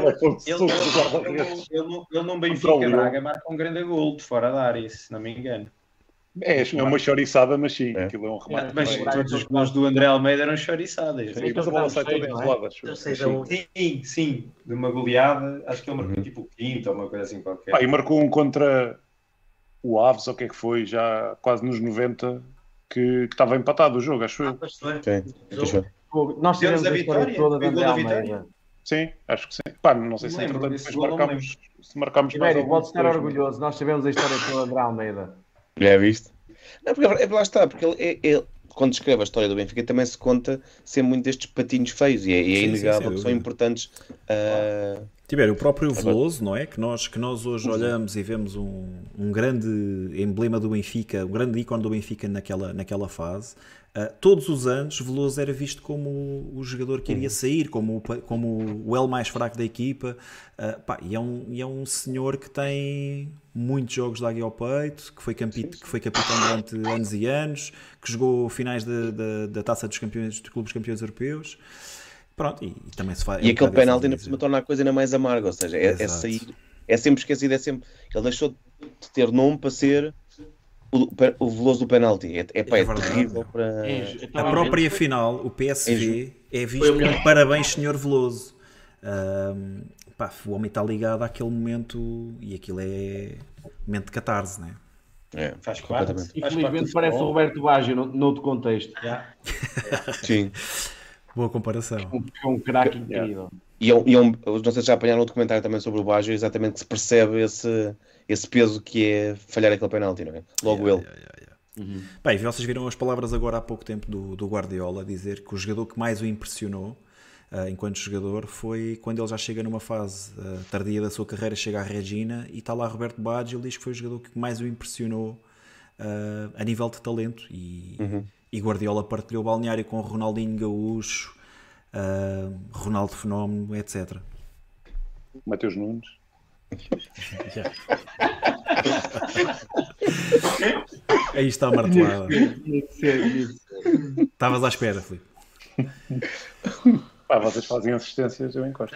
Speaker 2: ele não Benfica Braga marca um grande gol de fora da área, se não me engano.
Speaker 7: É uma choriçada, mas sim, aquilo é um remate.
Speaker 2: Mas todos os gols do André Almeida eram choriçadas.
Speaker 7: Mas a bola sai toda enrolada.
Speaker 2: Sim, de uma goleada, acho que ele marcou tipo o quinto ou uma coisa assim qualquer.
Speaker 7: E marcou um contra o Aves, ou o que é que foi, já quase nos 90, que estava empatado o jogo, acho eu.
Speaker 4: Nós tivemos
Speaker 2: Deu-nos a
Speaker 4: a história
Speaker 2: vitória?
Speaker 4: toda de
Speaker 2: Foi o gol
Speaker 4: André
Speaker 2: da vitória?
Speaker 4: Almeida.
Speaker 7: Sim, acho que sim. Pá, não sei
Speaker 2: Não
Speaker 7: se
Speaker 2: lembro
Speaker 7: entretanto
Speaker 2: desse
Speaker 7: depois
Speaker 2: gol, não
Speaker 7: marcámos, se marcámos mais
Speaker 4: Tibério,
Speaker 7: algum
Speaker 4: podes estar
Speaker 7: depois,
Speaker 4: orgulhoso. Nós tivemos a história toda de André Almeida.
Speaker 3: Já viste? Não, porque lá está, porque ele, quando escreve a história do Benfica, também se conta sempre muito destes patinhos feios e é
Speaker 5: Sim,
Speaker 3: inegável
Speaker 5: sem
Speaker 3: que são
Speaker 5: dúvida.
Speaker 3: importantes.
Speaker 5: Tibério, o próprio Veloso, não é? Que nós hoje olhamos e vemos um grande emblema do Benfica, um grande ícone do Benfica naquela fase. Todos os anos, Veloso era visto como o jogador que iria sair, como o elo mais fraco da equipa. E é um senhor que tem muitos jogos de águia ao peito, que foi capitão durante anos e anos, que jogou finais da Taça dos Clubes Campeões Europeus. Pronto, e também se faz.
Speaker 3: E aquele penalti ainda por cima torna a coisa ainda mais amarga, ou seja, é sair, é sempre esquecido, ele deixou de ter nome para ser o Veloso do penalti. É terrível para...
Speaker 5: A própria final, o PSV é visto como parabéns, senhor Veloso. O homem está ligado àquele momento e aquilo é momento de catarse, não é?
Speaker 2: Faz parte.
Speaker 4: Infelizmente parece o Roberto Baggio noutro contexto.
Speaker 3: Sim.
Speaker 5: Boa comparação.
Speaker 4: É um craque incrível.
Speaker 3: Não sei se já apanharam um documentário também sobre o Baggio, exatamente que se percebe esse peso que é falhar aquele penalti, não é? Logo ele.
Speaker 5: Bem, vocês viram as palavras agora há pouco tempo do Guardiola dizer que o jogador que mais o impressionou enquanto jogador foi quando ele já chega numa fase tardia da sua carreira, chega à Regina e está lá Roberto Baggio, ele diz que foi o jogador que mais o impressionou a nível de talento e Guardiola partilhou o balneário com Ronaldinho Gaúcho, Ronaldo Fenómeno, etc.
Speaker 7: Mateus Nunes.
Speaker 5: Aí está a martelada. Estavas à espera, Filipe.
Speaker 7: Vocês fazem assistências, eu encosto.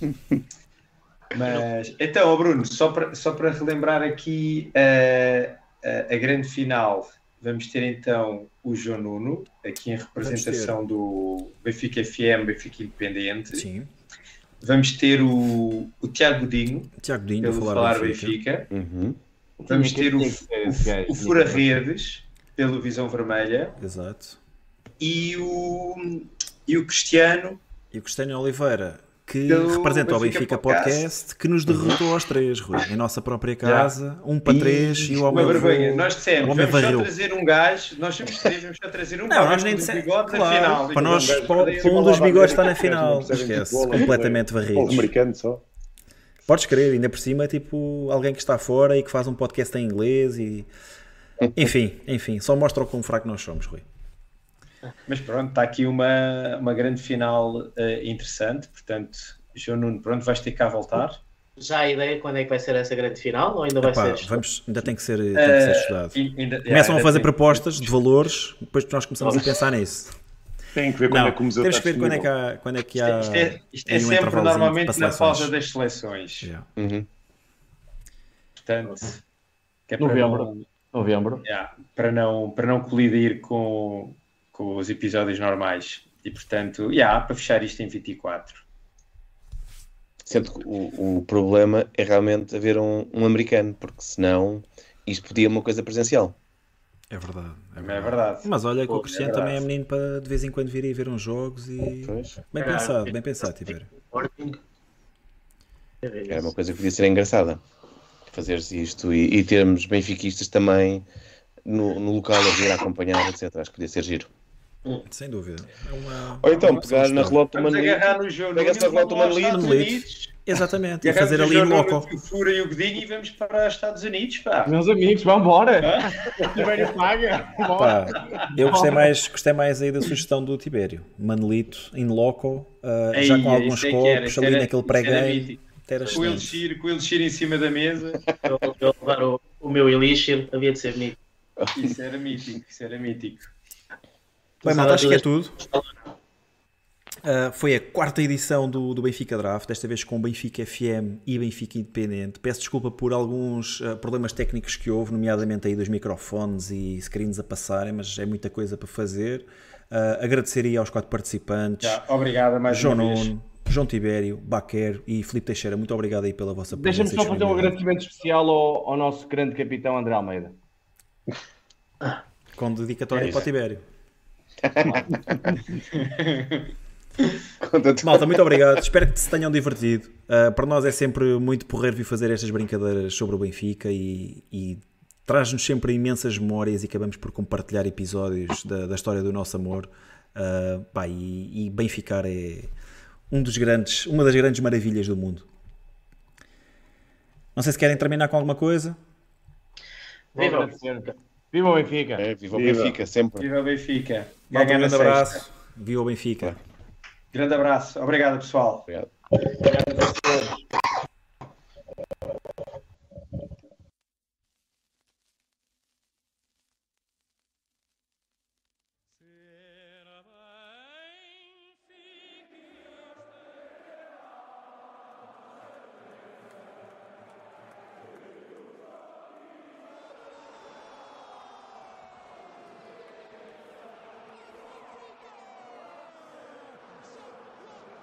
Speaker 2: Mas, então, Bruno, só para relembrar aqui a grande final, vamos ter então o João Nuno, aqui em representação do Benfica FM, Benfica Independente.
Speaker 5: Sim.
Speaker 2: Vamos ter o Tiago Godinho, pelo Falar Benfica. Vamos ter o Fura-Redes, pelo Visão Vermelha.
Speaker 5: Exato.
Speaker 2: E o Cristiano.
Speaker 5: E o Cristiano Oliveira, que representa o Benfica Podcast, que nos derrotou aos 3, Rui, em nossa própria casa, 1-3 e o homem
Speaker 2: vergonha. Nós dissemos, vamos só trazer um gajo, nós somos 3, vamos só trazer um
Speaker 5: nós nem dissemos, claro, para nós, um dos bigodes está na final, esquece, completamente varridos.
Speaker 7: Americano só.
Speaker 5: Podes crer, ainda por cima, tipo, alguém que está fora e que faz um podcast em inglês e... Enfim, só mostra o quão fraco nós somos, Rui.
Speaker 2: Mas pronto, está aqui uma grande final interessante, portanto, João Nuno, pronto, vais ter cá a voltar.
Speaker 6: Já a ideia quando é que vai ser essa grande final ou ainda vai ser estudado?
Speaker 5: Ainda tem que ser estudado. Começam a fazer propostas de valores, depois nós começamos a pensar nisso.
Speaker 7: Tem que ver quando é que o museu
Speaker 5: está disponível. Temos que ver quando é que há...
Speaker 2: Isto é sempre normalmente na pausa das seleções.
Speaker 5: Yeah.
Speaker 2: Portanto, que é
Speaker 4: Novembro.
Speaker 2: Para não colidir com os episódios normais. E, portanto, para fechar isto em 24.
Speaker 3: Sendo que o problema é realmente haver um americano, porque senão isto podia uma coisa presencial.
Speaker 5: É verdade.
Speaker 2: É verdade.
Speaker 5: Mas olha que o Cristiano também é menino para de vez em quando vir e ver uns jogos e... Bem pensado, Tibério.
Speaker 3: Era uma coisa que podia ser engraçada. Fazer-se isto e termos benfiquistas também no local a vir a acompanhar, etc. Acho que podia ser giro.
Speaker 5: Sem dúvida.
Speaker 3: Ou então pegar na relota do
Speaker 2: Manolito. Pega-se na relota do
Speaker 3: Manolito.
Speaker 5: Exatamente, e fazer ali no loco.
Speaker 2: O Fura e o Godinho e vamos para os Estados Unidos, pá.
Speaker 4: Meus amigos, vamos embora. Tibério paga.
Speaker 5: Eu gostei mais aí da sugestão do Tibério. Manolito, in loco, já com alguns copos ali naquele pré-game.
Speaker 2: Com o Elixir em cima da mesa.
Speaker 6: Eu levar o meu Elixir, havia de ser mítico.
Speaker 2: Isso era mítico.
Speaker 5: Bem, malta, acho que é tudo. Foi a 4ª edição do Benfica Draft, desta vez com Benfica FM e Benfica Independente. Peço desculpa por alguns problemas técnicos que houve, nomeadamente aí dos microfones e screens a passarem, mas é muita coisa para fazer. Agradeceria aos 4 participantes.
Speaker 2: Obrigado mais
Speaker 5: João
Speaker 2: uma vez.
Speaker 5: Nuno, João Tibério, Baquer e Filipe Teixeira, muito obrigado aí pela vossa presença.
Speaker 4: Deixa-me só fazer um agradecimento especial ao nosso grande capitão André Almeida.
Speaker 5: Com dedicatória para o Tibério. Malta, muito obrigado. Espero que se tenham divertido. Para nós é sempre muito porreiro vir fazer estas brincadeiras sobre o Benfica e traz-nos sempre imensas memórias e acabamos por compartilhar episódios da história do nosso amor. E Benficar é uma das grandes maravilhas do mundo. Não sei se querem terminar com alguma coisa.
Speaker 6: Viva o
Speaker 4: Benfica! Viva o Benfica!
Speaker 3: Viva o Benfica, sempre.
Speaker 2: Viva o Benfica!
Speaker 5: Malta, um grande abraço. Viva o Benfica!
Speaker 2: Grande abraço. Obrigado, pessoal.
Speaker 3: Obrigado.